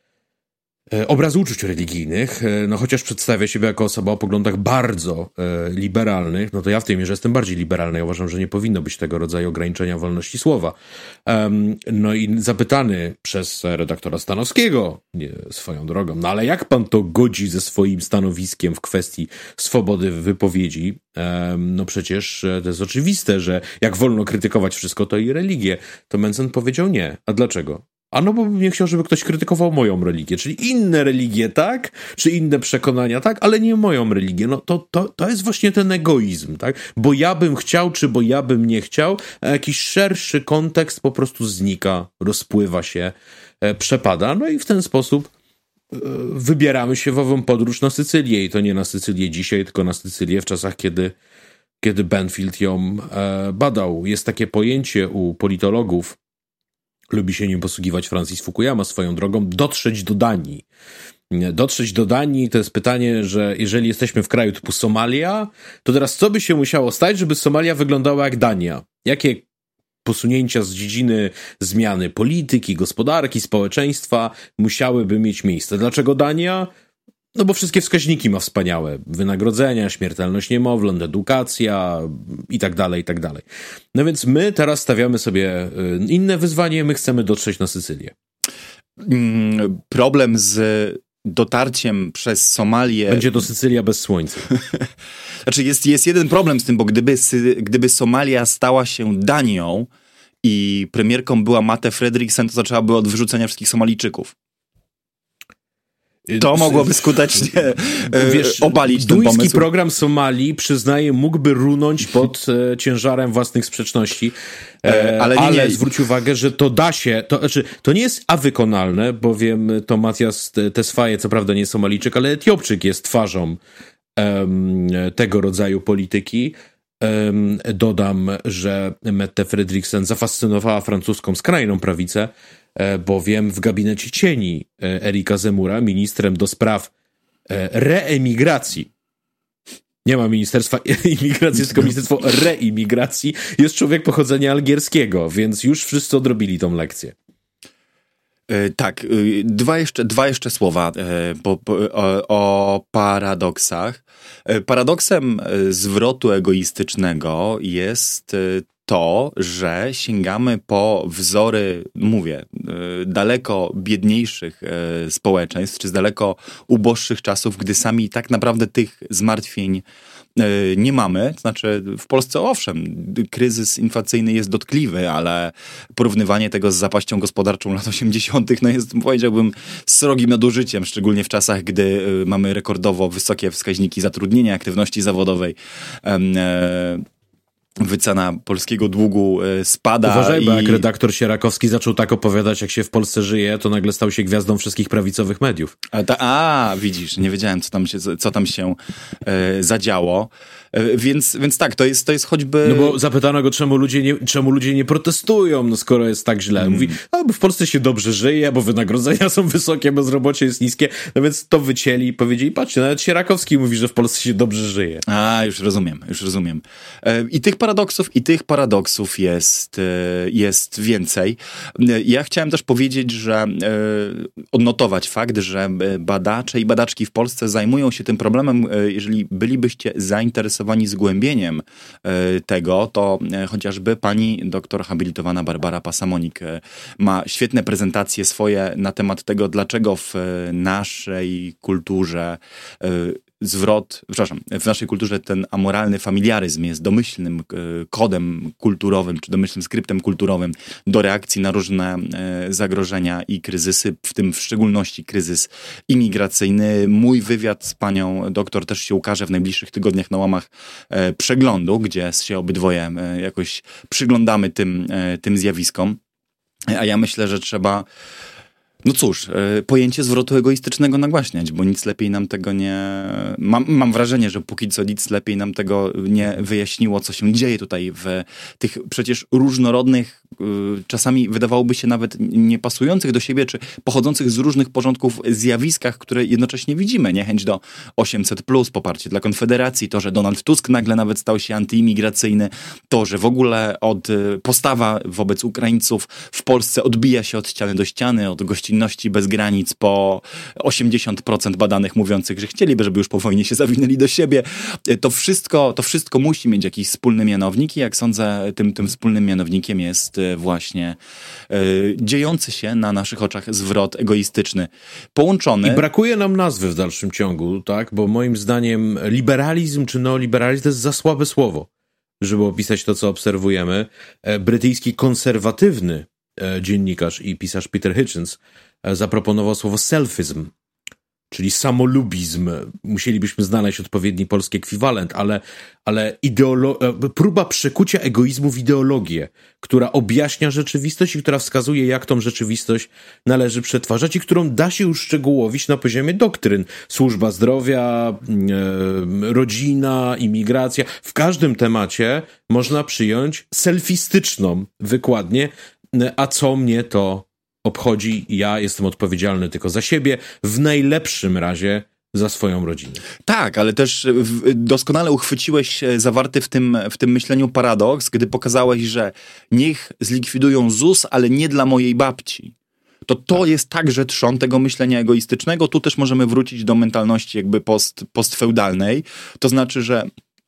obrazu uczuć religijnych, no chociaż przedstawia siebie jako osoba o poglądach bardzo e, liberalnych, no to ja w tej mierze jestem bardziej liberalny. Ja uważam, że nie powinno być tego rodzaju ograniczenia wolności słowa. Um, no i zapytany przez redaktora Stanowskiego, nie, swoją drogą, no ale jak pan to godzi ze swoim stanowiskiem w kwestii swobody wypowiedzi? Um, no przecież to jest oczywiste, że jak wolno krytykować wszystko, to i religię. To Mentzen powiedział nie. A dlaczego? A no bo bym nie chciał, żeby ktoś krytykował moją religię, czyli inne religie, tak? Czy inne przekonania, tak? Ale nie moją religię. No to, to, to jest właśnie ten egoizm, tak? Bo ja bym chciał, czy bo ja bym nie chciał, a jakiś szerszy kontekst po prostu znika, rozpływa się, e, przepada. No i w ten sposób e, wybieramy się w ową podróż na Sycylię. I to nie na Sycylię dzisiaj, tylko na Sycylię w czasach, kiedy, kiedy Benfield ją e, badał. Jest takie pojęcie u politologów, lubi się nim posługiwać Francis Fukuyama swoją drogą, dotrzeć do Danii. Dotrzeć do Danii to jest pytanie, że jeżeli jesteśmy w kraju typu Somalia, to teraz co by się musiało stać, żeby Somalia wyglądała jak Dania? Jakie posunięcia z dziedziny zmiany polityki, gospodarki, społeczeństwa musiałyby mieć miejsce? Dlaczego Dania? No bo wszystkie wskaźniki ma wspaniałe. Wynagrodzenia, śmiertelność niemowląt, edukacja i tak dalej, i tak dalej. No więc my teraz stawiamy sobie inne wyzwanie, my chcemy dotrzeć na Sycylię. Problem z dotarciem przez Somalię... Będzie to Sycylia bez słońca. Znaczy jest, jest jeden problem z tym, bo gdyby, gdyby Somalia stała się Danią i premierką była Mette Frederiksen, to zaczęłaby od wyrzucenia wszystkich Somalijczyków. To mogłoby skutecznie Wiesz, obalić ten pomysł. Duński program Somalii, przyznaję, mógłby runąć pod e, ciężarem własnych sprzeczności, e, ale, nie, ale nie. zwróć uwagę, że to da się, to, znaczy, to nie jest awykonalne, bowiem to Matias Tesfaye, co prawda nie Somalijczyk, ale Etiopczyk jest twarzą um, tego rodzaju polityki. Um, dodam, że Mette Frederiksen zafascynowała francuską skrajną prawicę, bowiem w gabinecie cieni Erika Zemura, ministrem do spraw reemigracji, nie ma Ministerstwa Imigracji, tylko Ministerstwo Reimigracji, jest człowiek pochodzenia algierskiego, więc już wszyscy odrobili tą lekcję. Tak, dwa jeszcze, dwa jeszcze słowa po, po, o, o paradoksach. Paradoksem zwrotu egoistycznego jest to, że sięgamy po wzory, mówię, daleko biedniejszych społeczeństw, czy z daleko uboższych czasów, gdy sami tak naprawdę tych zmartwień nie mamy. To znaczy w Polsce owszem, kryzys inflacyjny jest dotkliwy, ale porównywanie tego z zapaścią gospodarczą lat osiemdziesiątych no jest, powiedziałbym, srogim nadużyciem, szczególnie w czasach, gdy mamy rekordowo wysokie wskaźniki zatrudnienia, aktywności zawodowej. Wycena polskiego długu spada. Uważaj, i... bo jak redaktor Sierakowski zaczął tak opowiadać, jak się w Polsce żyje, to nagle stał się gwiazdą wszystkich prawicowych mediów. A, ta, a widzisz, nie wiedziałem, co tam się, co tam się e, zadziało. E, więc, więc tak, to jest, to jest choćby... No bo zapytano go, czemu ludzie nie, czemu ludzie nie protestują, no skoro jest tak źle. Mówi, a bo w Polsce się dobrze żyje, bo wynagrodzenia są wysokie, bezrobocie jest niskie, no więc to wycięli i powiedzieli, patrzcie, nawet Sierakowski mówi, że w Polsce się dobrze żyje. A, już rozumiem, już rozumiem. E, I tych paradoksów, i tych paradoksów jest, jest więcej. Ja chciałem też powiedzieć, że odnotować fakt, że badacze i badaczki w Polsce zajmują się tym problemem. Jeżeli bylibyście zainteresowani zgłębieniem tego, to chociażby pani doktor habilitowana Barbara Pasamonik ma świetne prezentacje swoje na temat tego, dlaczego w naszej kulturze zwrot, przepraszam, w naszej kulturze ten amoralny familiaryzm jest domyślnym e, kodem kulturowym, czy domyślnym skryptem kulturowym do reakcji na różne e, zagrożenia i kryzysy, w tym w szczególności kryzys imigracyjny. Mój wywiad z panią doktor też się ukaże w najbliższych tygodniach na łamach e, przeglądu, gdzie się obydwoje e, jakoś przyglądamy tym, e, tym zjawiskom. A ja myślę, że trzeba No cóż, pojęcie zwrotu egoistycznego nagłaśniać, bo nic lepiej nam tego nie... Mam, mam wrażenie, że póki co nic lepiej nam tego nie wyjaśniło, co się dzieje tutaj w tych przecież różnorodnych, czasami wydawałoby się nawet niepasujących do siebie, czy pochodzących z różnych porządków zjawiskach, które jednocześnie widzimy. Niechęć do osiemset plus, poparcie dla Konfederacji, to, że Donald Tusk nagle nawet stał się antyimigracyjny, to, że w ogóle od postawa wobec Ukraińców w Polsce odbija się od ściany do ściany, od gościnności bez granic, po osiemdziesiąt procent badanych mówiących, że chcieliby, żeby już po wojnie się zawinęli do siebie. To wszystko, to wszystko musi mieć jakiś wspólny mianownik i jak sądzę, tym, tym wspólnym mianownikiem jest właśnie y, dziejący się na naszych oczach zwrot egoistyczny. Połączony... I brakuje nam nazwy w dalszym ciągu, tak? Bo moim zdaniem liberalizm czy neoliberalizm to jest za słabe słowo, żeby opisać to, co obserwujemy. Brytyjski konserwatywny dziennikarz i pisarz Peter Hitchens zaproponował słowo selfism, czyli samolubizm. Musielibyśmy znaleźć odpowiedni polski ekwiwalent, ale, ale ideolo- próba przekucia egoizmu w ideologię, która objaśnia rzeczywistość i która wskazuje, jak tą rzeczywistość należy przetwarzać i którą da się uszczegółowić na poziomie doktryn. Służba zdrowia, e, rodzina, imigracja. W każdym temacie można przyjąć selfistyczną wykładnię, a co mnie to obchodzi? Ja jestem odpowiedzialny tylko za siebie, w najlepszym razie za swoją rodzinę. Tak, ale też doskonale uchwyciłeś zawarty w tym, w tym myśleniu paradoks, gdy pokazałeś, że niech zlikwidują Z U S, ale nie dla mojej babci. To to tak. jest także trzon tego myślenia egoistycznego. Tu też możemy wrócić do mentalności jakby post, postfeudalnej. To znaczy, że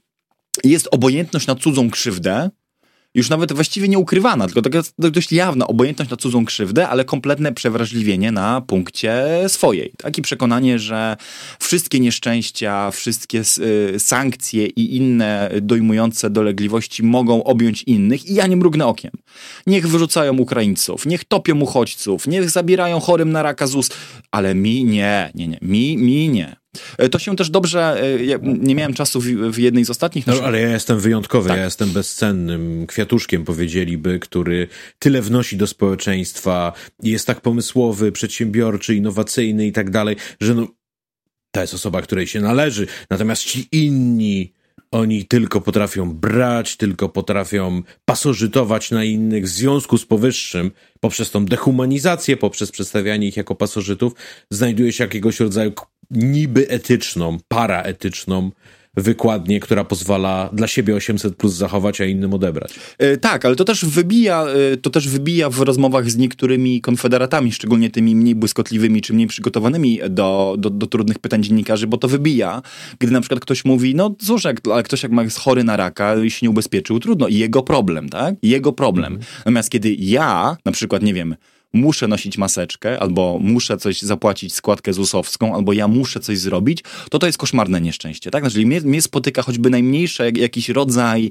jest obojętność na cudzą krzywdę, już nawet właściwie nie ukrywana, tylko taka dość jawna obojętność na cudzą krzywdę, ale kompletne przewrażliwienie na punkcie swojej. Takie przekonanie, że wszystkie nieszczęścia, wszystkie y, sankcje i inne dojmujące dolegliwości mogą objąć innych i ja nie mrugnę okiem. Niech wyrzucają Ukraińców, niech topią uchodźców, niech zabierają chorym na raka Z U S, ale mi nie, nie, nie, mi, mi nie. To się też dobrze, ja nie miałem czasu w, w jednej z ostatnich... No, ale ja jestem wyjątkowy, tak. ja jestem bezcennym kwiatuszkiem, powiedzieliby, który tyle wnosi do społeczeństwa, jest tak pomysłowy, przedsiębiorczy, innowacyjny i tak dalej, że no, to jest osoba, której się należy. Natomiast ci inni, oni tylko potrafią brać, tylko potrafią pasożytować na innych. W związku z powyższym, poprzez tą dehumanizację, poprzez przedstawianie ich jako pasożytów, znajduje się jakiegoś rodzaju niby etyczną, paraetyczną wykładnię, która pozwala dla siebie osiemset plus zachować, a innym odebrać. Yy, tak, ale to też wybija, yy, to też wybija w rozmowach z niektórymi konfederatami, szczególnie tymi mniej błyskotliwymi, czy mniej przygotowanymi do, do, do trudnych pytań dziennikarzy, bo to wybija, gdy na przykład ktoś mówi, no cóż, jak, ale ktoś jak jest chory na raka i się nie ubezpieczył, trudno. I jego problem, tak? Jego problem. Mhm. Natomiast kiedy ja, na przykład, nie wiem, muszę nosić maseczkę, albo muszę coś zapłacić składkę Z U S owską, albo ja muszę coś zrobić, to to jest koszmarne nieszczęście, tak? Jeżeli mnie, mnie spotyka choćby najmniejszy jakiś rodzaj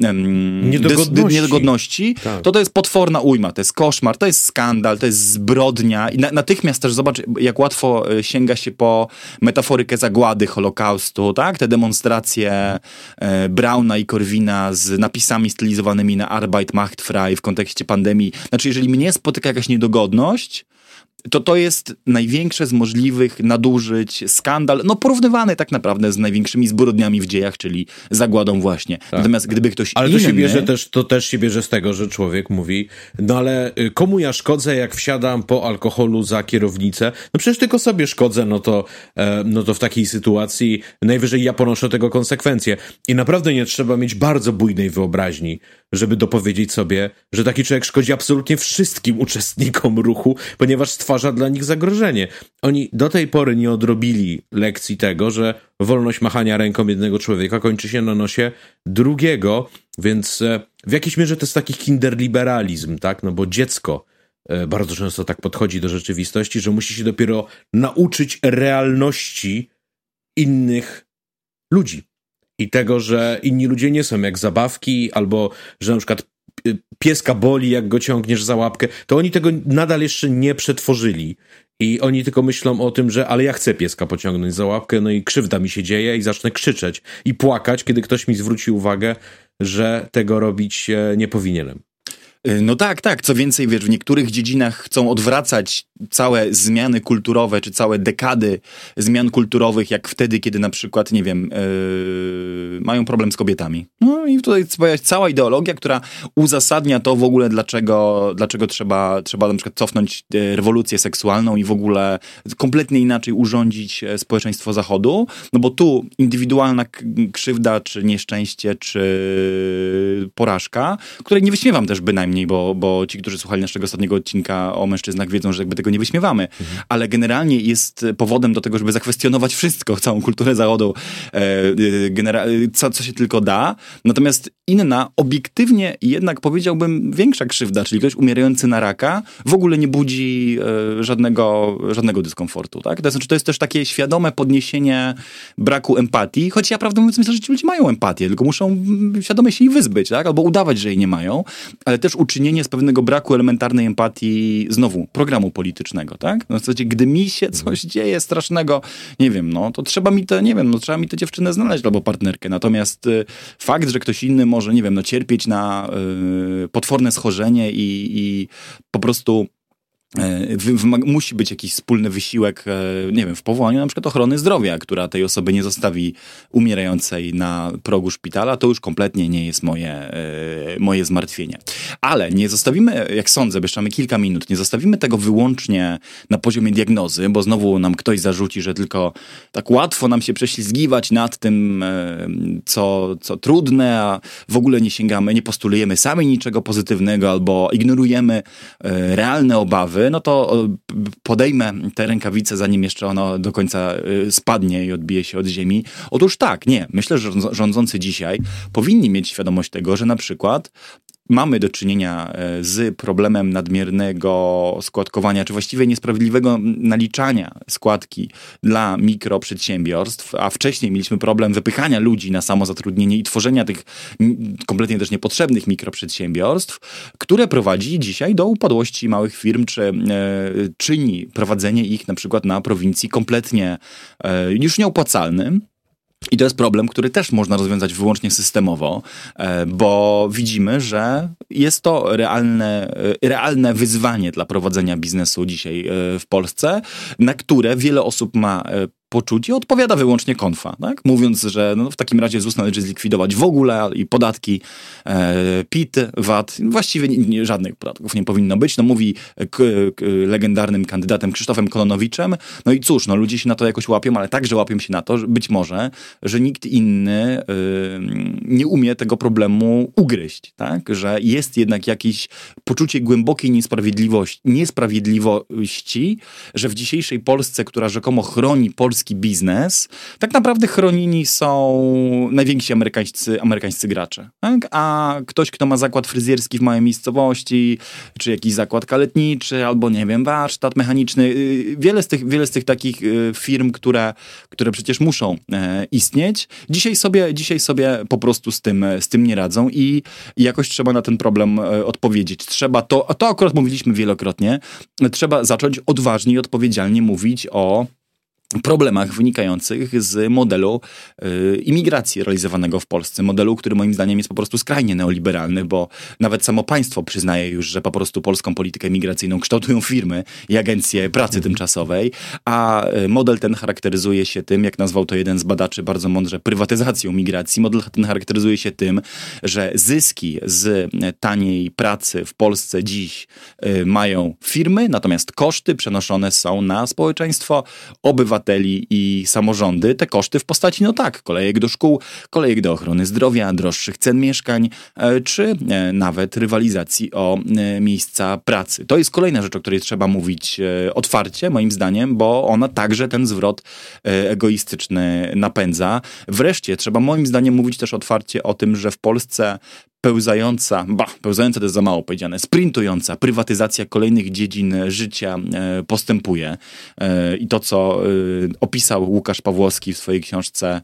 um, niedogodności, dys, niedogodności tak. to to jest potworna ujma, to jest koszmar, to jest skandal, to jest zbrodnia i na, natychmiast też zobacz, jak łatwo sięga się po metaforykę zagłady, Holokaustu, tak? Te demonstracje e, Brauna i Korwina z napisami stylizowanymi na Arbeit macht frei w kontekście pandemii. Znaczy, jeżeli mnie spotyka jakaś niedogodność, dogodność, to to jest największe z możliwych nadużyć, skandal, no porównywany tak naprawdę z największymi zbrodniami w dziejach, czyli zagładą właśnie. Tak. Natomiast gdyby ktoś ale inny... to się bierze też, to też się bierze z tego, że człowiek mówi, no ale komu ja szkodzę, jak wsiadam po alkoholu za kierownicę? No przecież tylko sobie szkodzę, no to, no to w takiej sytuacji najwyżej ja ponoszę tego konsekwencje. I naprawdę nie trzeba mieć bardzo bujnej wyobraźni, żeby dopowiedzieć sobie, że taki człowiek szkodzi absolutnie wszystkim uczestnikom ruchu, ponieważ stwarza dla nich zagrożenie. Oni do tej pory nie odrobili lekcji tego, że wolność machania ręką jednego człowieka kończy się na nosie drugiego, więc w jakiejś mierze to jest taki kinderliberalizm, tak? No bo dziecko bardzo często tak podchodzi do rzeczywistości, że musi się dopiero nauczyć realności innych ludzi. I tego, że inni ludzie nie są jak zabawki, albo że na przykład pieska boli, jak go ciągniesz za łapkę, to oni tego nadal jeszcze nie przetworzyli. I oni tylko myślą o tym, że ale ja chcę pieska pociągnąć za łapkę, no i krzywda mi się dzieje i zacznę krzyczeć i płakać, kiedy ktoś mi zwróci uwagę, że tego robić nie powinienem. No tak, tak. Co więcej, wiesz, w niektórych dziedzinach chcą odwracać całe zmiany kulturowe, czy całe dekady zmian kulturowych, jak wtedy, kiedy na przykład, nie wiem, yy, mają problem z kobietami. No i tutaj jest cała ideologia, która uzasadnia to w ogóle, dlaczego, dlaczego trzeba, trzeba na przykład cofnąć rewolucję seksualną i w ogóle kompletnie inaczej urządzić społeczeństwo Zachodu, no bo tu indywidualna krzywda, czy nieszczęście, czy porażka, której nie wyśmiewam też bynajmniej, bo, bo ci, którzy słuchali naszego ostatniego odcinka o mężczyznach, wiedzą, że jakby tego nie wyśmiewamy, mhm. ale generalnie jest powodem do tego, żeby zakwestionować wszystko, całą kulturę Zachodu, e, genera- co, co się tylko da. Natomiast inna, obiektywnie jednak powiedziałbym większa krzywda, czyli ktoś umierający na raka, w ogóle nie budzi e, żadnego, żadnego dyskomfortu. Tak? To znaczy, to jest też takie świadome podniesienie braku empatii, choć ja prawdę mówiąc myślę, że ci ludzie mają empatię, tylko muszą świadomie się jej wyzbyć, tak? Albo udawać, że jej nie mają, ale też uczynienie z pewnego braku elementarnej empatii znowu programu politycznego, tak? No w zasadzie, gdy mi się coś dzieje strasznego, nie wiem, no to trzeba mi te, nie wiem, no trzeba mi tę dziewczynę znaleźć albo partnerkę. Natomiast y, fakt, że ktoś inny może, nie wiem, no cierpieć na y, potworne schorzenie i, i po prostu musi być jakiś wspólny wysiłek, nie wiem, w powołaniu na przykład ochrony zdrowia, która tej osoby nie zostawi umierającej na progu szpitala, to już kompletnie nie jest moje, moje zmartwienie. Ale nie zostawimy, jak sądzę, bo jeszcze mamy kilka minut, nie zostawimy tego wyłącznie na poziomie diagnozy, bo znowu nam ktoś zarzuci, że tylko tak łatwo nam się prześlizgiwać nad tym, co, co trudne, a w ogóle nie sięgamy, nie postulujemy sami niczego pozytywnego albo ignorujemy realne obawy, no to podejmę te rękawice, zanim jeszcze ono do końca spadnie i odbije się od ziemi. Otóż tak, nie. Myślę, że rządzący dzisiaj powinni mieć świadomość tego, że na przykład mamy do czynienia z problemem nadmiernego składkowania, czy właściwie niesprawiedliwego naliczania składki dla mikroprzedsiębiorstw, a wcześniej mieliśmy problem wypychania ludzi na samozatrudnienie i tworzenia tych kompletnie też niepotrzebnych mikroprzedsiębiorstw, które prowadzi dzisiaj do upadłości małych firm, czy e, czyni prowadzenie ich na przykład na prowincji kompletnie e, już nieopłacalnym. I to jest problem, który też można rozwiązać wyłącznie systemowo, bo widzimy, że jest to realne, realne wyzwanie dla prowadzenia biznesu dzisiaj w Polsce, na które wiele osób ma poczucie, odpowiada wyłącznie konfa, tak? Mówiąc, że no, w takim razie ZUS należy zlikwidować w ogóle i podatki, e, P I T, V A T, właściwie nie, nie, żadnych podatków nie powinno być. No mówi k, k, legendarnym kandydatem Krzysztofem Kononowiczem. No i cóż, no ludzie się na to jakoś łapią, ale także łapią się na to, że być może, że nikt inny y, nie umie tego problemu ugryźć, tak? Że jest jednak jakieś poczucie głębokiej niesprawiedliwości, niesprawiedliwości, że w dzisiejszej Polsce, która rzekomo chroni polski biznes, tak naprawdę chronieni są najwięksi amerykańscy, amerykańscy gracze. Tak? A ktoś, kto ma zakład fryzjerski w małej miejscowości, czy jakiś zakład kaletniczy, albo nie wiem, warsztat mechaniczny, wiele z tych, wiele z tych takich firm, które, które przecież muszą istnieć, dzisiaj sobie, dzisiaj sobie po prostu z tym, z tym nie radzą i jakoś trzeba na ten problem odpowiedzieć. Trzeba to, to akurat mówiliśmy wielokrotnie, trzeba zacząć odważnie i odpowiedzialnie mówić o problemach wynikających z modelu y, imigracji realizowanego w Polsce. Modelu, który moim zdaniem jest po prostu skrajnie neoliberalny, bo nawet samo państwo przyznaje już, że po prostu polską politykę migracyjną kształtują firmy i agencje pracy tymczasowej, a model ten charakteryzuje się tym, jak nazwał to jeden z badaczy bardzo mądrze, prywatyzacją migracji. Model ten charakteryzuje się tym, że zyski z taniej pracy w Polsce dziś y, mają firmy, natomiast koszty przenoszone są na społeczeństwo, obywateli i samorządy, te koszty w postaci, no tak, kolejek do szkół, kolejek do ochrony zdrowia, droższych cen mieszkań, czy nawet rywalizacji o miejsca pracy. To jest kolejna rzecz, o której trzeba mówić otwarcie, moim zdaniem, bo ona także ten zwrot egoistyczny napędza. Wreszcie trzeba moim zdaniem mówić też otwarcie o tym, że w Polsce pełzająca, ba, pełzająca to jest za mało powiedziane, sprintująca prywatyzacja kolejnych dziedzin życia e, postępuje. E, I to, co e, opisał Łukasz Pawłowski w swojej książce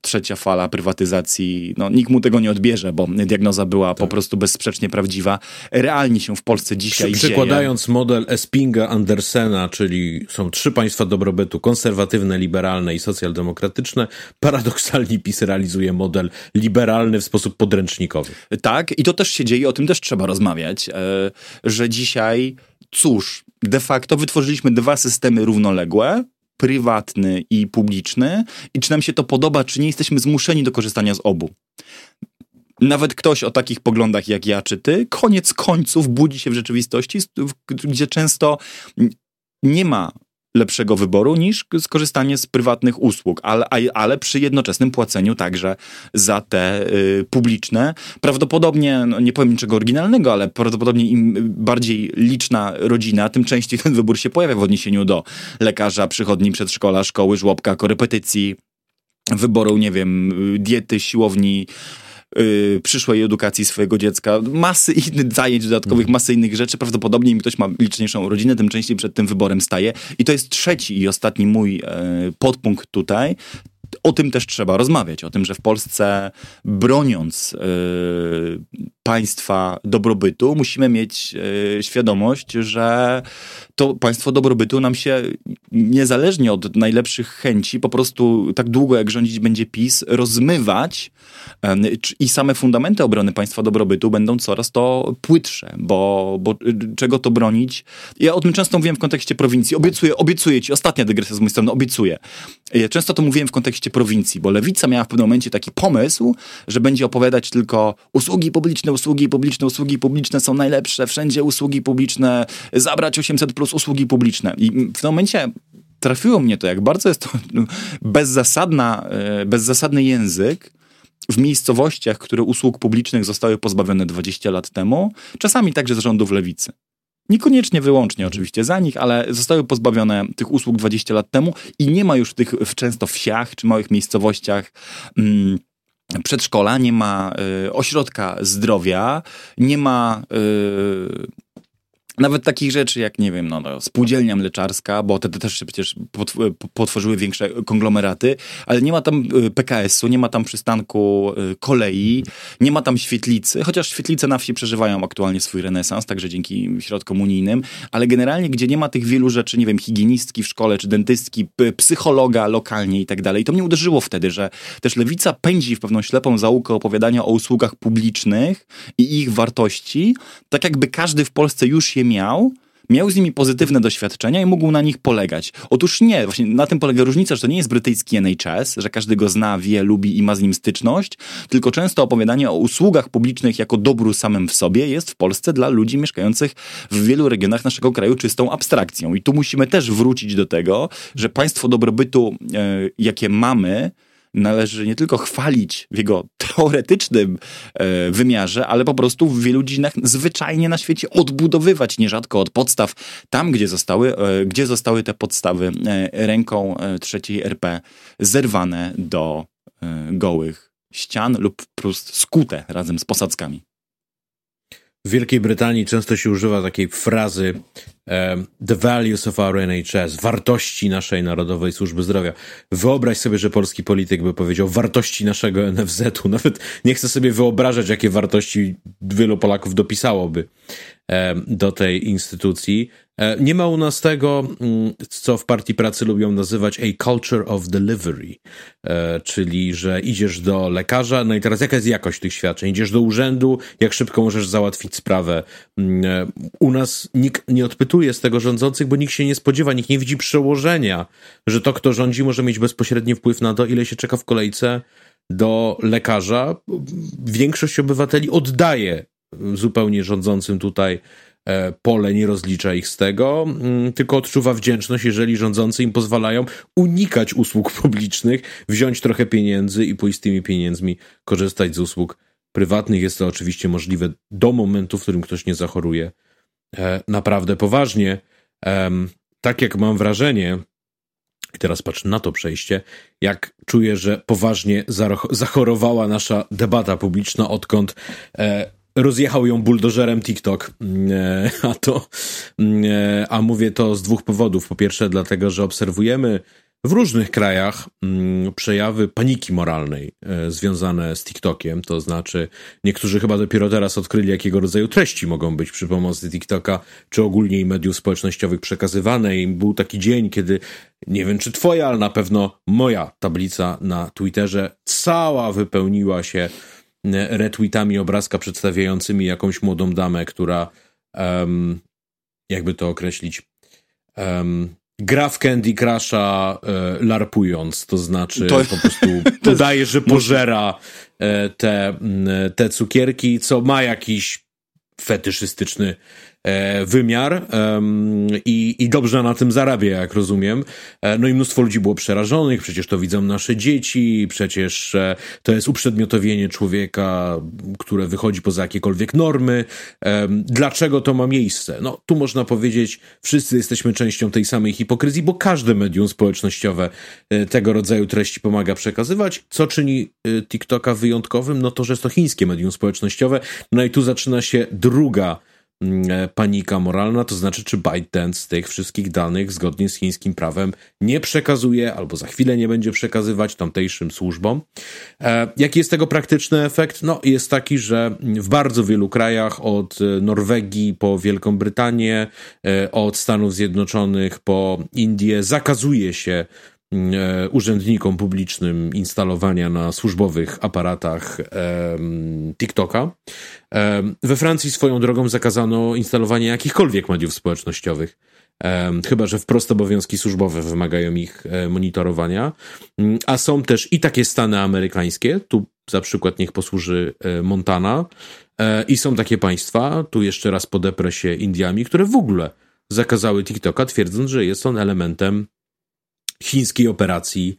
trzecia fala prywatyzacji, no nikt mu tego nie odbierze, bo diagnoza była tak. po prostu bezsprzecznie prawdziwa. Realnie się w Polsce dzisiaj Przy, dzieje. Przykładając model Espinga Andersena, czyli są trzy państwa dobrobytu, konserwatywne, liberalne i socjaldemokratyczne, paradoksalnie PiS realizuje model liberalny w sposób podręcznikowy. Tak, i to też się dzieje, o tym też trzeba rozmawiać, że dzisiaj, cóż, de facto wytworzyliśmy dwa systemy równoległe, prywatny i publiczny, i czy nam się to podoba, czy nie, jesteśmy zmuszeni do korzystania z obu. Nawet ktoś o takich poglądach jak ja czy ty, koniec końców budzi się w rzeczywistości, gdzie często nie ma lepszego wyboru niż skorzystanie z prywatnych usług, ale, ale przy jednoczesnym płaceniu także za te y, publiczne. Prawdopodobnie, no nie powiem niczego oryginalnego, ale prawdopodobnie im bardziej liczna rodzina, tym częściej ten wybór się pojawia w odniesieniu do lekarza, przychodni, przedszkola, szkoły, żłobka, korepetycji, wyboru, nie wiem, diety, siłowni, Yy, przyszłej edukacji swojego dziecka, masy innych zajęć dodatkowych, masy innych rzeczy. Prawdopodobnie im ktoś ma liczniejszą rodzinę, tym częściej przed tym wyborem staje. I to jest trzeci i ostatni mój yy, podpunkt tutaj. O tym też trzeba rozmawiać. O tym, że w Polsce broniąc yy, państwa dobrobytu musimy mieć yy, świadomość, że to państwo dobrobytu nam się niezależnie od najlepszych chęci po prostu tak długo jak rządzić będzie PiS rozmywać yy, i same fundamenty obrony państwa dobrobytu będą coraz to płytsze, bo, bo yy, czego to bronić? Ja o tym często mówiłem w kontekście prowincji. Obiecuję, obiecuję ci, ostatnia dygresja z mojej strony, obiecuję. Ja często to mówiłem w kontekście prowincji, bo Lewica miała w pewnym momencie taki pomysł, że będzie opowiadać tylko usługi publiczne, usługi publiczne, usługi publiczne są najlepsze, wszędzie usługi publiczne, zabrać osiemset plus usługi publiczne. I w tym momencie trafiło mnie to, jak bardzo jest to bezzasadna, bezzasadny język w miejscowościach, które usług publicznych zostały pozbawione dwadzieścia lat temu, czasami także z rządów Lewicy. Niekoniecznie wyłącznie oczywiście za nich, ale zostały pozbawione tych usług dwadzieścia lat temu i nie ma już w tych w często wsiach czy małych miejscowościach mm, przedszkola, nie ma y, ośrodka zdrowia, nie ma y, nawet takich rzeczy jak, nie wiem, no, no spółdzielnia mleczarska, bo te, te też się przecież potworzyły większe konglomeraty, ale nie ma tam P K S u, nie ma tam przystanku kolei, nie ma tam świetlicy, chociaż świetlice na wsi przeżywają aktualnie swój renesans, także dzięki środkom unijnym, ale generalnie, gdzie nie ma tych wielu rzeczy, nie wiem, higienistki w szkole, czy dentystki, psychologa lokalnie i tak dalej. I to mnie uderzyło wtedy, że też Lewica pędzi w pewną ślepą zaułkę opowiadania o usługach publicznych i ich wartości, tak jakby każdy w Polsce już je miał, miał z nimi pozytywne doświadczenia i mógł na nich polegać. Otóż nie, właśnie na tym polega różnica, że to nie jest brytyjski N H S, że każdy go zna, wie, lubi i ma z nim styczność, tylko często opowiadanie o usługach publicznych jako dobru samym w sobie jest w Polsce dla ludzi mieszkających w wielu regionach naszego kraju czystą abstrakcją. I tu musimy też wrócić do tego, że państwo dobrobytu, e, jakie mamy, należy nie tylko chwalić w jego teoretycznym e, wymiarze, ale po prostu w wielu dziedzinach zwyczajnie na świecie odbudowywać, nierzadko od podstaw, tam gdzie zostały, e, gdzie zostały te podstawy e, ręką e, trzeciej R P zerwane do e, gołych ścian lub po prostu skute razem z posadzkami. W Wielkiej Brytanii często się używa takiej frazy um, the values of our N H S, wartości naszej Narodowej Służby Zdrowia. Wyobraź sobie, że polski polityk by powiedział wartości naszego N F Z u. Nawet nie chcę sobie wyobrażać, jakie wartości wielu Polaków dopisałoby um, do tej instytucji. Um, nie ma u nas tego, um, co w Partii Pracy lubią nazywać a culture of delivery, um, czyli że idziesz do lekarza, no i teraz jaka jest jakość tych świadczeń? Idziesz do urzędu, jak szybko możesz załatwić sprawę. Um, u nas nikt nie odpytuje z tego rządzących, bo nikt się nie spodziewa, nikt nie widzi przełożenia, że to, kto rządzi, może mieć bezpośredni wpływ na to, ile się czeka w kolejce do lekarza. Większość obywateli oddaje zupełnie rządzącym tutaj pole, nie rozlicza ich z tego, tylko odczuwa wdzięczność, jeżeli rządzący im pozwalają unikać usług publicznych, wziąć trochę pieniędzy i pójść z tymi pieniędzmi korzystać z usług prywatnych. Jest to oczywiście możliwe do momentu, w którym ktoś nie zachoruje naprawdę poważnie. Tak jak mam wrażenie, i teraz patrzę na to przejście, jak czuję, że poważnie zachorowała nasza debata publiczna, odkąd rozjechał ją buldożerem TikTok, a to, a mówię to z dwóch powodów. Po pierwsze dlatego, że obserwujemy w różnych krajach mm, przejawy paniki moralnej e, związane z TikTokiem, to znaczy niektórzy chyba dopiero teraz odkryli, jakiego rodzaju treści mogą być przy pomocy TikToka, czy ogólnie i mediów społecznościowych przekazywane. I był taki dzień, kiedy nie wiem, czy twoja, ale na pewno moja tablica na Twitterze cała wypełniła się retweetami obrazka przedstawiającymi jakąś młodą damę, która um, jakby to określić, um, gra w Candy Crusha e, larpując, to znaczy to, po prostu udaje, że pożera e, te, te cukierki, co ma jakiś fetyszystyczny e, wymiar e, i, i dobrze na tym zarabia, jak rozumiem. E, no i mnóstwo ludzi było przerażonych, przecież to widzą nasze dzieci, przecież e, to jest uprzedmiotowienie człowieka, które wychodzi poza jakiekolwiek normy. E, dlaczego to ma miejsce? No, tu można powiedzieć, wszyscy jesteśmy częścią tej samej hipokryzji, bo każde medium społecznościowe e, tego rodzaju treści pomaga przekazywać. Co czyni e, TikToka wyjątkowym? No to, że jest to chińskie medium społecznościowe. No i tu zaczyna się druga panika moralna, to znaczy, czy ByteDance z tych wszystkich danych zgodnie z chińskim prawem nie przekazuje, albo za chwilę nie będzie przekazywać tamtejszym służbom. E, jaki jest tego praktyczny efekt? No, jest taki, że w bardzo wielu krajach, od Norwegii po Wielką Brytanię, e, od Stanów Zjednoczonych po Indię, zakazuje się urzędnikom publicznym instalowania na służbowych aparatach um, TikToka. Um, we Francji swoją drogą zakazano instalowanie jakichkolwiek mediów społecznościowych, um, chyba że wprost obowiązki służbowe wymagają ich e, monitorowania. Um, a są też i takie stany amerykańskie, tu za przykład niech posłuży e, Montana, e, i są takie państwa, tu jeszcze raz podeprę się Indiami, które w ogóle zakazały TikToka, twierdząc, że jest on elementem chińskiej operacji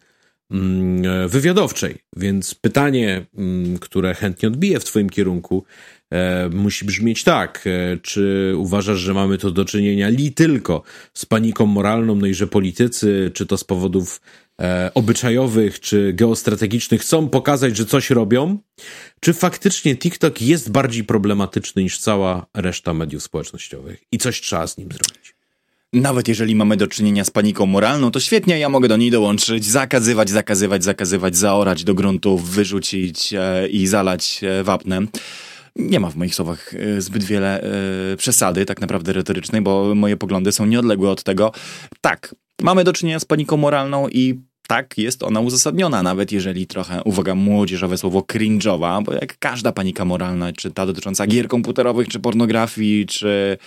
mm, wywiadowczej. Więc pytanie, mm, które chętnie odbiję w twoim kierunku, e, musi brzmieć tak. E, czy uważasz, że mamy to do czynienia li tylko z paniką moralną, no i że politycy, czy to z powodów e, obyczajowych, czy geostrategicznych, chcą pokazać, że coś robią? Czy faktycznie TikTok jest bardziej problematyczny niż cała reszta mediów społecznościowych i coś trzeba z nim zrobić? Nawet jeżeli mamy do czynienia z paniką moralną, to świetnie, ja mogę do niej dołączyć, zakazywać, zakazywać, zakazywać, zaorać do gruntu, wyrzucić e, i zalać e, wapnem. Nie ma w moich słowach e, zbyt wiele e, przesady, tak naprawdę retorycznej, bo moje poglądy są nieodległe od tego. Tak, mamy do czynienia z paniką moralną i tak, jest ona uzasadniona, nawet jeżeli trochę, uwaga, młodzieżowe słowo cringe'owa, bo jak każda panika moralna, czy ta dotycząca gier komputerowych, czy pornografii, czy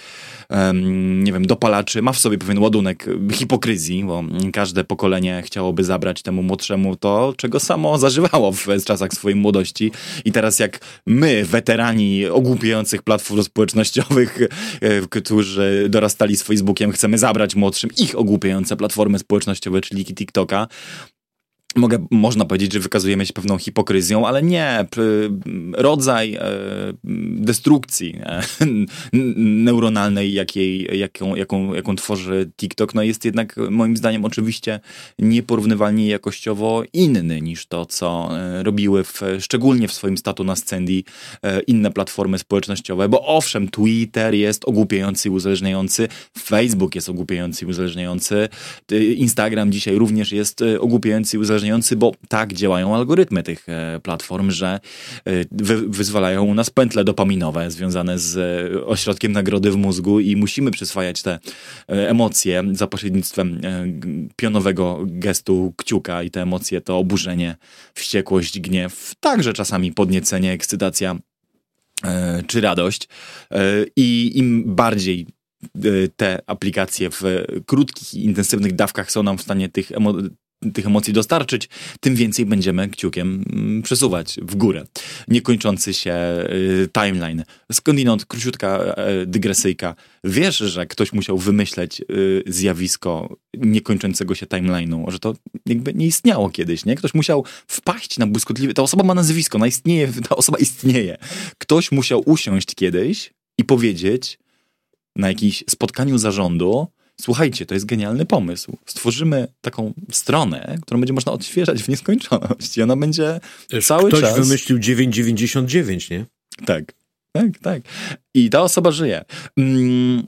um, nie wiem, dopalaczy, ma w sobie pewien ładunek hipokryzji, bo każde pokolenie chciałoby zabrać temu młodszemu to, czego samo zażywało w, w czasach swojej młodości. I teraz jak my, weterani ogłupiających platform społecznościowych, e, którzy dorastali z Facebookiem, chcemy zabrać młodszym ich ogłupiające platformy społecznościowe, czyli TikToka, Mogę, można powiedzieć, że wykazujemy się pewną hipokryzją, ale nie. Rodzaj e, destrukcji e, neuronalnej, jakiej, jaką, jaką, jaką tworzy TikTok, no jest jednak moim zdaniem oczywiście nieporównywalnie jakościowo inny niż to, co robiły w, szczególnie w swoim statu na Scendi e, inne platformy społecznościowe, bo owszem, Twitter jest ogłupiający i uzależniający, Facebook jest ogłupiający i uzależniający, Instagram dzisiaj również jest ogłupiający i uzależniający, bo tak działają algorytmy tych e, platform, że e, wy, wyzwalają u nas pętle dopaminowe związane z e, ośrodkiem nagrody w mózgu i musimy przyswajać te e, emocje za pośrednictwem e, pionowego gestu kciuka i te emocje to oburzenie, wściekłość, gniew, także czasami podniecenie, ekscytacja e, czy radość. E, I im bardziej te aplikacje w krótkich i intensywnych dawkach są nam w stanie tych emocji tych emocji dostarczyć, tym więcej będziemy kciukiem przesuwać w górę. Niekończący się y, timeline. Skądinąd króciutka y, dygresyjka. Wiesz, że ktoś musiał wymyśleć y, zjawisko niekończącego się timeline'u, że to jakby nie istniało kiedyś, nie? Ktoś musiał wpaść na błyskotliwy... Ta osoba ma nazwisko, ona istnieje, ta osoba istnieje. Ktoś musiał usiąść kiedyś i powiedzieć na jakimś spotkaniu zarządu: słuchajcie, to jest genialny pomysł. Stworzymy taką stronę, którą będzie można odświeżać w nieskończoność i ona będzie Też cały ktoś czas... Ktoś wymyślił dziewięć dziewięćdziesiąt dziewięć, nie? Tak, tak, tak. I ta osoba żyje. Mm,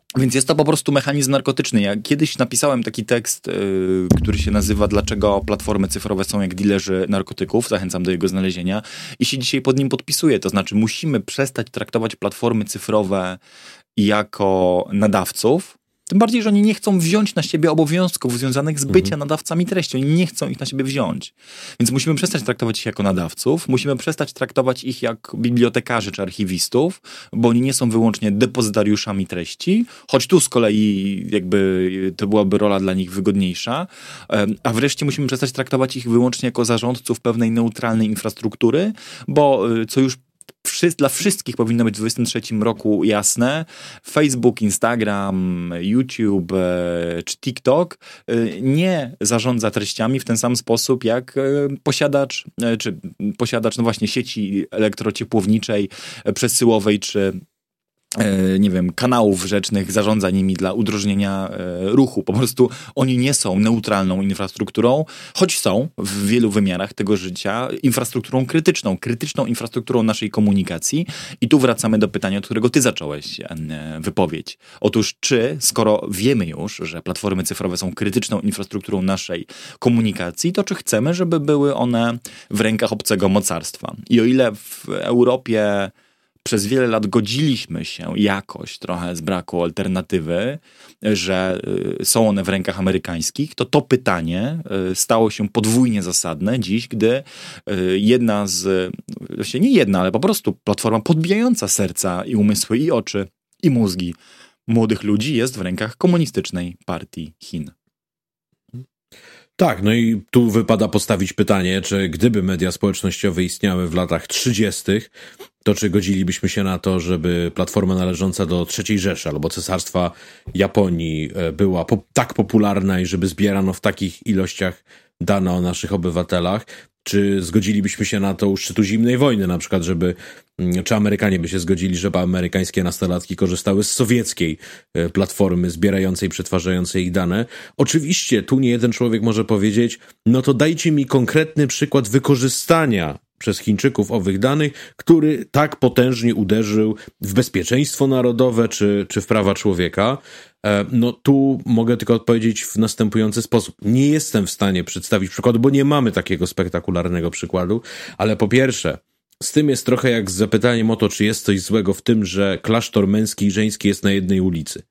Więc jest to po prostu mechanizm narkotyczny. Ja kiedyś napisałem taki tekst, yy, który się nazywa "Dlaczego platformy cyfrowe są jak dilerzy narkotyków?" Zachęcam do jego znalezienia. I się dzisiaj pod nim podpisuję. To znaczy musimy przestać traktować platformy cyfrowe jako nadawców. Tym bardziej, że oni nie chcą wziąć na siebie obowiązków związanych z bycia mhm. nadawcami treści. Oni nie chcą ich na siebie wziąć. Więc musimy przestać traktować ich jako nadawców. Musimy przestać traktować ich jak bibliotekarzy czy archiwistów, bo oni nie są wyłącznie depozytariuszami treści, choć tu z kolei jakby to byłaby rola dla nich wygodniejsza. A wreszcie musimy przestać traktować ich wyłącznie jako zarządców pewnej neutralnej infrastruktury, bo co już dla wszystkich powinno być w dwudziestym trzecim roku jasne. Facebook, Instagram, YouTube czy TikTok nie zarządza treściami w ten sam sposób jak posiadacz, czy posiadacz, no właśnie, sieci elektrociepłowniczej, przesyłowej, czy nie wiem, kanałów rzecznych, zarządza nimi dla udrożnienia ruchu. Po prostu oni nie są neutralną infrastrukturą, choć są w wielu wymiarach tego życia infrastrukturą krytyczną, krytyczną infrastrukturą naszej komunikacji. I tu wracamy do pytania, od którego ty zacząłeś wypowiedź. Otóż czy, skoro wiemy już, że platformy cyfrowe są krytyczną infrastrukturą naszej komunikacji, to czy chcemy, żeby były one w rękach obcego mocarstwa? I o ile w Europie przez wiele lat godziliśmy się jakoś trochę z braku alternatywy, że są one w rękach amerykańskich, to to pytanie stało się podwójnie zasadne dziś, gdy jedna z, właściwie nie jedna, ale po prostu platforma podbijająca serca i umysły, i oczy, i mózgi młodych ludzi jest w rękach komunistycznej partii Chin. Tak, no i tu wypada postawić pytanie, czy gdyby media społecznościowe istniały w latach trzydziestych, to czy godzilibyśmy się na to, żeby platforma należąca do trzeciej Rzeszy albo Cesarstwa Japonii była po- tak popularna i żeby zbierano w takich ilościach dane o naszych obywatelach? Czy zgodzilibyśmy się na to u szczytu zimnej wojny, na przykład, żeby, czy Amerykanie by się zgodzili, żeby amerykańskie nastolatki korzystały z sowieckiej platformy zbierającej, przetwarzającej ich dane? Oczywiście tu nie jeden człowiek może powiedzieć, no to dajcie mi konkretny przykład wykorzystania przez Chińczyków owych danych, który tak potężnie uderzył w bezpieczeństwo narodowe czy, czy w prawa człowieka. No tu mogę tylko odpowiedzieć w następujący sposób. Nie jestem w stanie przedstawić przykładu, bo nie mamy takiego spektakularnego przykładu, ale po pierwsze, z tym jest trochę jak z zapytaniem o to, czy jest coś złego w tym, że klasztor męski i żeński jest na jednej ulicy.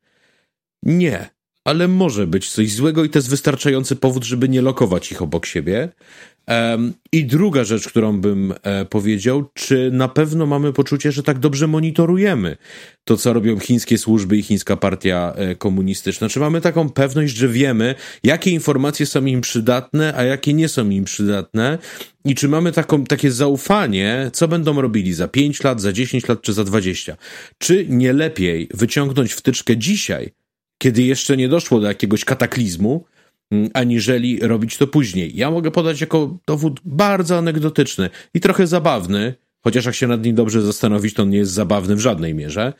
Nie, ale może być coś złego i to jest wystarczający powód, żeby nie lokować ich obok siebie. Um, I druga rzecz, którą bym e, powiedział, czy na pewno mamy poczucie, że tak dobrze monitorujemy to, co robią chińskie służby i chińska partia e, komunistyczna? Czy mamy taką pewność, że wiemy, jakie informacje są im przydatne, a jakie nie są im przydatne? I czy mamy taką, takie zaufanie, co będą robili za pięć lat, za dziesięć lat czy za dwadzieścia? Czy nie lepiej wyciągnąć wtyczkę dzisiaj, kiedy jeszcze nie doszło do jakiegoś kataklizmu, aniżeli robić to później? Ja mogę podać jako dowód bardzo anegdotyczny i trochę zabawny, chociaż jak się nad nim dobrze zastanowić, to on nie jest zabawny w żadnej mierze,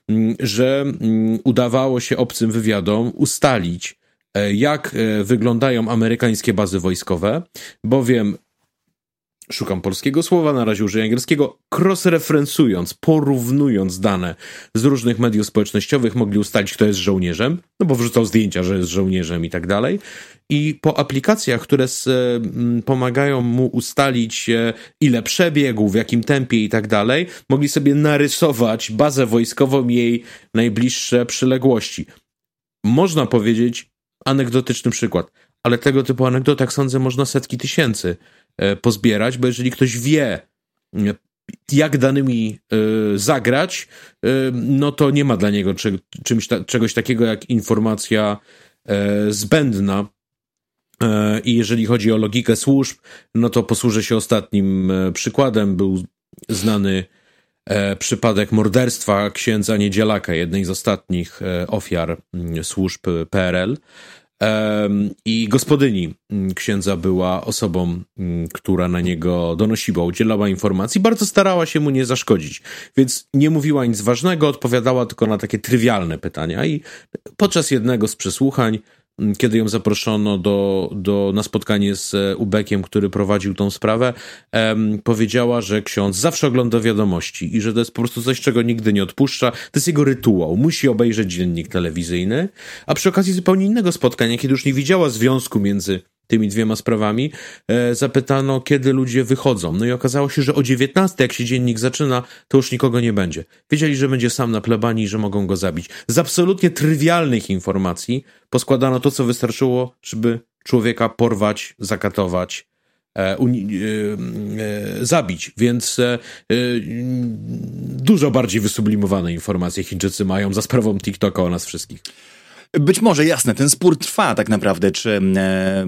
że udawało się obcym wywiadom ustalić, jak wyglądają amerykańskie bazy wojskowe, bowiem szukam polskiego słowa, na razie użyję angielskiego, cross-referencując, porównując dane z różnych mediów społecznościowych, mogli ustalić, kto jest żołnierzem, no bo wrzucał zdjęcia, że jest żołnierzem i tak dalej. I po aplikacjach, które s, m, pomagają mu ustalić, e, ile przebiegł, w jakim tempie i tak dalej, mogli sobie narysować bazę wojskową i jej najbliższe przyległości. Można powiedzieć, anegdotyczny przykład, ale tego typu anegdot, jak sądzę, można setki tysięcy pozbierać, bo jeżeli ktoś wie, jak danymi y, zagrać, y, no to nie ma dla niego czy, czymś ta, czegoś takiego jak informacja y, zbędna. Y, I jeżeli chodzi o logikę służb, no to posłużę się ostatnim y, przykładem. Był znany y, przypadek morderstwa księdza Niedzielaka, jednej z ostatnich y, ofiar y, służb P R L. I gospodyni księdza była osobą, która na niego donosiła, udzielała informacji, bardzo starała się mu nie zaszkodzić, więc nie mówiła nic ważnego, odpowiadała tylko na takie trywialne pytania i podczas jednego z przesłuchań kiedy ją zaproszono do, do, na spotkanie z Ubekiem, który prowadził tą sprawę, em, powiedziała, że ksiądz zawsze ogląda wiadomości i że to jest po prostu coś, czego nigdy nie odpuszcza. To jest jego rytuał. Musi obejrzeć dziennik telewizyjny, a przy okazji zupełnie innego spotkania, kiedy już nie widziała związku między tymi dwiema sprawami, e, zapytano, kiedy ludzie wychodzą. No i okazało się, że o dziewiętnastej, jak się dziennik zaczyna, to już nikogo nie będzie. Wiedzieli, że będzie sam na plebanii i że mogą go zabić. Z absolutnie trywialnych informacji poskładano to, co wystarczyło, żeby człowieka porwać, zakatować, e, uni- e, e, zabić. Więc e, e, dużo bardziej wysublimowane informacje Chińczycy mają za sprawą TikToka o nas wszystkich. Być może, jasne, ten spór trwa tak naprawdę, czy... E...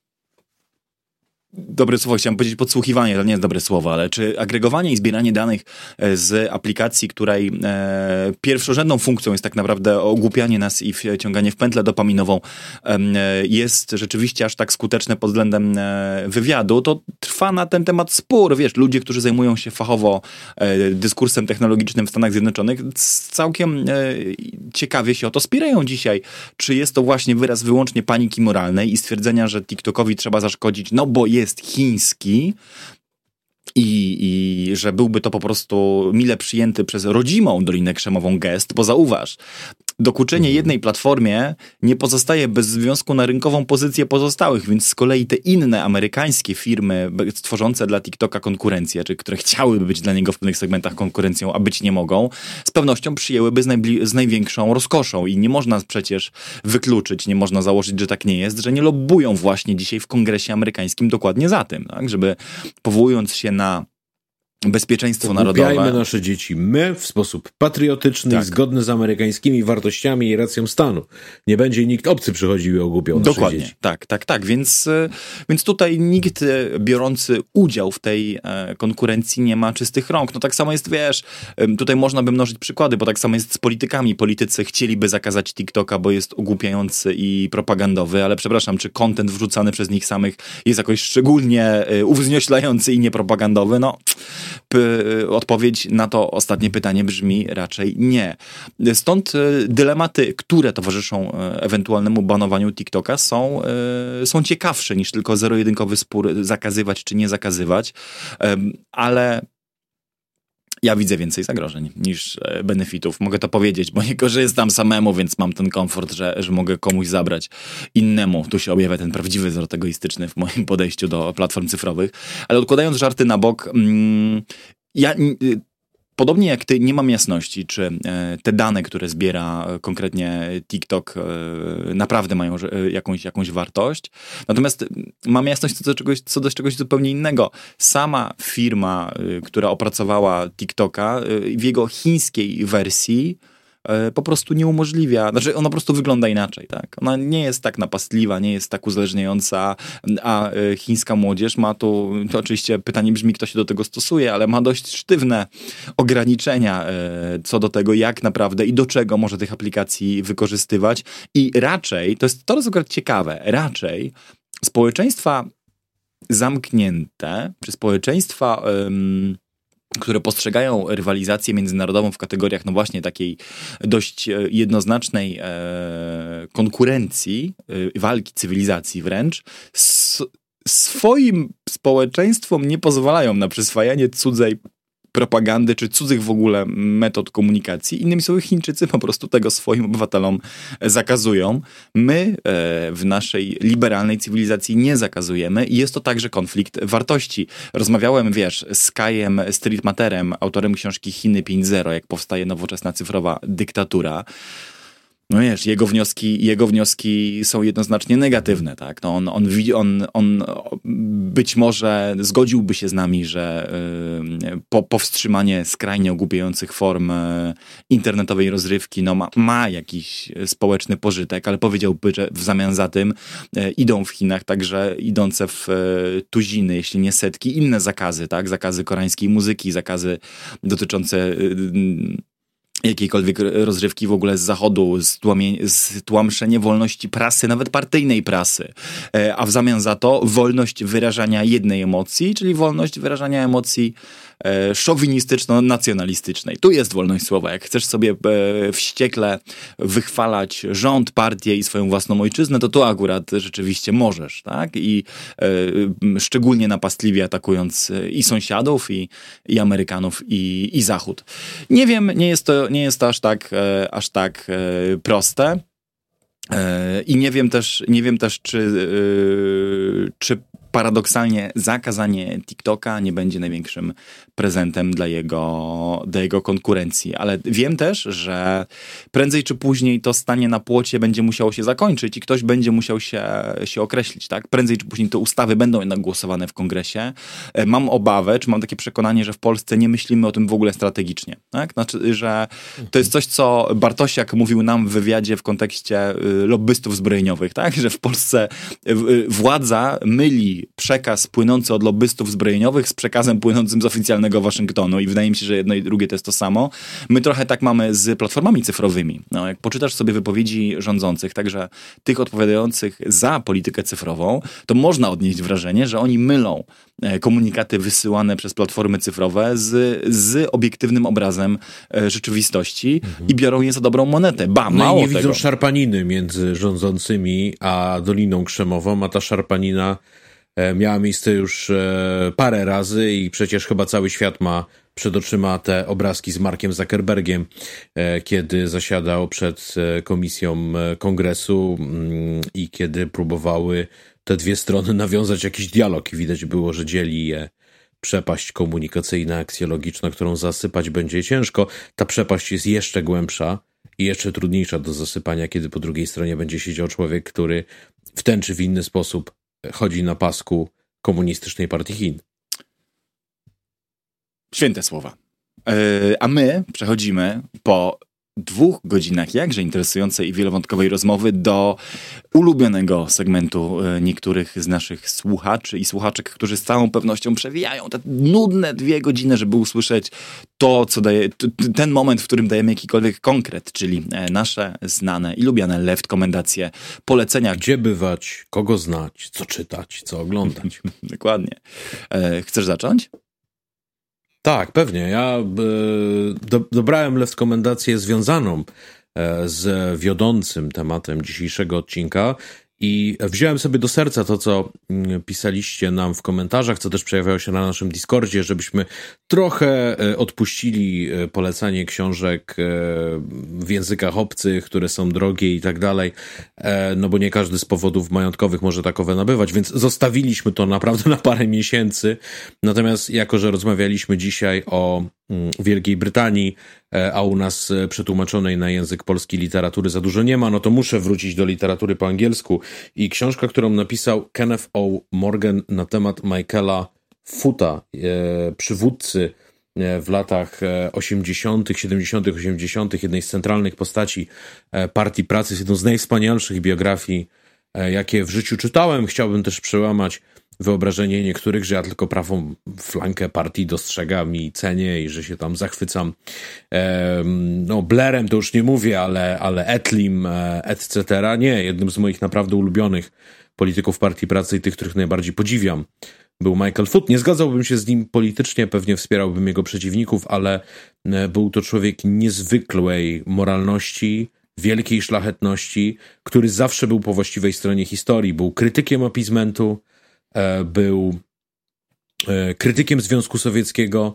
Dobre słowo, chciałem powiedzieć podsłuchiwanie, to nie jest dobre słowo, ale czy agregowanie i zbieranie danych z aplikacji, której e, pierwszorzędną funkcją jest tak naprawdę ogłupianie nas i wciąganie w pętlę dopaminową, e, jest rzeczywiście aż tak skuteczne pod względem e, wywiadu, to trwa na ten temat spór. Wiesz, ludzie, którzy zajmują się fachowo e, dyskursem technologicznym w Stanach Zjednoczonych, całkiem e, ciekawie się o to spierają dzisiaj. Czy jest to właśnie wyraz wyłącznie paniki moralnej i stwierdzenia, że TikTokowi trzeba zaszkodzić, no bo jest jest chiński i, i że byłby to po prostu mile przyjęty przez rodzimą Dolinę Krzemową gest, bo zauważ, dokuczenie jednej platformie nie pozostaje bez związku na rynkową pozycję pozostałych, więc z kolei te inne amerykańskie firmy tworzące dla TikToka konkurencję, czy które chciałyby być dla niego w pewnych segmentach konkurencją, a być nie mogą, z pewnością przyjęłyby z, najbli- z największą rozkoszą i nie można przecież wykluczyć, nie można założyć, że tak nie jest, że nie lobbują właśnie dzisiaj w kongresie amerykańskim dokładnie za tym, tak? Żeby powołując się na bezpieczeństwo narodowe. Ogłupiajmy nasze dzieci. My w sposób patriotyczny tak. i zgodny z amerykańskimi wartościami i racją stanu. Nie będzie nikt obcy przychodził i ogłupiał nasze Dokładnie. dzieci. Tak, tak, tak. Więc, więc tutaj nikt biorący udział w tej konkurencji nie ma czystych rąk. No tak samo jest, wiesz, tutaj można by mnożyć przykłady, bo tak samo jest z politykami. Politycy chcieliby zakazać TikToka, bo jest ogłupiający i propagandowy, ale przepraszam, czy content wrzucany przez nich samych jest jakoś szczególnie uwznioślający i niepropagandowy? No, P- odpowiedź na to ostatnie pytanie brzmi raczej nie. Stąd dylematy, które towarzyszą ewentualnemu banowaniu TikToka są, są ciekawsze niż tylko zero-jedynkowy spór zakazywać czy nie zakazywać, ale ja widzę więcej zagrożeń niż benefitów. Mogę to powiedzieć, bo nie korzystam samemu, więc mam ten komfort, że, że mogę komuś zabrać innemu. Tu się objawia ten prawdziwy wzrost egoistyczny w moim podejściu do platform cyfrowych. Ale odkładając żarty na bok, mm, ja... Podobnie jak ty, nie mam jasności, czy te dane, które zbiera konkretnie TikTok, naprawdę mają jakąś, jakąś wartość. Natomiast mam jasność co do, czegoś, co do czegoś zupełnie innego. Sama firma, która opracowała TikToka, w jego chińskiej wersji po prostu nie umożliwia, znaczy ona po prostu wygląda inaczej, tak? Ona nie jest tak napastliwa, nie jest tak uzależniająca, a chińska młodzież ma tu, to oczywiście pytanie brzmi, kto się do tego stosuje, ale ma dość sztywne ograniczenia co do tego, jak naprawdę i do czego może tych aplikacji wykorzystywać i raczej, to jest, to jest akurat ciekawe, raczej społeczeństwa zamknięte, czy społeczeństwa um, które postrzegają rywalizację międzynarodową w kategoriach, no właśnie takiej dość jednoznacznej e, konkurencji, e, walki cywilizacji wręcz, s- swoim społeczeństwom nie pozwalają na przyswajanie cudzej propagandy, czy cudzych w ogóle metod komunikacji. Innymi słowy, Chińczycy po prostu tego swoim obywatelom zakazują. My e, w naszej liberalnej cywilizacji nie zakazujemy i jest to także konflikt wartości. Rozmawiałem, wiesz, z Kajem Streetmaterem, autorem książki Chiny pięć zero, jak powstaje nowoczesna cyfrowa dyktatura. No wiesz, jego wnioski, jego wnioski są jednoznacznie negatywne, tak? No on, on, on, on być może zgodziłby się z nami, że y, po, powstrzymanie skrajnie ogłupiających form y, internetowej rozrywki no ma, ma jakiś społeczny pożytek, ale powiedziałby, że w zamian za tym y, idą w Chinach także idące w y, tuziny, jeśli nie setki, inne zakazy, tak? Zakazy koreańskiej muzyki, zakazy dotyczące y, jakiejkolwiek rozrywki w ogóle z zachodu, stłamszenie wolności prasy, nawet partyjnej prasy, a w zamian za to wolność wyrażania jednej emocji, czyli wolność wyrażania emocji e, szowinistyczno-nacjonalistycznej. Tu jest wolność słowa. Jak chcesz sobie e, wściekle wychwalać rząd, partię i swoją własną ojczyznę, to tu akurat rzeczywiście możesz, tak? I e, szczególnie napastliwie atakując i sąsiadów, i, i Amerykanów, i, i Zachód. Nie wiem, nie jest to, nie jest to aż tak, e, aż tak e, proste. E, I nie wiem też, nie wiem też, czy, e, czy paradoksalnie zakazanie TikToka nie będzie największym prezentem dla jego, dla jego konkurencji. Ale wiem też, że prędzej czy później to stanie na płocie będzie musiało się zakończyć i ktoś będzie musiał się, się określić, tak? Prędzej czy później te ustawy będą jednak głosowane w kongresie. Mam obawę, czy mam takie przekonanie, że w Polsce nie myślimy o tym w ogóle strategicznie, tak? Znaczy, że to jest coś, co Bartosiak mówił nam w wywiadzie w kontekście lobbystów zbrojeniowych, tak? Że w Polsce władza myli przekaz płynący od lobbystów zbrojeniowych z przekazem płynącym z oficjalnego Waszyngtonu i wydaje mi się, że jedno i drugie to jest to samo. My trochę tak mamy z platformami cyfrowymi. No, jak poczytasz sobie wypowiedzi rządzących, także tych odpowiadających za politykę cyfrową, to można odnieść wrażenie, że oni mylą komunikaty wysyłane przez platformy cyfrowe z, z obiektywnym obrazem rzeczywistości mhm. i biorą je za dobrą monetę. Ba, no mało i nie tego. widzą szarpaniny między rządzącymi a Doliną Krzemową, a ta szarpanina miała miejsce już parę razy i przecież chyba cały świat ma przed oczyma te obrazki z Markiem Zuckerbergiem, kiedy zasiadał przed komisją kongresu i kiedy próbowały te dwie strony nawiązać jakiś dialog i widać było, że dzieli je przepaść komunikacyjna, aksjologiczna, którą zasypać będzie ciężko. Ta przepaść jest jeszcze głębsza i jeszcze trudniejsza do zasypania, kiedy po drugiej stronie będzie siedział człowiek, który w ten czy w inny sposób chodzi na pasku komunistycznej partii Chin. Święte słowa. Yy, a my przechodzimy po dwóch godzinach jakże interesującej i wielowątkowej rozmowy do ulubionego segmentu niektórych z naszych słuchaczy i słuchaczek, którzy z całą pewnością przewijają te nudne dwie godziny, żeby usłyszeć to, co daje, ten moment, w którym dajemy jakikolwiek konkret, czyli nasze znane i lubiane left-komendacje, polecenia. Gdzie bywać, kogo znać, co czytać, co oglądać. Dokładnie. Chcesz zacząć? Tak, pewnie. Ja e, do, dobrałem left-komendację związaną e, z wiodącym tematem dzisiejszego odcinka i wziąłem sobie do serca to, co m, pisaliście nam w komentarzach, co też przejawiało się na naszym Discordzie, żebyśmy trochę e, odpuścili e, polecanie książek e, w językach obcych, które są drogie i tak dalej, e, no bo nie każdy z powodów majątkowych może takowe nabywać, więc zostawiliśmy to naprawdę na parę miesięcy. Natomiast jako, że rozmawialiśmy dzisiaj o mm, Wielkiej Brytanii, e, a u nas e, przetłumaczonej na język polski literatury za dużo nie ma, no to muszę wrócić do literatury po angielsku. I książka, którą napisał Kenneth O. Morgan na temat Michaela Foota, e, przywódcy e, w latach osiemdziesiątych, siedemdziesiątych, osiemdziesiątych, jednej z centralnych postaci e, Partii Pracy, jest jedną z najwspanialszych biografii, e, jakie w życiu czytałem. Chciałbym też przełamać wyobrażenie niektórych, że ja tylko prawą flankę partii dostrzegam i cenię i że się tam zachwycam. E, no, Blairem to już nie mówię, ale, ale Etlim, e, et cetera. Nie, jednym z moich naprawdę ulubionych polityków Partii Pracy i tych, których najbardziej podziwiam, był Michael Foot. Nie zgadzałbym się z nim politycznie, pewnie wspierałbym jego przeciwników, ale e, był to człowiek niezwykłej moralności, wielkiej szlachetności, który zawsze był po właściwej stronie historii. Był krytykiem appeasementu, był krytykiem Związku Sowieckiego,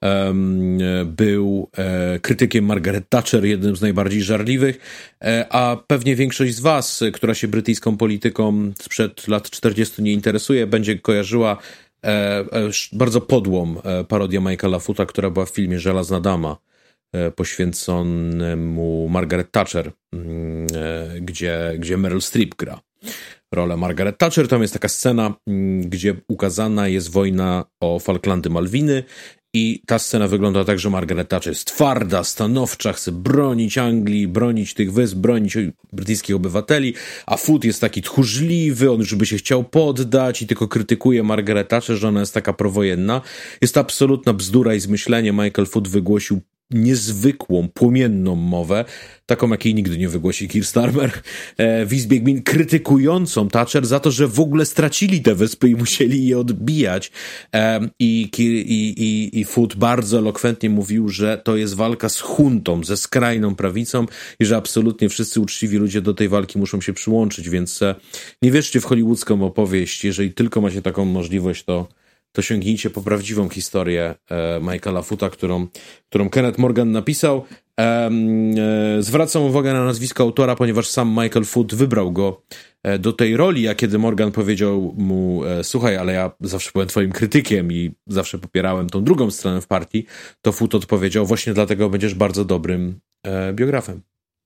był krytykiem Margaret Thatcher, jednym z najbardziej żarliwych, a pewnie większość z was, która się brytyjską polityką sprzed lat czterdziestu nie interesuje, będzie kojarzyła bardzo podłą parodię Michaela Foota, która była w filmie Żelazna Dama, poświęconemu Margaret Thatcher, gdzie, gdzie Meryl Streep gra rolę Margaret Thatcher. Tam jest taka scena, gdzie ukazana jest wojna o Falklandy, Malwiny i ta scena wygląda tak, że Margaret Thatcher jest twarda, stanowcza, chce bronić Anglii, bronić tych wysp, bronić brytyjskich obywateli, a Foot jest taki tchórzliwy, on już by się chciał poddać i tylko krytykuje Margaret Thatcher, że ona jest taka prowojenna. Jest to absolutna bzdura i zmyślenie. Michael Foot wygłosił niezwykłą, płomienną mowę, taką jakiej nigdy nie wygłosi Keir Starmer e, w Izbie Gmin, krytykującą Thatcher za to, że w ogóle stracili te wyspy i musieli je odbijać. E, i, i, i, I Foot bardzo elokwentnie mówił, że to jest walka z huntą, ze skrajną prawicą i że absolutnie wszyscy uczciwi ludzie do tej walki muszą się przyłączyć, więc e, nie wierzcie w hollywoodzką opowieść. Jeżeli tylko macie taką możliwość, to to sięgnijcie po prawdziwą historię e, Michaela Foota, którą, którą Kenneth Morgan napisał. E, e, zwracam uwagę na nazwisko autora, ponieważ sam Michael Foot wybrał go e, do tej roli, a kiedy Morgan powiedział mu, e, słuchaj, ale ja zawsze byłem twoim krytykiem i zawsze popierałem tą drugą stronę w partii, to Foot odpowiedział, właśnie dlatego będziesz bardzo dobrym e, biografem.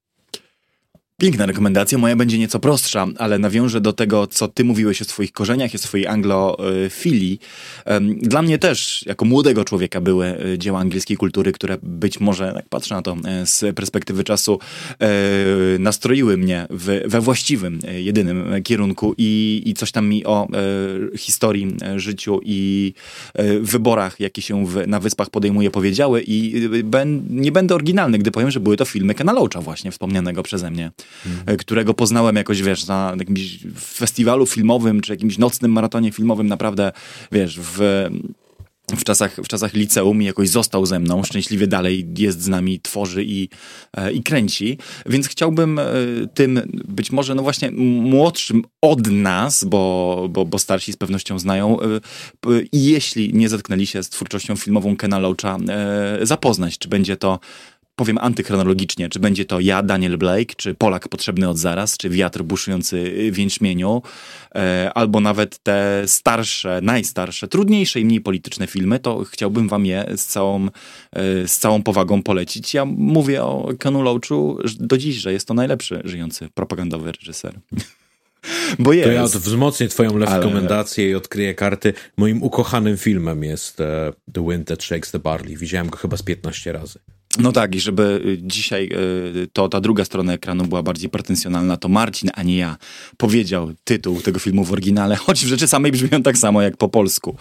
Piękna rekomendacja, moja będzie nieco prostsza, ale nawiążę do tego, co ty mówiłeś o swoich korzeniach i o swojej anglofilii. Dla mnie też, jako młodego człowieka, były dzieła angielskiej kultury, które być może, jak patrzę na to z perspektywy czasu, nastroiły mnie w, we właściwym, jedynym kierunku i, i coś tam mi o historii, życiu i wyborach, jakie się w, na Wyspach podejmuje, powiedziały i ben, nie będę oryginalny, gdy powiem, że były to filmy Kena Loacha właśnie, wspomnianego przeze mnie. Hmm. którego poznałem jakoś, wiesz, na jakimś festiwalu filmowym, czy jakimś nocnym maratonie filmowym, naprawdę, wiesz, w, w, czasach, w czasach liceum i jakoś został ze mną, szczęśliwie dalej jest z nami, tworzy i, i kręci, więc chciałbym tym, być może, no właśnie młodszym od nas, bo, bo, bo starsi z pewnością znają, i jeśli nie zetknęli się z twórczością filmową Kena Loacha, zapoznać, czy będzie to, powiem antychronologicznie, czy będzie to Ja, Daniel Blake, czy Polak potrzebny od zaraz, czy Wiatr buszujący w Jęczmieniu, e, albo nawet te starsze, najstarsze, trudniejsze i mniej polityczne filmy, to chciałbym wam je z całą, e, z całą powagą polecić. Ja mówię o Kenu Loachu do dziś, że jest to najlepszy żyjący propagandowy reżyser. Bo jest. To ja wzmocnię twoją rekomendację ale... i odkryję karty. Moim ukochanym filmem jest uh, The Wind That Shakes the Barley. Widziałem go chyba z piętnaście razy. No tak, i żeby dzisiaj to ta druga strona ekranu była bardziej pretensjonalna, to Marcin, a nie ja, powiedział tytuł tego filmu w oryginale, choć w rzeczy samej brzmią tak samo jak po polsku.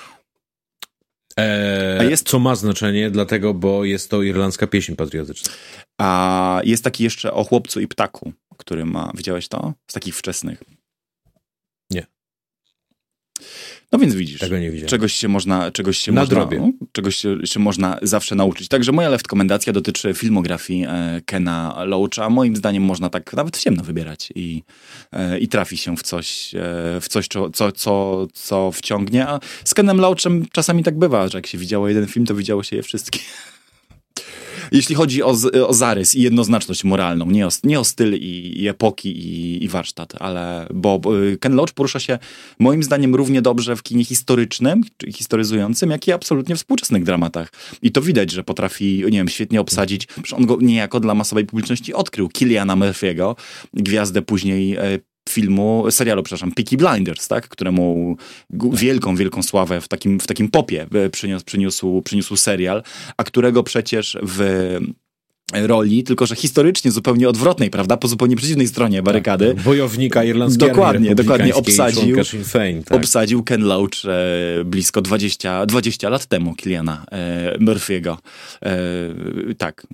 Eee, a jest... Co ma znaczenie, dlatego, bo jest to irlandzka pieśń patriotyczna. A jest taki jeszcze o Chłopcu i Ptaku, który ma, widziałeś to? Z takich wczesnych. Nie. No więc widzisz, Tego nie widziałem. Czegoś się można, czegoś się można, no, czegoś się, się można zawsze nauczyć. Także moja rekomendacja dotyczy filmografii e, Kena Loacha. Moim zdaniem można tak nawet w ciemno wybierać i, e, i trafi się w coś, e, w coś co, co, co, co wciągnie. A z Kenem Loachem czasami tak bywa, że jak się widziało jeden film, to widziało się je wszystkie. Jeśli chodzi o, o zarys i jednoznaczność moralną, nie o, nie o styl i, i epoki i, i warsztat, ale bo, bo Ken Loach porusza się moim zdaniem równie dobrze w kinie historycznym, czy historyzującym, jak i absolutnie w współczesnych dramatach. I to widać, że potrafi, nie wiem, świetnie obsadzić, przecież on go niejako dla masowej publiczności odkrył. Cilliana Murphy'ego, gwiazdę później e, filmu, serialu, przepraszam, Peaky Blinders, tak? Któremu wielką, wielką sławę w takim, w takim popie przyniósł, przyniósł, przyniósł serial, a którego przecież w roli, tylko że historycznie zupełnie odwrotnej, prawda? Po zupełnie przeciwnej stronie barykady. Tak, wojownika irlandzkiego. Dokładnie, dokładnie obsadził, Sinn Fein, tak. obsadził Ken Loach e, blisko dwadzieścia, dwadzieścia lat temu Cilliana e, Murphy'ego. E, tak.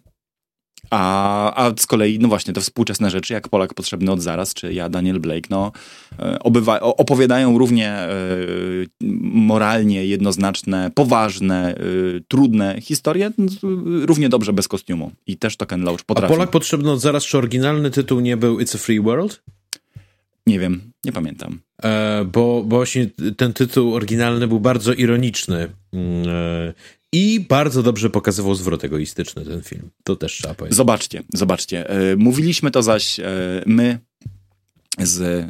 A, a z kolei, no właśnie, te współczesne rzeczy, jak Polak potrzebny od zaraz, czy Ja, Daniel Blake, no, obywa, opowiadają równie y, moralnie jednoznaczne, poważne, y, trudne historie, y, równie dobrze bez kostiumu. I też to Ken Loach potrafi. A Polak potrzebny od zaraz, czy oryginalny tytuł nie był It's a Free World? Nie wiem, nie pamiętam. E, bo, bo właśnie ten tytuł oryginalny był bardzo ironiczny. E, I bardzo dobrze pokazywał zwrot egoistyczny ten film. To też trzeba powiedzieć. Zobaczcie, zobaczcie. E, mówiliśmy to zaś e, my z...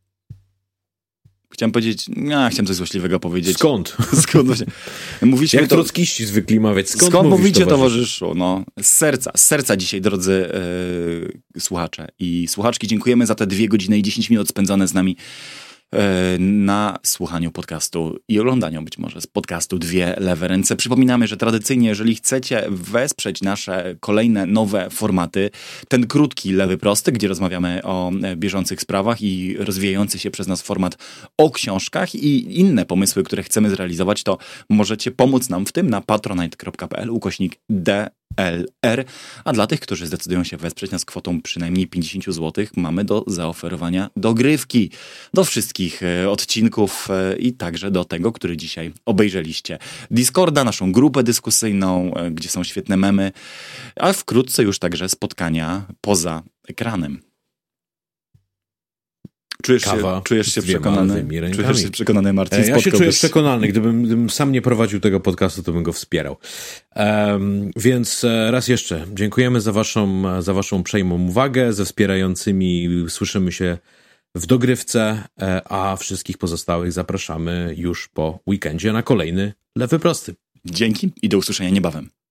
Chciałem powiedzieć... Ja chciałem coś złośliwego powiedzieć. Skąd? Skąd właśnie? Mówiliśmy Jak to... trockiści zwykli mawiać. Skąd, Skąd mówisz, mówicie, towarzyszu? towarzyszu? No, z serca. Z serca dzisiaj, drodzy e, słuchacze i słuchaczki. Dziękujemy za te dwie godziny i dziesięć minut spędzone z nami na słuchaniu podcastu i oglądaniu być może z podcastu Dwie Lewe Ręce. Przypominamy, że tradycyjnie, jeżeli chcecie wesprzeć nasze kolejne nowe formaty, ten krótki Lewy Prosty, gdzie rozmawiamy o bieżących sprawach i rozwijający się przez nas format o książkach i inne pomysły, które chcemy zrealizować, to możecie pomóc nam w tym na patronite kropka pl ukośnik D L R, a dla tych, którzy zdecydują się wesprzeć nas kwotą przynajmniej pięćdziesiąt złotych, mamy do zaoferowania dogrywki do wszystkich e, odcinków e, i także do tego, który dzisiaj obejrzeliście. Discorda, naszą grupę dyskusyjną, e, gdzie są świetne memy, a wkrótce już także spotkania poza ekranem. Czujesz się, czujesz się przekonany? Czujesz się przekonany, Marcin? Ja się czuję przekonany. Gdybym, gdybym sam nie prowadził tego podcastu, to bym go wspierał. Um, więc raz jeszcze dziękujemy za waszą, za waszą uprzejmą uwagę. Ze wspierającymi słyszymy się w dogrywce, a wszystkich pozostałych zapraszamy już po weekendzie na kolejny Lewy Prosty. Dzięki i do usłyszenia niebawem.